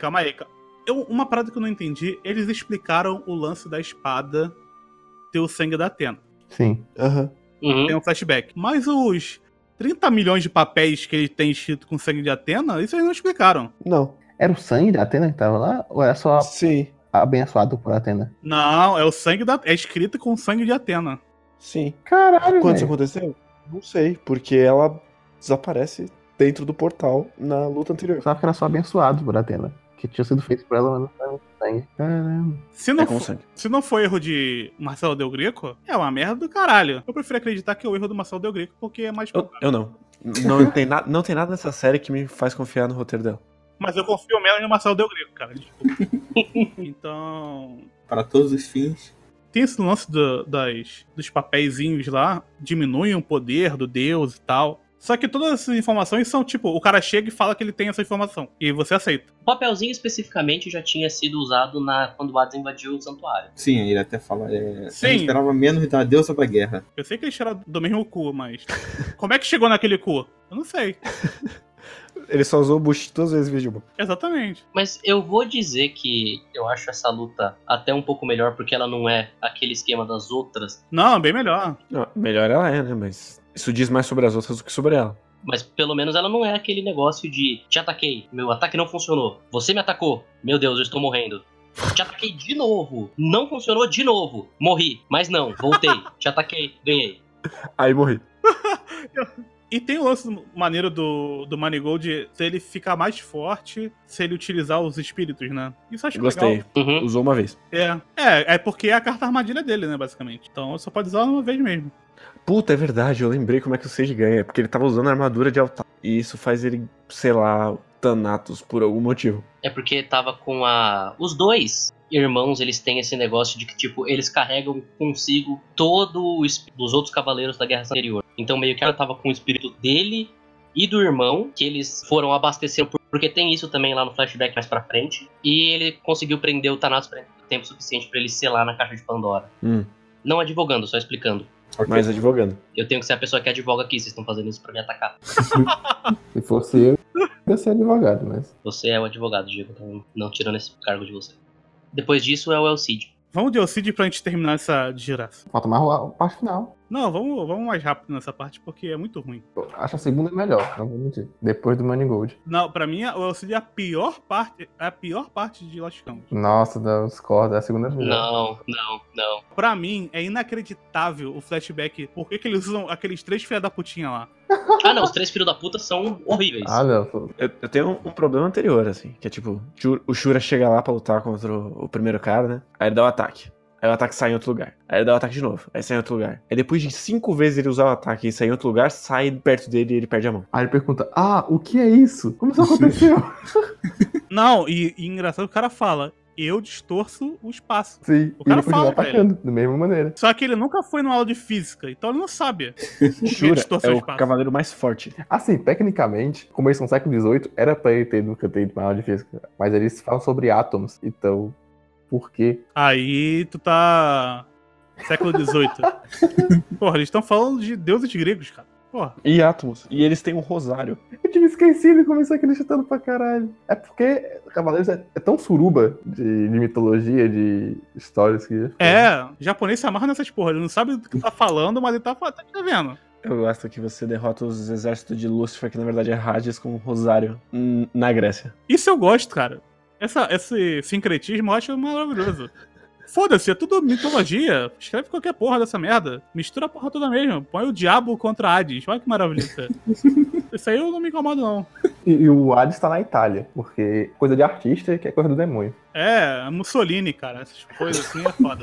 Uma parada que eu não entendi, eles explicaram o lance da espada ter o sangue da Athena. Sim. Aham. Uhum. Tem um flashback. Mas os 30 milhões de papéis que ele tem escrito com sangue de Athena, isso eles não explicaram. Não. Era o sangue da Athena que tava lá? Ou era só Sim. abençoado por Athena? Não, é o sangue é escrito com sangue de Athena. Sim. Caralho, Quando isso velho. aconteceu? Não sei, porque ela desaparece dentro do portal na luta anterior. Eu sabia que era só abençoado por Athena. Que tinha sido feito por ela, mas não foi sangue. Caramba. Se não, É com for, sangue. se não for erro de Marcelo Del Greco, é uma merda do caralho. Eu prefiro acreditar que é o erro do Marcelo Del Greco, porque é mais provável. Eu não. Não tem nada nessa série que me faz confiar no roteiro dela. Mas eu confio menos no Marcelo Del Greco, cara. Desculpa. Então... Para todos os fins. Tem esse lance dos papeizinhos lá, diminuem o poder do deus e tal. Só que todas essas informações são tipo, o cara chega e fala que ele tem essa informação. E você aceita. O papelzinho especificamente já tinha sido usado quando o Hades invadiu o santuário. Sim, ele até fala. Sim. A gente esperava menos da deusa da guerra. Eu sei que eles tiraram do mesmo cu, mas... como é que chegou naquele cu? Eu não sei. Ele só usou o Bush 2 vezes, Vigilma. Exatamente. Mas eu vou dizer que eu acho essa luta até um pouco melhor, porque ela não é aquele esquema das outras. Não, bem melhor. Não, melhor ela é, né? Mas isso diz mais sobre as outras do que sobre ela. Mas pelo menos ela não é aquele negócio de te ataquei, meu ataque não funcionou, você me atacou, meu Deus, eu estou morrendo. Te ataquei de novo, não funcionou de novo, morri, mas não, voltei, te ataquei, ganhei. Aí morri. E tem o lance maneiro do Manigold se ele ficar mais forte se ele utilizar os espíritos, né? Isso eu acho Gostei. legal. Uhum. Usou uma vez. É porque é a carta armadilha dele, né, basicamente. Então só pode usar uma vez mesmo. Puta, é verdade, eu lembrei como é que o Sage ganha. Porque ele tava usando a armadura de altar. E isso faz ele, sei lá, Thanatos por algum motivo. É porque tava com os dois irmãos, eles têm esse negócio de que, tipo, eles carregam consigo todo o espírito dos outros cavaleiros da guerra anterior. Então meio que ela tava com o espírito dele e do irmão, que eles foram abastecer, porque tem isso também lá no flashback mais pra frente. E ele conseguiu prender o Thanatos por tempo suficiente pra ele selar na caixa de Pandora. Não advogando, só explicando. Okay. Mas advogando. Eu tenho que ser a pessoa que advoga aqui, vocês estão fazendo isso pra me atacar. Se fosse eu ia ser advogado, mas... Você é o advogado, Diego, então não tirando esse cargo de você. Depois disso é o El Cid. Vamos de Elcid pra gente terminar essa desgraça. Falta mais a parte final. Não, vamos mais rápido nessa parte, porque é muito ruim. Acho a segunda melhor, não vou mentir. Depois do Manigold. Não, pra mim, o Elcid é a pior parte de Lost Canvas. Nossa, não, discordo, é a segunda melhor. Não. Pra mim, é inacreditável o flashback. Por que eles usam aqueles 3 filha da putinha lá? Ah, não, os 3 filhos da puta são horríveis. Ah, não. Eu tenho um problema anterior, assim, que é tipo, o Shura chega lá pra lutar contra o primeiro cara, né? Aí ele dá o ataque. Aí o ataque sai em outro lugar. Aí ele dá o ataque de novo. Aí sai em outro lugar. Aí depois de 5 vezes ele usar o ataque e sair em outro lugar, sai perto dele e ele perde a mão. Aí ele pergunta, o que é isso? Como isso aconteceu? Não, e engraçado, o cara fala, eu distorço o espaço. Sim, O cara ele continua fala pra atacando, da mesma maneira. Só que ele nunca foi numa aula de física, então ele não sabe. Shura distorce é o o espaço. cavaleiro mais forte. Assim, tecnicamente, como eles são século XVIII, era pra ele nunca ter ido pra aula de física. Mas eles falam sobre átomos, então, por quê? Aí tu tá... século XVIII. Porra, eles estão falando de deuses gregos, cara. Porra. E átomos. E eles têm um rosário. Eu tinha esquecido e comecei aquele chutando pra caralho. É porque Cavaleiros é tão suruba de mitologia, de histórias que... Japonês se amarra nessas porra. Ele não sabe do que tá falando, mas ele tá vendo. Eu gosto que você derrota os exércitos de Lúcifer, que na verdade é Hades, com um rosário na Grécia. Isso eu gosto, cara. Esse sincretismo eu acho maravilhoso. Foda-se, é tudo mitologia. Escreve qualquer porra dessa merda. Mistura a porra toda mesmo. Põe o diabo contra Hades. Olha que maravilha isso. Isso aí eu não me incomodo, não. E o Hades tá na Itália, porque coisa de artista que é coisa do demônio. É, Mussolini, cara. Essas coisas assim é foda.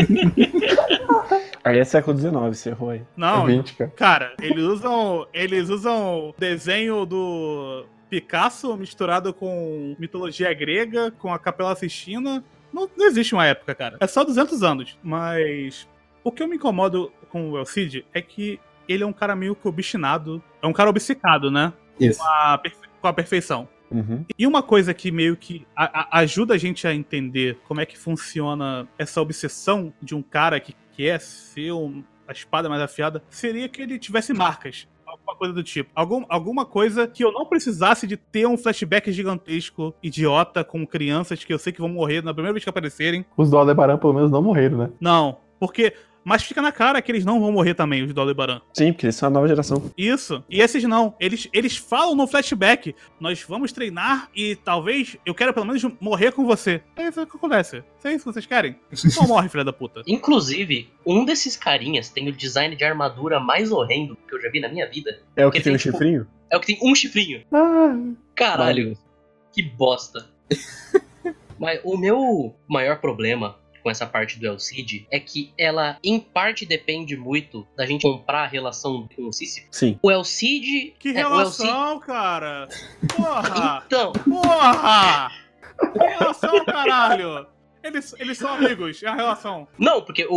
Aí é século XIX, você errou aí. Não, É 20, cara. cara, eles usam desenho do Picasso misturado com mitologia grega, com a Capela Sistina. Não existe uma época, cara. É só 200 anos. Mas o que eu me incomodo com o Elcid é que ele é um cara meio que obstinado. É um cara obcecado, né? Isso. Com a perfeição. Uhum. E uma coisa que meio que ajuda a gente a entender como é que funciona essa obsessão de um cara que quer ser a espada mais afiada, seria que ele tivesse marcas. Alguma coisa do tipo. Alguma coisa que eu não precisasse de ter um flashback gigantesco, idiota, com crianças que eu sei que vão morrer na primeira vez que aparecerem. Os do Aldebaran pelo menos não morreram, né? Não, porque... Mas fica na cara que eles não vão morrer também, os do Aldebaran. Sim, porque eles são a nova geração. Isso. E esses não. Eles falam no flashback, nós vamos treinar e talvez eu quero pelo menos morrer com você. É isso que acontece. É isso que vocês querem? Não morre, filha da puta. Inclusive, um desses carinhas tem o design de armadura mais horrendo que eu já vi na minha vida. É o que Porque tem um tipo, chifrinho? É o que tem um chifrinho. Caralho, que bosta. Mas o meu maior problema com essa parte do Elcid é que ela, em parte, depende muito da gente comprar a relação com o Sísifo. Sim. O Elcid... Que o relação, cara? Porra! Então, Porra! Que relação, caralho! Eles são amigos, é a relação. não, porque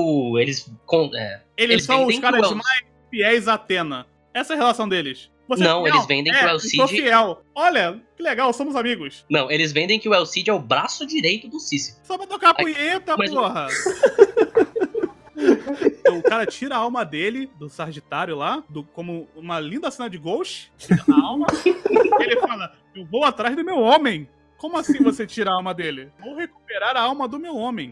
Eles são vendem os caras que o mais fiéis a Atena. Essa é a relação deles. Você Não, eles vendem que o eu sou Elcid- fiel. Olha, que legal, somos amigos. Não, eles vendem que o Elcid é o braço direito do Sísifo. Só pra tocar a punheta, mas- porra. O cara tira a alma dele, do Sagitário lá, como uma linda cena de Ghost. Tira a alma. Ele fala, eu vou atrás do meu homem. Como assim você tira a alma dele? Vou recuperar a alma do meu homem.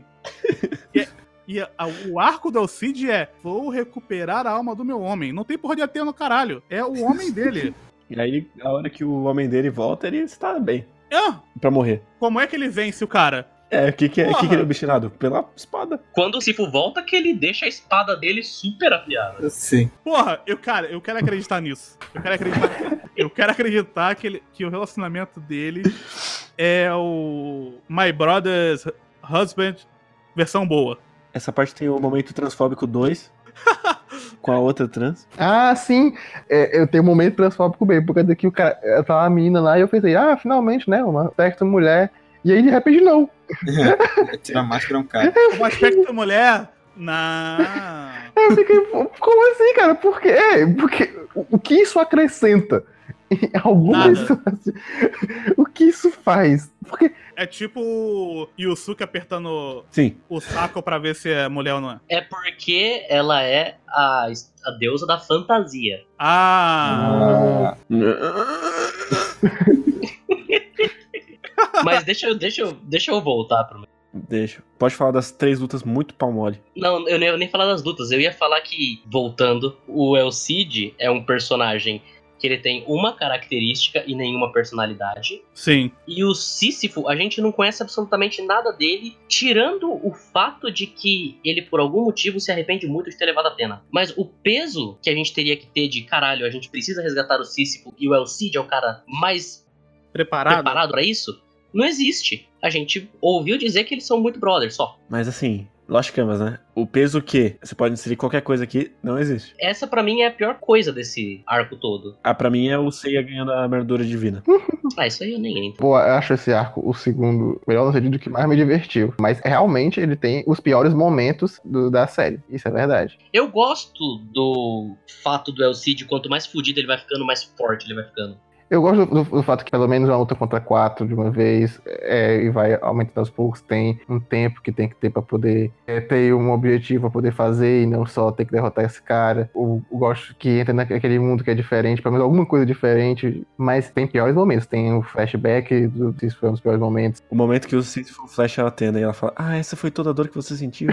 O arco do Elcid é, vou recuperar a alma do meu homem. Não tem porra de Atena no caralho. É o homem dele. E aí, a hora que o homem dele volta, ele está bem. É, Pra morrer. como é que ele vence o cara? O que que Porra. ele é obstinado? Pela espada. Quando o Sísifo volta, que ele deixa a espada dele super afiada. Sim. Porra, eu quero acreditar nisso. Eu quero acreditar que o relacionamento dele é o My Brother's Husband versão boa. Essa parte tem o momento transfóbico 2. Com a outra trans. Ah, sim. Eu tenho um momento transfóbico bem, porque daqui o cara, tava uma menina lá e eu pensei, finalmente, né? Uma aspecto mulher. E aí, de repente, não. Tira a máscara é um cara. O aspecto da mulher. Eu fiquei, como assim, cara? Por quê? Porque o que isso acrescenta? Em alguma Nada. instância? O que isso faz? Porque É tipo o Yusuke apertando Sim. o saco pra ver se é mulher ou não é. É porque ela é a deusa da fantasia. Ah! Mas deixa eu voltar pro Deixa. Pode falar das 3 lutas muito pau mole. Não, eu nem ia falar das lutas. Eu ia falar que, voltando, o El Cid é um personagem que ele tem uma característica e nenhuma personalidade. Sim. E o Sísifo, a gente não conhece absolutamente nada dele, tirando o fato de que ele, por algum motivo, se arrepende muito de ter levado a Athena. Mas o peso que a gente teria que ter de, caralho, a gente precisa resgatar o Sísifo e o El Cid é o cara mais preparado pra isso, não existe. A gente ouviu dizer que eles são muito brothers, só. Mas assim, Lost Canvas, né? O peso que você pode inserir qualquer coisa aqui não existe. Essa pra mim é a pior coisa desse arco todo. Pra mim é o Seiya ganhando a armadura divina. Isso aí eu nem entro. Pô, eu acho esse arco, o segundo, melhor no sentido que mais me divertiu. Mas realmente ele tem os piores momentos da série. Isso é verdade. Eu gosto do fato do El Cid, quanto mais fudido ele vai ficando, mais forte ele vai ficando. Eu gosto do fato que pelo menos uma luta contra 4 de uma vez e vai aumentando aos poucos, tem um tempo que tem que ter pra poder ter um objetivo pra poder fazer e não só ter que derrotar esse cara. Eu gosto que entra naquele mundo que é diferente, pelo menos alguma coisa diferente, mas tem piores momentos. Tem o flashback isso foi um dos piores momentos. O momento que o Sísifo flecha a Athena e ela fala, essa foi toda a dor que você sentiu.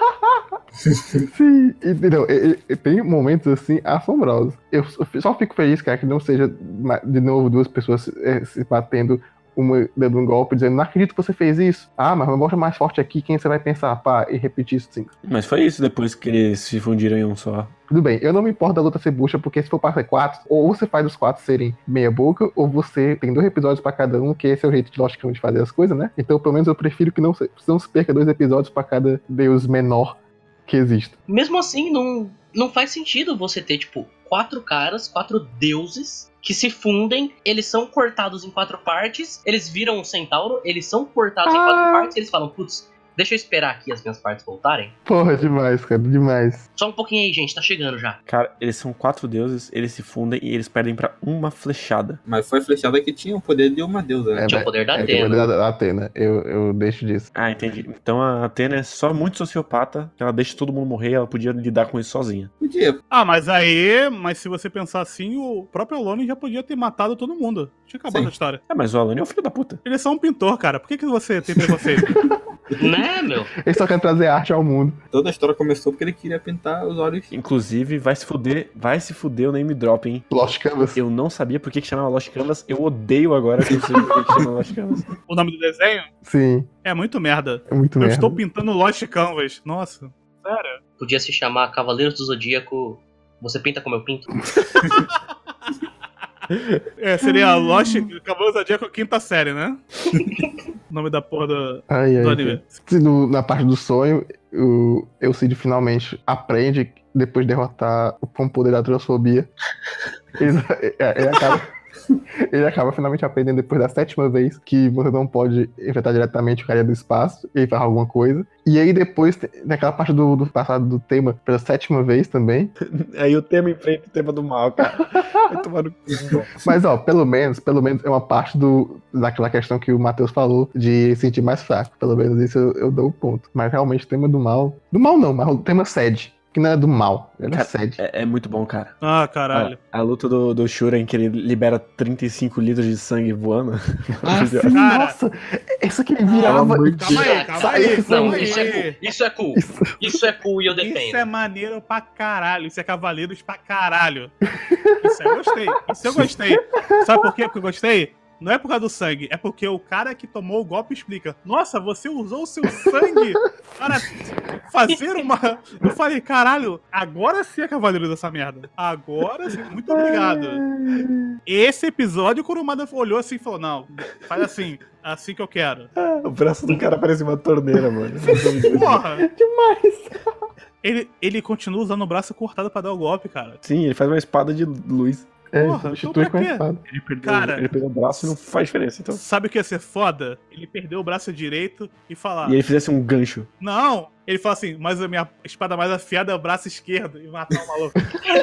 Sim, entendeu? Tem momentos assim assombrosos. Eu só fico feliz, cara, que não seja de novo 2 pessoas se batendo, uma dando um golpe, dizendo, não acredito que você fez isso. Mas me mostra mais forte aqui, quem você vai pensar, pá, e repetir isso sim. Mas foi isso depois que eles se fundiram em um só. Tudo bem, eu não me importo da luta ser bucha, porque se for pra ser 4, ou você faz os 4 serem meia boca, ou você tem 2 episódios pra cada um, que esse é o jeito de Lost Canvas de fazer as coisas, né? Então, pelo menos eu prefiro que não se perca 2 episódios pra cada deus menor que exista. Mesmo assim, não faz sentido você ter, 4 caras, 4 deuses que se fundem, eles são cortados em 4 partes, eles viram um centauro, eles são cortados em 4 partes, e eles falam, putz, deixa eu esperar aqui as minhas partes voltarem. Porra, demais, cara, demais. Só um pouquinho aí, gente, tá chegando já. Cara, eles são 4 deuses, eles se fundem e eles perdem pra uma flechada. Mas foi a flechada que tinha o poder de uma deusa, né? Tinha o poder da Tem o Athena. poder da Athena. Eu deixo disso. Entendi. Então a Athena é só muito sociopata, que ela deixa todo mundo morrer, ela podia lidar com isso sozinha. Podia. Mas se você pensar assim, o próprio Alone já podia ter matado todo mundo. Tinha acabado Sim. a história. Mas o Alone é um filho da puta. Ele é só um pintor, cara. Por que você tem preconceito? Né, meu? Ele só quer trazer arte ao mundo. Toda a história começou porque ele queria pintar os olhos. Inclusive, vai se fuder o name drop, hein? Lost Canvas. Eu não sabia por que chamava Lost Canvas, eu odeio agora que eu sei por que chama Lost Canvas. O nome do desenho Sim, é muito merda. é muito Eu merda. estou pintando Lost Canvas. Nossa, sério? Podia se chamar Cavaleiros do Zodíaco. Você pinta como eu pinto? Seria Lost Cavaleiros do Zodíaco quinta série, né? O nome da porra do anime. Se na parte do sonho, o Cid finalmente aprende, depois de derrotar com o poder da transfobia. Ele acaba finalmente aprendendo depois da 7ª vez que você não pode enfrentar diretamente o cara do espaço e faz alguma coisa. E aí depois, naquela parte do passado do tema, pela 7ª vez também. Aí o tema enfrenta o tema do mal, cara. Vai tomar no cu. Mas pelo menos é uma parte daquela questão que o Matheus falou de sentir mais fraco. Pelo menos isso eu dou um ponto. Mas realmente o tema do mal. Do mal não, mas o tema Sed. Que não é do mal, ele é Sed. É muito bom, cara. Caralho. A luta do Shura em que ele libera 35 litros de sangue voando. Sim, Cara. nossa, isso que ele virava. Calma aí. Não, Calma isso aí. é cool. Isso é cool. Isso é cool e eu defendo. Isso é maneiro pra caralho. Isso é Cavaleiros pra caralho. Isso eu gostei. Isso eu gostei. Sabe por quê que eu gostei? Não é por causa do sangue, é porque o cara que tomou o golpe explica. Nossa, você usou o seu sangue para fazer uma... Eu falei, caralho, agora sim é Cavaleiro dessa merda. Agora sim, muito obrigado. Esse episódio, o Kurumada olhou assim e falou, não, faz assim que eu quero. O braço do cara parece uma torneira, mano. Porra, Demais. ele continua usando o braço cortado pra dar o golpe, cara. Sim, ele faz uma espada de luz. Porra, Substitui então com a pra quê? espada. Ele perdeu o braço e não faz diferença, então. Sabe o que ia ser foda? Ele perdeu o braço direito e falar... E ele fizesse um gancho. Não! Ele fala assim, mas a minha espada mais afiada é o braço esquerdo e matar o maluco.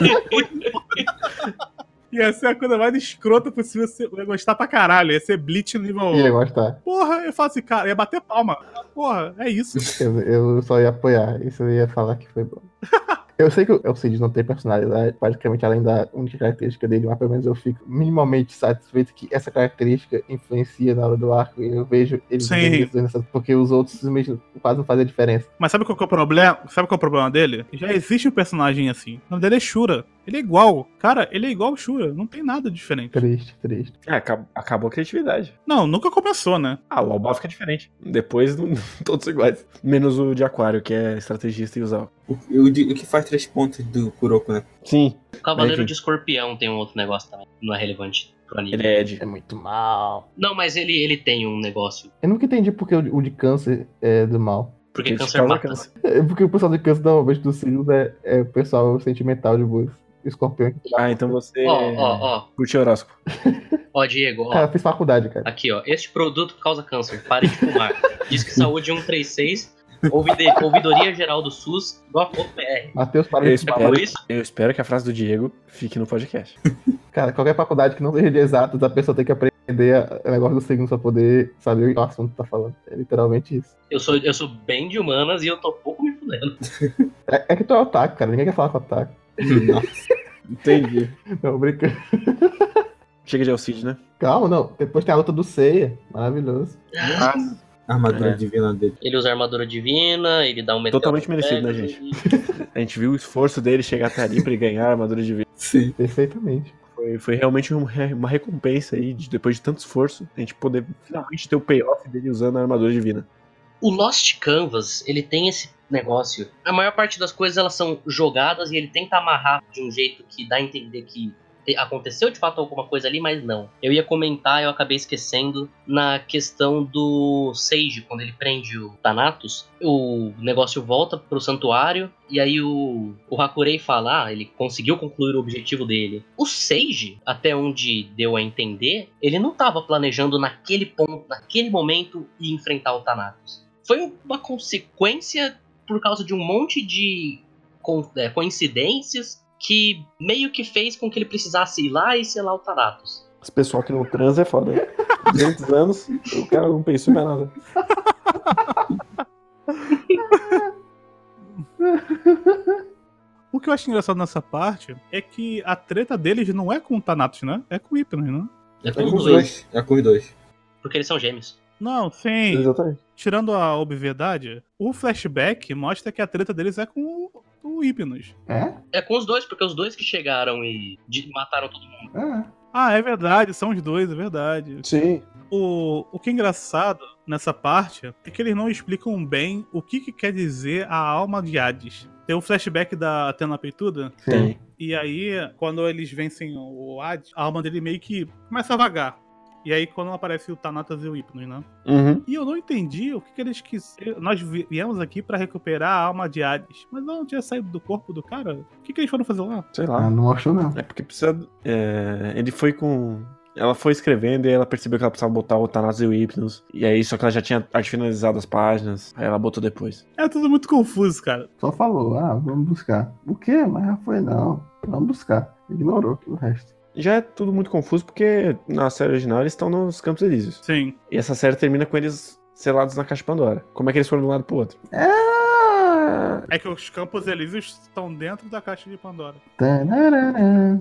Ia ser a coisa mais escrota possível, você ia gostar pra caralho. Ia ser Bleach no nível... Ia gostar. Porra, eu falo assim, cara, ia bater palma. Porra, é isso. Eu só ia apoiar. Isso eu ia falar que foi bom. Eu sei que o Cid não tem personalidade, praticamente além da única característica dele, mas pelo menos eu fico minimamente satisfeito que essa característica influencia na hora do arco. E eu vejo ele Sim. porque os outros simplesmente quase não fazem diferença. Mas sabe qual que é o problema? Sabe qual é o problema dele? Já existe um personagem assim. O nome dele é Shura. Ele é igual. Cara, ele é igual o Shura. Não tem nada diferente. Triste, triste. Acabou a criatividade. Não, nunca começou, né? O Alba fica diferente. Depois, todos iguais. Menos o de Aquário, que é estrategista e usar. O que faz 3 pontos do Kuroko, né? Sim. O Cavaleiro Enfim. de Escorpião tem um outro negócio também. Não é relevante pro anime. Ele é Ed. É muito mal. Não, mas ele tem um negócio. Eu nunca entendi porque o de câncer é do mal. Porque Ele câncer causa mata. câncer. É porque o pessoal de câncer normalmente dos signos é o pessoal sentimental de boas. Escorpião. Então você Ó, curte horóscopo. Diego, Cara, eu fiz faculdade, cara. Aqui, ó. Este produto causa câncer. Pare de fumar. Diz que saúde 136, ouvidoria geral do SUS, .br. Matheus, para Eu de fumar. por isso? espero que a frase do Diego fique no podcast. Cara, qualquer faculdade que não seja de exatos, a pessoa tem que aprender o negócio do signo pra poder saber o que o assunto tá falando. É literalmente isso. Eu sou bem de humanas e eu tô pouco me fudendo. É que tu é otaku, cara. Ninguém quer falar com otaku. Entendi. Não, brincando. Chega de Alcide, né? Calma, não. Depois tem a luta do Seiya. Maravilhoso. A armadura É. divina dele. Ele usa armadura divina, ele dá um meteoro. Totalmente merecido, né, velho, gente? e- A gente viu o esforço dele chegar até ali pra ele ganhar a armadura de vida. Sim. Perfeitamente. Foi realmente uma recompensa aí, depois de tanto esforço, a gente poder finalmente ter o payoff dele usando a armadura divina. O Lost Canvas, ele tem esse negócio. A maior parte das coisas elas são jogadas e ele tenta amarrar de um jeito que dá a entender que aconteceu de fato alguma coisa ali, mas não. Eu ia comentar, eu acabei esquecendo, na questão do Sage, quando ele prende o Thanatos, o negócio volta pro santuário e aí o Hakurei fala, ele conseguiu concluir o objetivo dele. O Sage, até onde deu a entender, ele não estava planejando naquele ponto, naquele momento, ir enfrentar o Thanatos. Foi uma consequência por causa de um monte de coincidências que meio que fez com que ele precisasse ir lá e selar o Thanatos. Esse pessoal que não transa é foda. 200 anos, o cara não pensou em mais nada. O que eu acho engraçado nessa parte é que a treta deles não é com o Thanatos, né? É com o Hypnos, né? É É com com os os dois, dois. É com os dois. porque eles são gêmeos. Não, sim. Exatamente. Tirando a obviedade, o flashback mostra que a treta deles é com o Hypnos. É? É com os dois, porque os dois que chegaram e mataram todo mundo. É. Ah, é verdade, são os dois, é verdade. Sim. O que é engraçado nessa parte é que eles não explicam bem o que quer dizer a alma de Hades. Tem o flashback da Athena Peituda, Tem. e aí, quando eles vencem o Hades, a alma dele meio que começa a vagar. E aí, quando aparece o Thanatos e o Hypnos, né? Uhum. E eu não entendi o que eles quiseram. Nós viemos aqui pra recuperar a alma de Hades, mas não tinha saído do corpo do cara? O que eles foram fazer lá? Sei Ah, lá. não mostrou, não. É porque precisa. Ele foi com. Ela foi escrevendo e ela percebeu que ela precisava botar o Thanatos e o Hypnos. E aí, só que ela já tinha finalizado as páginas. Aí ela botou depois. É tudo muito confuso, cara. Só falou, vamos buscar. O quê? Mas já foi, não. Vamos buscar. Ignorou o resto. Já é tudo muito confuso porque na série original eles estão nos Campos Elíseos. Sim. E essa série termina com eles selados na Caixa de Pandora. Como é que eles foram de um lado pro outro? É que os Campos Elíseos estão dentro da caixa de Pandora. Tanarana.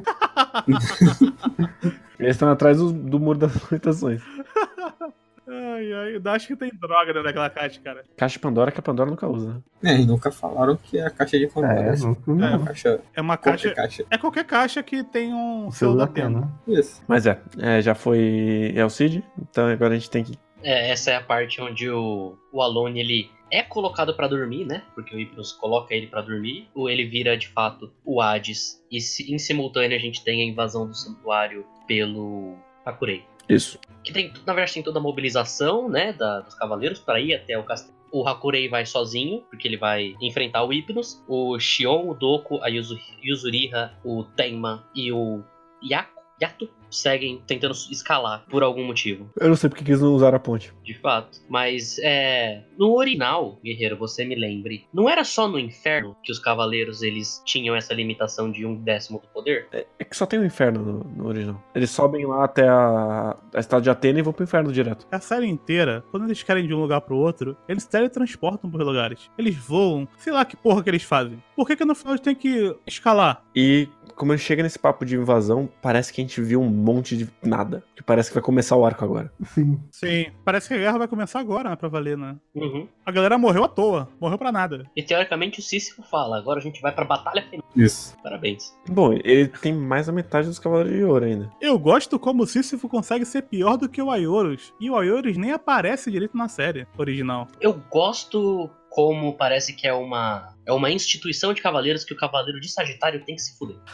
Eles estão atrás do Muro das Lamentações. Ai, eu acho que tem droga dentro daquela caixa, cara. Caixa de Pandora que a Pandora nunca usa, né? E nunca falaram que é a caixa de Pandora. Não. É uma caixa. É uma Qualquer caixa. caixa. É qualquer caixa que tem um O selo selo da da Atena. pena. Isso. Mas já foi Elcid, então agora a gente tem que... Essa é a parte onde o Alone, ele é colocado pra dormir, né? Porque o Hypnos coloca ele pra dormir. Ou ele vira, de fato, o Hades. E em simultâneo a gente tem a invasão do santuário pelo Hakurei. Isso. Que tem, na verdade, tem toda a mobilização, né, dos cavaleiros para ir até o castelo. O Hakurei vai sozinho, porque ele vai enfrentar o Hypnos. O Shion, o Doku, a Yuzuriha, o Tenma e o Yato seguem tentando escalar por algum motivo. Eu não sei porque que eles não usaram a ponte. De fato. Mas no original, Guerreiro, você me lembre, não era só no inferno que os cavaleiros eles tinham essa limitação de 1/10 do poder? É que só tem o inferno no original. Eles sobem lá até a estátua de Atena e vão pro inferno direto. A série inteira, quando eles querem ir de um lugar pro outro, eles teletransportam por lugares. Eles voam, sei lá que porra que eles fazem. Por que no final eles têm que escalar? E como ele chega nesse papo de invasão, parece que a gente viu um monte de nada. Que parece que vai começar o arco agora. Sim. Sim, parece que a guerra vai começar agora, né, pra valer, né? Uhum. A galera morreu à toa, morreu pra nada. E teoricamente o Sísifo fala, agora a gente vai pra batalha final. Isso. Parabéns. Bom, ele tem mais da metade dos Cavaleiros de Ouro ainda. Eu gosto como o Sísifo consegue ser pior do que o Aioros. E o Aioros nem aparece direito na série original. Eu gosto como parece que é uma instituição de cavaleiros que o cavaleiro de Sagitário tem que se fuder.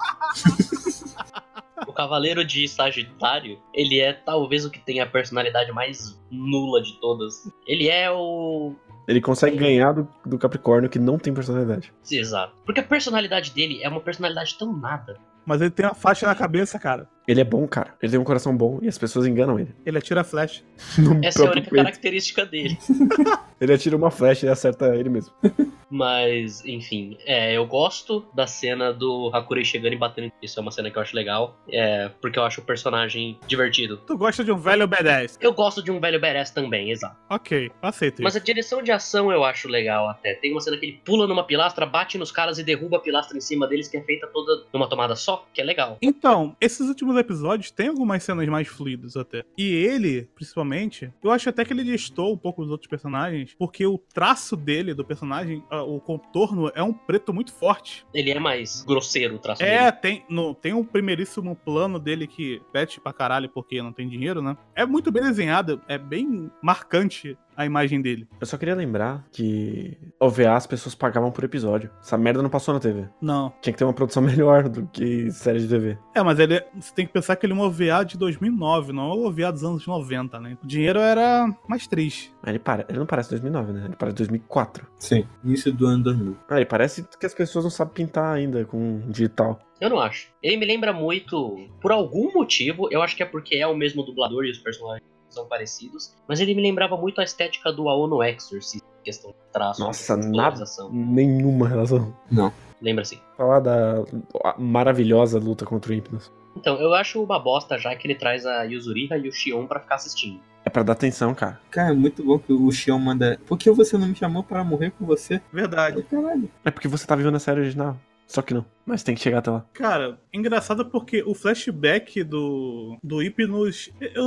O cavaleiro de Sagitário, ele é talvez o que tem a personalidade mais nula de todas. Ele é o... Ele consegue ganhar do Capricórnio, que não tem personalidade. Exato. Porque a personalidade dele é uma personalidade tão nada. Mas ele tem uma faixa na cabeça, cara. Ele é bom, cara. Ele tem um coração bom e as pessoas enganam ele. Ele atira flecha. No Essa é a próprio única peito. característica dele. Ele atira uma flecha e acerta ele mesmo. Mas, enfim, eu gosto da cena do Hakurei chegando e batendo. Isso é uma cena que eu acho legal. Porque eu acho o personagem divertido. Tu gosta de um velho B10. Eu gosto de um velho badass também, exato. Ok, aceito Mas isso. a direção de ação eu acho legal até. Tem uma cena que ele pula numa pilastra, bate nos caras e derruba a pilastra em cima deles, que é feita toda numa tomada só, que é legal. Então, esses últimos episódios tem algumas cenas mais fluidas até. E ele, principalmente, eu acho até que ele gestou um pouco os outros personagens, porque o traço dele, do personagem, o contorno, é um preto muito forte. Ele é mais grosseiro o traço dele. Tem um primeiríssimo plano dele que pede pra caralho porque não tem dinheiro, né? É muito bem desenhado, é bem marcante a imagem dele. Eu só queria lembrar que OVA as pessoas pagavam por episódio. Essa merda não passou na TV. Não. Tinha que ter uma produção melhor do que série de TV. Mas você tem que pensar que ele é um OVA de 2009, não é um OVA dos anos 90, né? O dinheiro era mais triste. Mas ele não parece 2009, né? Ele parece 2004. Sim, início do ano 2000. Ele parece que as pessoas não sabem pintar ainda com digital. Eu não acho. Ele me lembra muito, por algum motivo, eu acho que é porque é o mesmo dublador e os personagens são parecidos, mas ele me lembrava muito a estética do Aono Exorcist, questão de traço, Nossa, de nada. colorização. Nenhuma relação. Não. Lembra assim? Falar da maravilhosa luta contra o Hypnos. Então, eu acho uma bosta já que ele traz a Yuzuriha e o Shion pra ficar assistindo. É pra dar atenção, cara. Cara, é muito bom que o Xion manda. Por que você não me chamou para morrer com você? Verdade. Caralho. É porque você tá vivendo a série original. Só que não. Mas tem que chegar até lá. Cara, engraçado porque o flashback do Hypnos...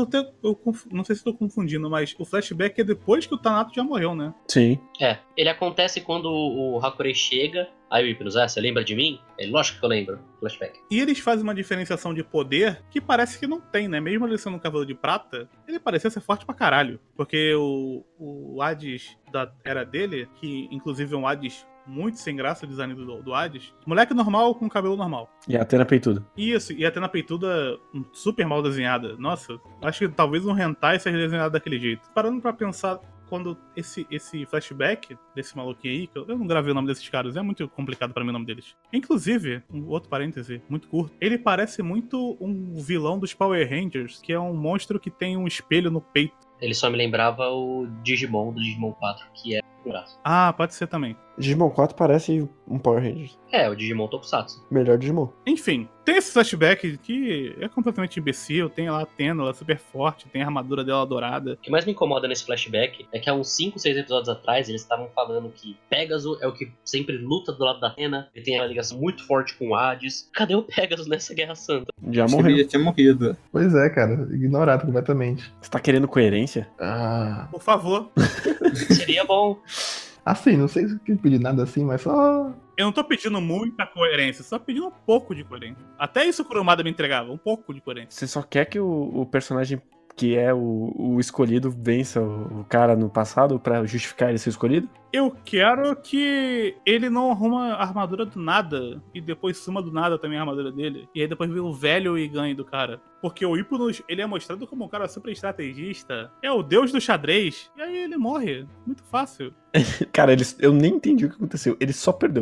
não sei se tô confundindo, mas o flashback é depois que o Thanatos já morreu, né? Sim. Ele acontece quando o Hakurei chega, aí o Hypnos, você lembra de mim? Ele, lógico que eu lembro, flashback. E eles fazem uma diferenciação de poder que parece que não tem, né? Mesmo ele sendo um cavaleiro de prata, ele parecia ser forte pra caralho. Porque o Hades da era dele, que inclusive é um Hades muito sem graça, o design do Hades, moleque normal com cabelo normal. E a Atena peituda. Isso, e até na peituda super mal desenhada. Nossa, acho que talvez um hentai seja desenhado daquele jeito. Parando pra pensar, quando esse flashback desse maluquinho aí, que eu não gravei o nome desses caras, é muito complicado pra mim o nome deles. Inclusive, um outro parêntese muito curto, ele parece muito um vilão dos Power Rangers, que é um monstro que tem um espelho no peito. Ele só me lembrava o Digimon do Digimon 4, que é o braço. Ah, pode ser também. Digimon 4 parece um Power Rangers. O Digimon Tokusatsu. Melhor Digimon. Enfim, tem esse flashback que é completamente imbecil, tem lá a Atena, ela é super forte, tem a armadura dela dourada. O que mais me incomoda nesse flashback é que há uns 5, 6 episódios atrás eles estavam falando que Pegasus é o que sempre luta do lado da Atena, ele tem uma ligação muito forte com o Hades. Cadê o Pegasus nessa Guerra Santa? Já Ele morreu. já tinha morrido. Pois é, cara. Ignorado completamente. Você tá querendo coerência? Ah. Por favor. Seria bom. Assim, não sei se eu pedi nada assim, mas só. Eu não tô pedindo muita coerência, só pedindo um pouco de coerência. Até isso o Kurumada me entregava, um pouco de coerência. Você só quer que o personagem que é o escolhido vença o cara no passado pra justificar ele ser escolhido? Eu quero que ele não arruma a armadura do nada e depois suma do nada também a armadura dele. E aí depois vira o velho e ganha do cara. Porque o Hypnos, ele é mostrado como um cara super estrategista. É o deus do xadrez. E aí ele morre. Muito fácil. Cara, eu nem entendi o que aconteceu. Ele só perdeu.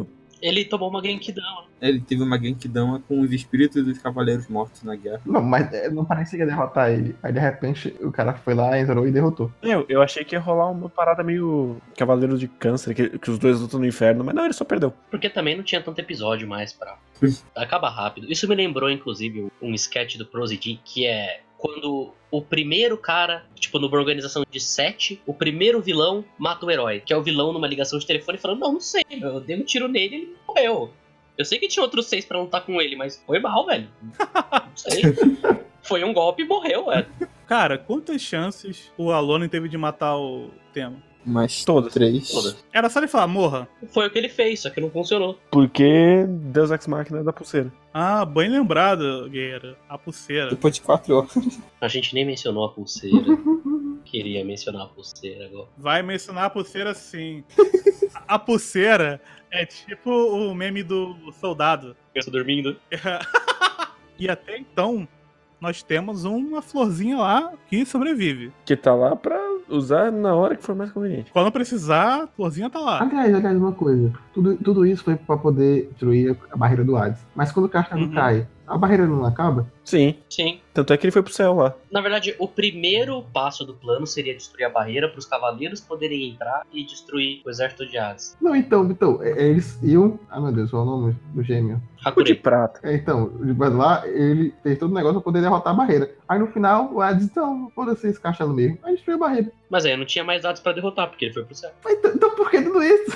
Ele tomou uma Genkidama. Ele teve uma Genkidama com os espíritos dos cavaleiros mortos na guerra. Não, mas não parecia que ia derrotar ele. Aí de repente o cara foi lá, entrou e derrotou. Eu achei que ia rolar uma parada meio Cavaleiro de Câncer, que os dois lutam no inferno, mas não, ele só perdeu. Porque também não tinha tanto episódio mais pra acabar rápido. Isso me lembrou, inclusive, um sketch do Prozid, que é quando o primeiro cara, tipo, numa organização de 7, o primeiro vilão mata o herói, que é o vilão numa ligação de telefone falando, não sei, eu dei um tiro nele e ele morreu. Eu sei que tinha outros 6 pra lutar com ele, mas foi mal, velho. Não sei. Foi um golpe e morreu, velho. Cara, quantas chances o Alonin teve de matar o Tema? Mas Todas. 3. Todas. Era só ele falar, morra. Foi o que ele fez, só que não funcionou. Porque Deus Ex Machina da pulseira. Ah, bem lembrado, guerreiro. A pulseira. Depois de 4 horas. A gente nem mencionou a pulseira. Queria mencionar a pulseira agora. Vai mencionar a pulseira sim. A pulseira é tipo o meme do soldado. Eu tô dormindo. E até então, nós temos uma florzinha lá que sobrevive. Que tá lá pra usar na hora que for mais conveniente. Quando precisar, a florzinha tá lá. Aliás, uma coisa. Tudo isso foi pra poder destruir a barreira do Hades. Mas quando o Cartago cai, a barreira não acaba? Sim. Sim. Tanto é que ele foi pro céu lá. Na verdade, o primeiro passo do plano seria destruir a barreira para os cavaleiros poderem entrar e destruir o exército de Hades. Não, então, eles iam... Ah, meu Deus, qual é o nome do gêmeo? O de Hakurei. prata. Então, mas lá ele fez todo o negócio pra poder derrotar a barreira. Aí no final, o Hades, então, foda-se esse castelo mesmo. Aí destruiu a barreira. Mas aí não tinha mais Hades para derrotar, porque ele foi pro céu. Mas então por que tudo isso?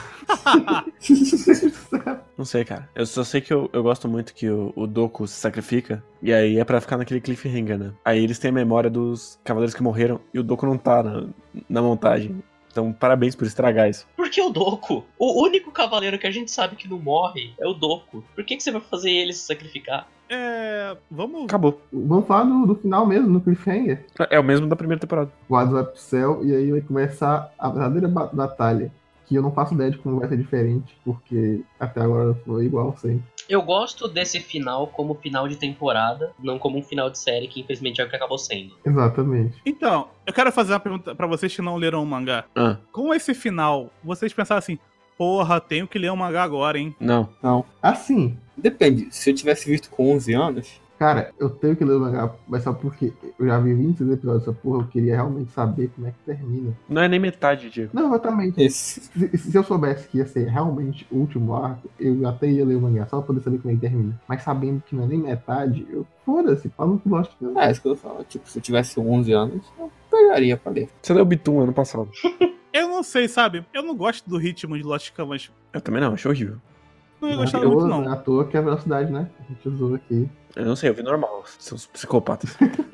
Não sei, cara. Eu só sei que eu gosto muito que o Doku se sacrifica. E aí é pra ficar naquele cliffhanger, né? Aí eles têm a memória dos cavaleiros que morreram e o Doku não tá na montagem. Então, parabéns por estragar isso. Por que o Doku? O único cavaleiro que a gente sabe que não morre é o Doku. Por que você vai fazer ele se sacrificar? Vamos... Acabou. Vamos falar do final mesmo, no cliffhanger. É o mesmo da primeira temporada. O Hades vai pro céu e aí vai começar a verdadeira batalha. Que eu não faço ideia de como vai ser diferente, porque até agora foi igual sempre. Eu gosto desse final como final de temporada, não como um final de série, que infelizmente é o que acabou sendo. Exatamente. Então, eu quero fazer uma pergunta pra vocês que não leram o mangá. Com esse final, vocês pensaram assim, porra, tenho que ler o mangá agora, hein? Não. Assim, Depende. Se eu tivesse visto com 11 anos, cara, eu tenho que ler o mangá, mas só porque eu já vi 26 episódios dessa porra, eu queria realmente saber como é que termina. Não é nem metade, Diego. Não, exatamente. esse. Se eu soubesse que ia ser realmente o último arco, eu até ia ler o mangá, só pra poder saber como é que termina. Mas sabendo que não é nem metade, eu foda-se, falo que gosto. É isso que eu falo. Tipo, se eu tivesse 11 anos, eu pegaria pra ler. Você leu Bitum ano passado. Eu não sei, sabe? Eu não gosto do ritmo de Lost Canvas. Eu também não, achei horrível. Não ia gostar muito, não. Não é à toa que é a velocidade, né? A gente usou aqui. Eu não sei, eu vi normal, seus psicopatas.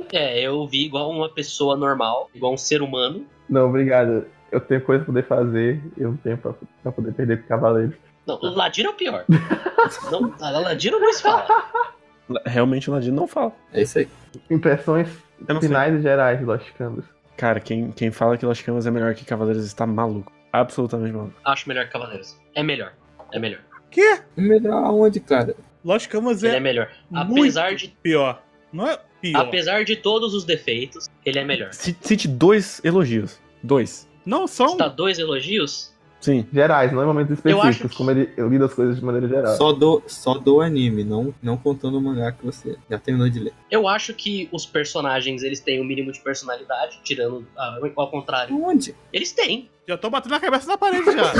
Eu vi igual uma pessoa normal, igual um ser humano. Não, obrigado. Eu tenho coisa pra poder fazer, eu não tenho pra poder perder pro cavaleiro. Não, Ladino é o pior. Não, Ladino não se fala. Realmente o Ladino não fala. É isso aí. Impressões Eu não sei. finais e gerais de Lost Canvas. Cara, quem fala que Lost Canvas é melhor que Cavaleiros está maluco. Absolutamente maluco. Acho melhor que Cavaleiros. É melhor. É melhor. Quê? Melhor aonde, cara? Lost Canvas Ele é é melhor. muito Apesar de, pior. Não é pior. apesar de todos os defeitos, ele é melhor. Cite 2 elogios. 2. Não são... Está 2 elogios? Sim. Gerais, não em momentos Eu acho específicos, que- como eu lido as coisas de maneira geral. Só do anime, não contando o mangá que você já terminou de ler. Eu acho que os personagens, eles têm um mínimo de personalidade, tirando ao contrário. Onde? Eles têm. Já tô batendo a cabeça na parede já.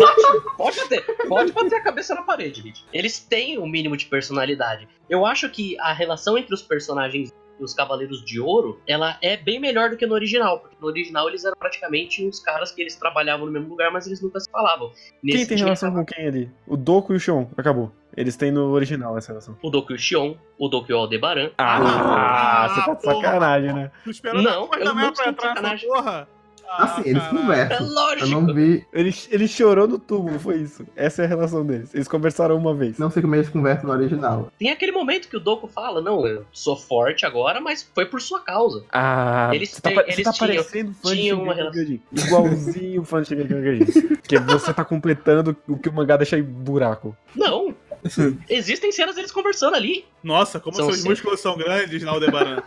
Pode bater a cabeça na parede, gente. Eles têm um mínimo de personalidade. Eu acho que a relação entre os personagens dos Cavaleiros de Ouro, ela é bem melhor do que no original, porque no original eles eram praticamente uns caras que eles trabalhavam no mesmo lugar, mas eles nunca se falavam. Quem tem relação com quem ali? O Doku e o Shon. Acabou. Eles têm no original essa relação. O Doku e o Shion, o Doku e o Aldebaran. Você tá de porra. sacanagem, né? Tu esperou Não, mais eu também não pra estou de entrar nessa sacanagem. porra? Assim, eles caralho. É conversam. Eu lógico. não vi, Ele chorou no túmulo, foi isso. Essa é a relação deles. Eles conversaram uma vez. não sei como eles conversam no original. Tem aquele momento que o Doku fala, não, eu sou forte agora, mas foi por sua causa. Você tá, você tá parecendo fã de tinham uma Shingeki no Kyojin. Igualzinho fã de Shingeki no Kyojin. Porque você tá completando o que o mangá deixa em buraco. Não. Existem cenas deles conversando ali. Nossa, como São seus sim. músculos são grandes na Aldebaran.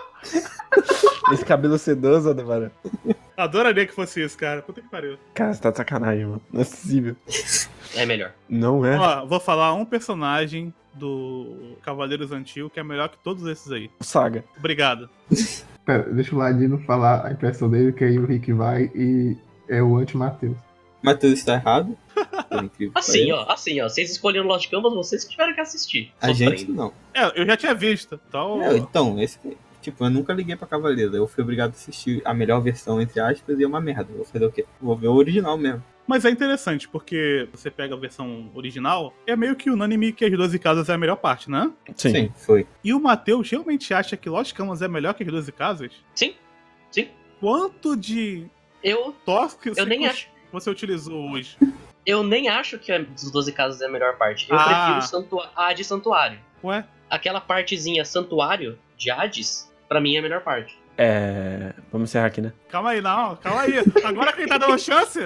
Esse cabelo sedoso, Adebaran. Adoraria que fosse isso, cara. Puta que pariu. Cara, você tá de sacanagem, mano. Não é possível. é melhor. Não é? Ó, vou falar um personagem do Cavaleiros Antigo que é melhor que todos esses aí. O Saga. Obrigado. Pera, deixa o Ladino falar a impressão dele, que aí o Rick vai e é o anti-Matheus. Matheus está errado. Por incrível que Assim, pareça. assim, ó. Vocês escolheram Lost Canvas, vocês que tiveram que assistir. A gente Sofrendo. não. É, eu já tinha visto. Então, Então, tipo, eu nunca liguei pra Cavaleiro. Eu fui obrigado a assistir a melhor versão, entre aspas, e é uma merda. Vou fazer o quê? Vou ver o original mesmo. Mas é interessante, porque você pega a versão original, é meio que unânime que as 12 casas é a melhor parte, né? Sim, foi. E o Matheus realmente acha que Lost Canvas é melhor que as 12 casas? Sim. Quanto de Eu toque nem acho. você utilizou hoje? Eu nem acho que a dos 12 casas é a melhor parte. Eu Ah. prefiro a de Santuário. Ué? Aquela partezinha Santuário de Hades, pra mim é a melhor parte. Vamos encerrar aqui, né? Calma aí, não, calma aí. Agora que ele tá dando chance?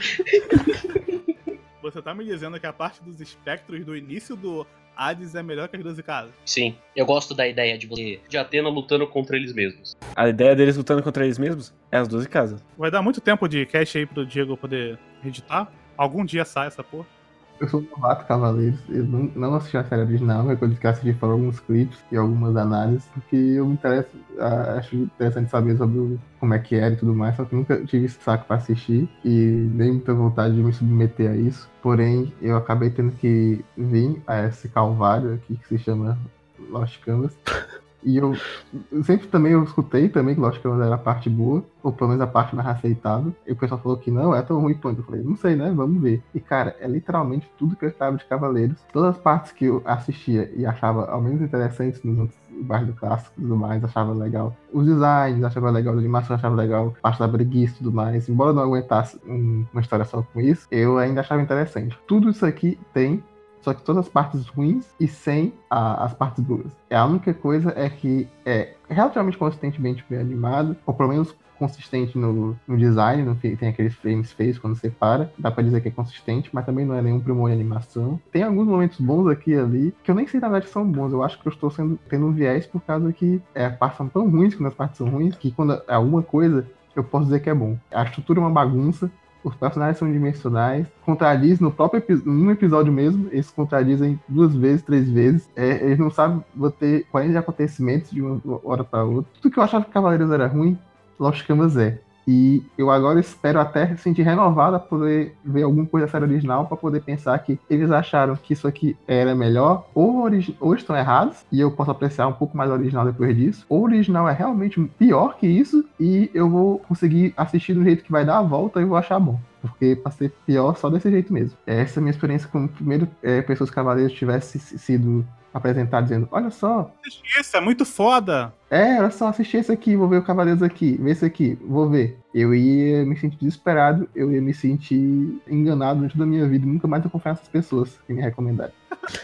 Você tá me dizendo que a parte dos espectros do início do Hades é melhor que as 12 casas? Sim, eu gosto da ideia de você de Atena lutando contra eles mesmos. A ideia deles lutando contra eles mesmos é as 12 casas. Vai dar muito tempo de cast aí pro Diego poder editar? Algum dia sai essa porra? Eu sou novato Cavaleiros, eu não assisti a série original, mas coisa que eu assisti foram alguns clipes e algumas análises, porque eu me interesso, acho interessante saber sobre como é que era e tudo mais, só que nunca tive esse saco pra assistir e nem muita vontade de me submeter a isso. Porém, eu acabei tendo que vir a esse calvário aqui que se chama Lost Canvas. E eu sempre também eu escutei também que Lost Canvas era a parte boa, ou pelo menos a parte mais aceitável. E o pessoal falou que não, é tão ruim quanto. Eu falei, não sei, né? Vamos ver. E cara, é literalmente tudo que eu estava de Cavaleiros. Todas as partes que eu assistia e achava ao menos interessantes nos outros bairros do clássico e tudo mais, achava legal. Os designs, achava legal, a animação achava legal, a parte da preguiça e tudo mais. Embora eu não aguentasse uma história só com isso, eu ainda achava interessante. Tudo isso aqui tem, só que todas as partes ruins e sem as partes boas. A única coisa é que é relativamente consistentemente bem animado, ou pelo menos consistente no design, tem aqueles frames feios quando você para, dá pra dizer que é consistente, mas também não é nenhum primor de animação. Tem alguns momentos bons aqui e ali, que eu nem sei na verdade são bons, eu acho que eu estou tendo um viés por causa que as partes são tão ruins quando as partes são ruins, que quando é alguma coisa, eu posso dizer que é bom. A estrutura é uma bagunça, os personagens são dimensionais, contradizem no próprio num episódio mesmo, eles contradizem 2 vezes, 3 vezes. Eles não sabem bater 40 acontecimentos de uma hora para outra. Tudo que eu achava que Cavaleiros era ruim, Lost Canvas é. E eu agora espero até sentir renovado a poder ver alguma coisa da série original para poder pensar que eles acharam que isso aqui era melhor, ou estão errados, e eu posso apreciar um pouco mais o original depois disso, ou o original é realmente pior que isso, e eu vou conseguir assistir do jeito que vai dar a volta e vou achar bom. Porque pra ser pior, só desse jeito mesmo. Essa é a minha experiência como primeiro Pessoas Cavaleiros tivesse sido apresentado dizendo, olha só. Isso, é muito foda. Olha só, assisti esse aqui, vou ver o Cavaleiros aqui, ver esse aqui, vou ver. Eu ia me sentir desesperado, eu ia me sentir enganado durante toda a minha vida, nunca mais ia confiar nessas pessoas que me recomendaram.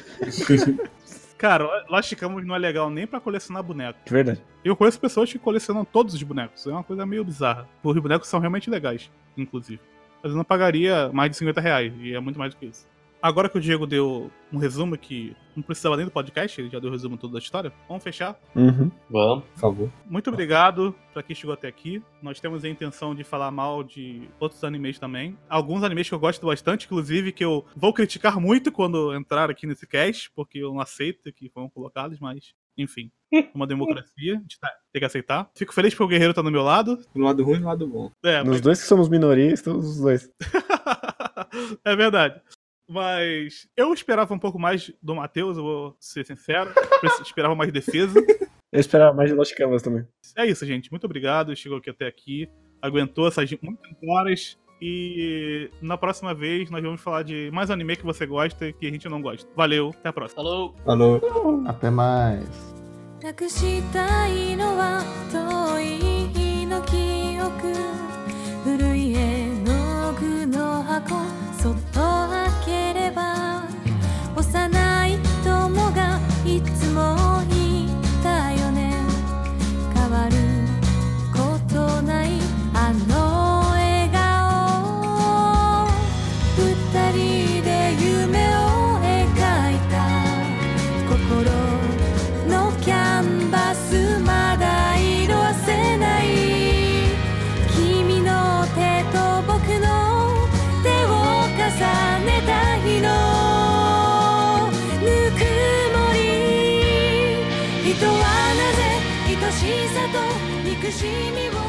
Cara, Lost Canvas não é legal nem pra colecionar boneco. De verdade. Eu conheço pessoas que colecionam todos os bonecos, é uma coisa meio bizarra. Os bonecos são realmente legais, inclusive. Mas eu não pagaria mais de R$50, e é muito mais do que isso. Agora que o Diego deu um resumo que não precisava nem do podcast, ele já deu o resumo todo da história, vamos fechar? Uhum. Vamos. Por favor. Muito obrigado pra quem chegou até aqui. Nós temos a intenção de falar mal de outros animes também. Alguns animes que eu gosto bastante, inclusive, que eu vou criticar muito quando entrar aqui nesse cast, porque eu não aceito que foram colocados, mas, enfim, uma democracia, a gente tem que aceitar. Fico feliz porque o Guerreiro tá do meu lado. No lado ruim e no lado bom. Nos dois que somos minorias, estamos os dois. É verdade. Mas eu esperava um pouco mais do Matheus, eu vou ser sincero. Esperava mais defesa. Eu esperava mais de Lost Canvas também. É isso, gente. Muito obrigado. Chegou aqui até aqui. Aguentou essas muitas horas. E na próxima vez nós vamos falar de mais anime que você gosta e que a gente não gosta. Valeu, até a próxima. Falou! Falou. Até mais. なくしたいのは遠い日の記憶古い絵の具の箱そっと開ければ幼い友がいつも言ったよね変わることないあの笑顔二人で夢を描いた心のキャンバスまだ色あせない君の手と僕の手を重ねた日と憎しみを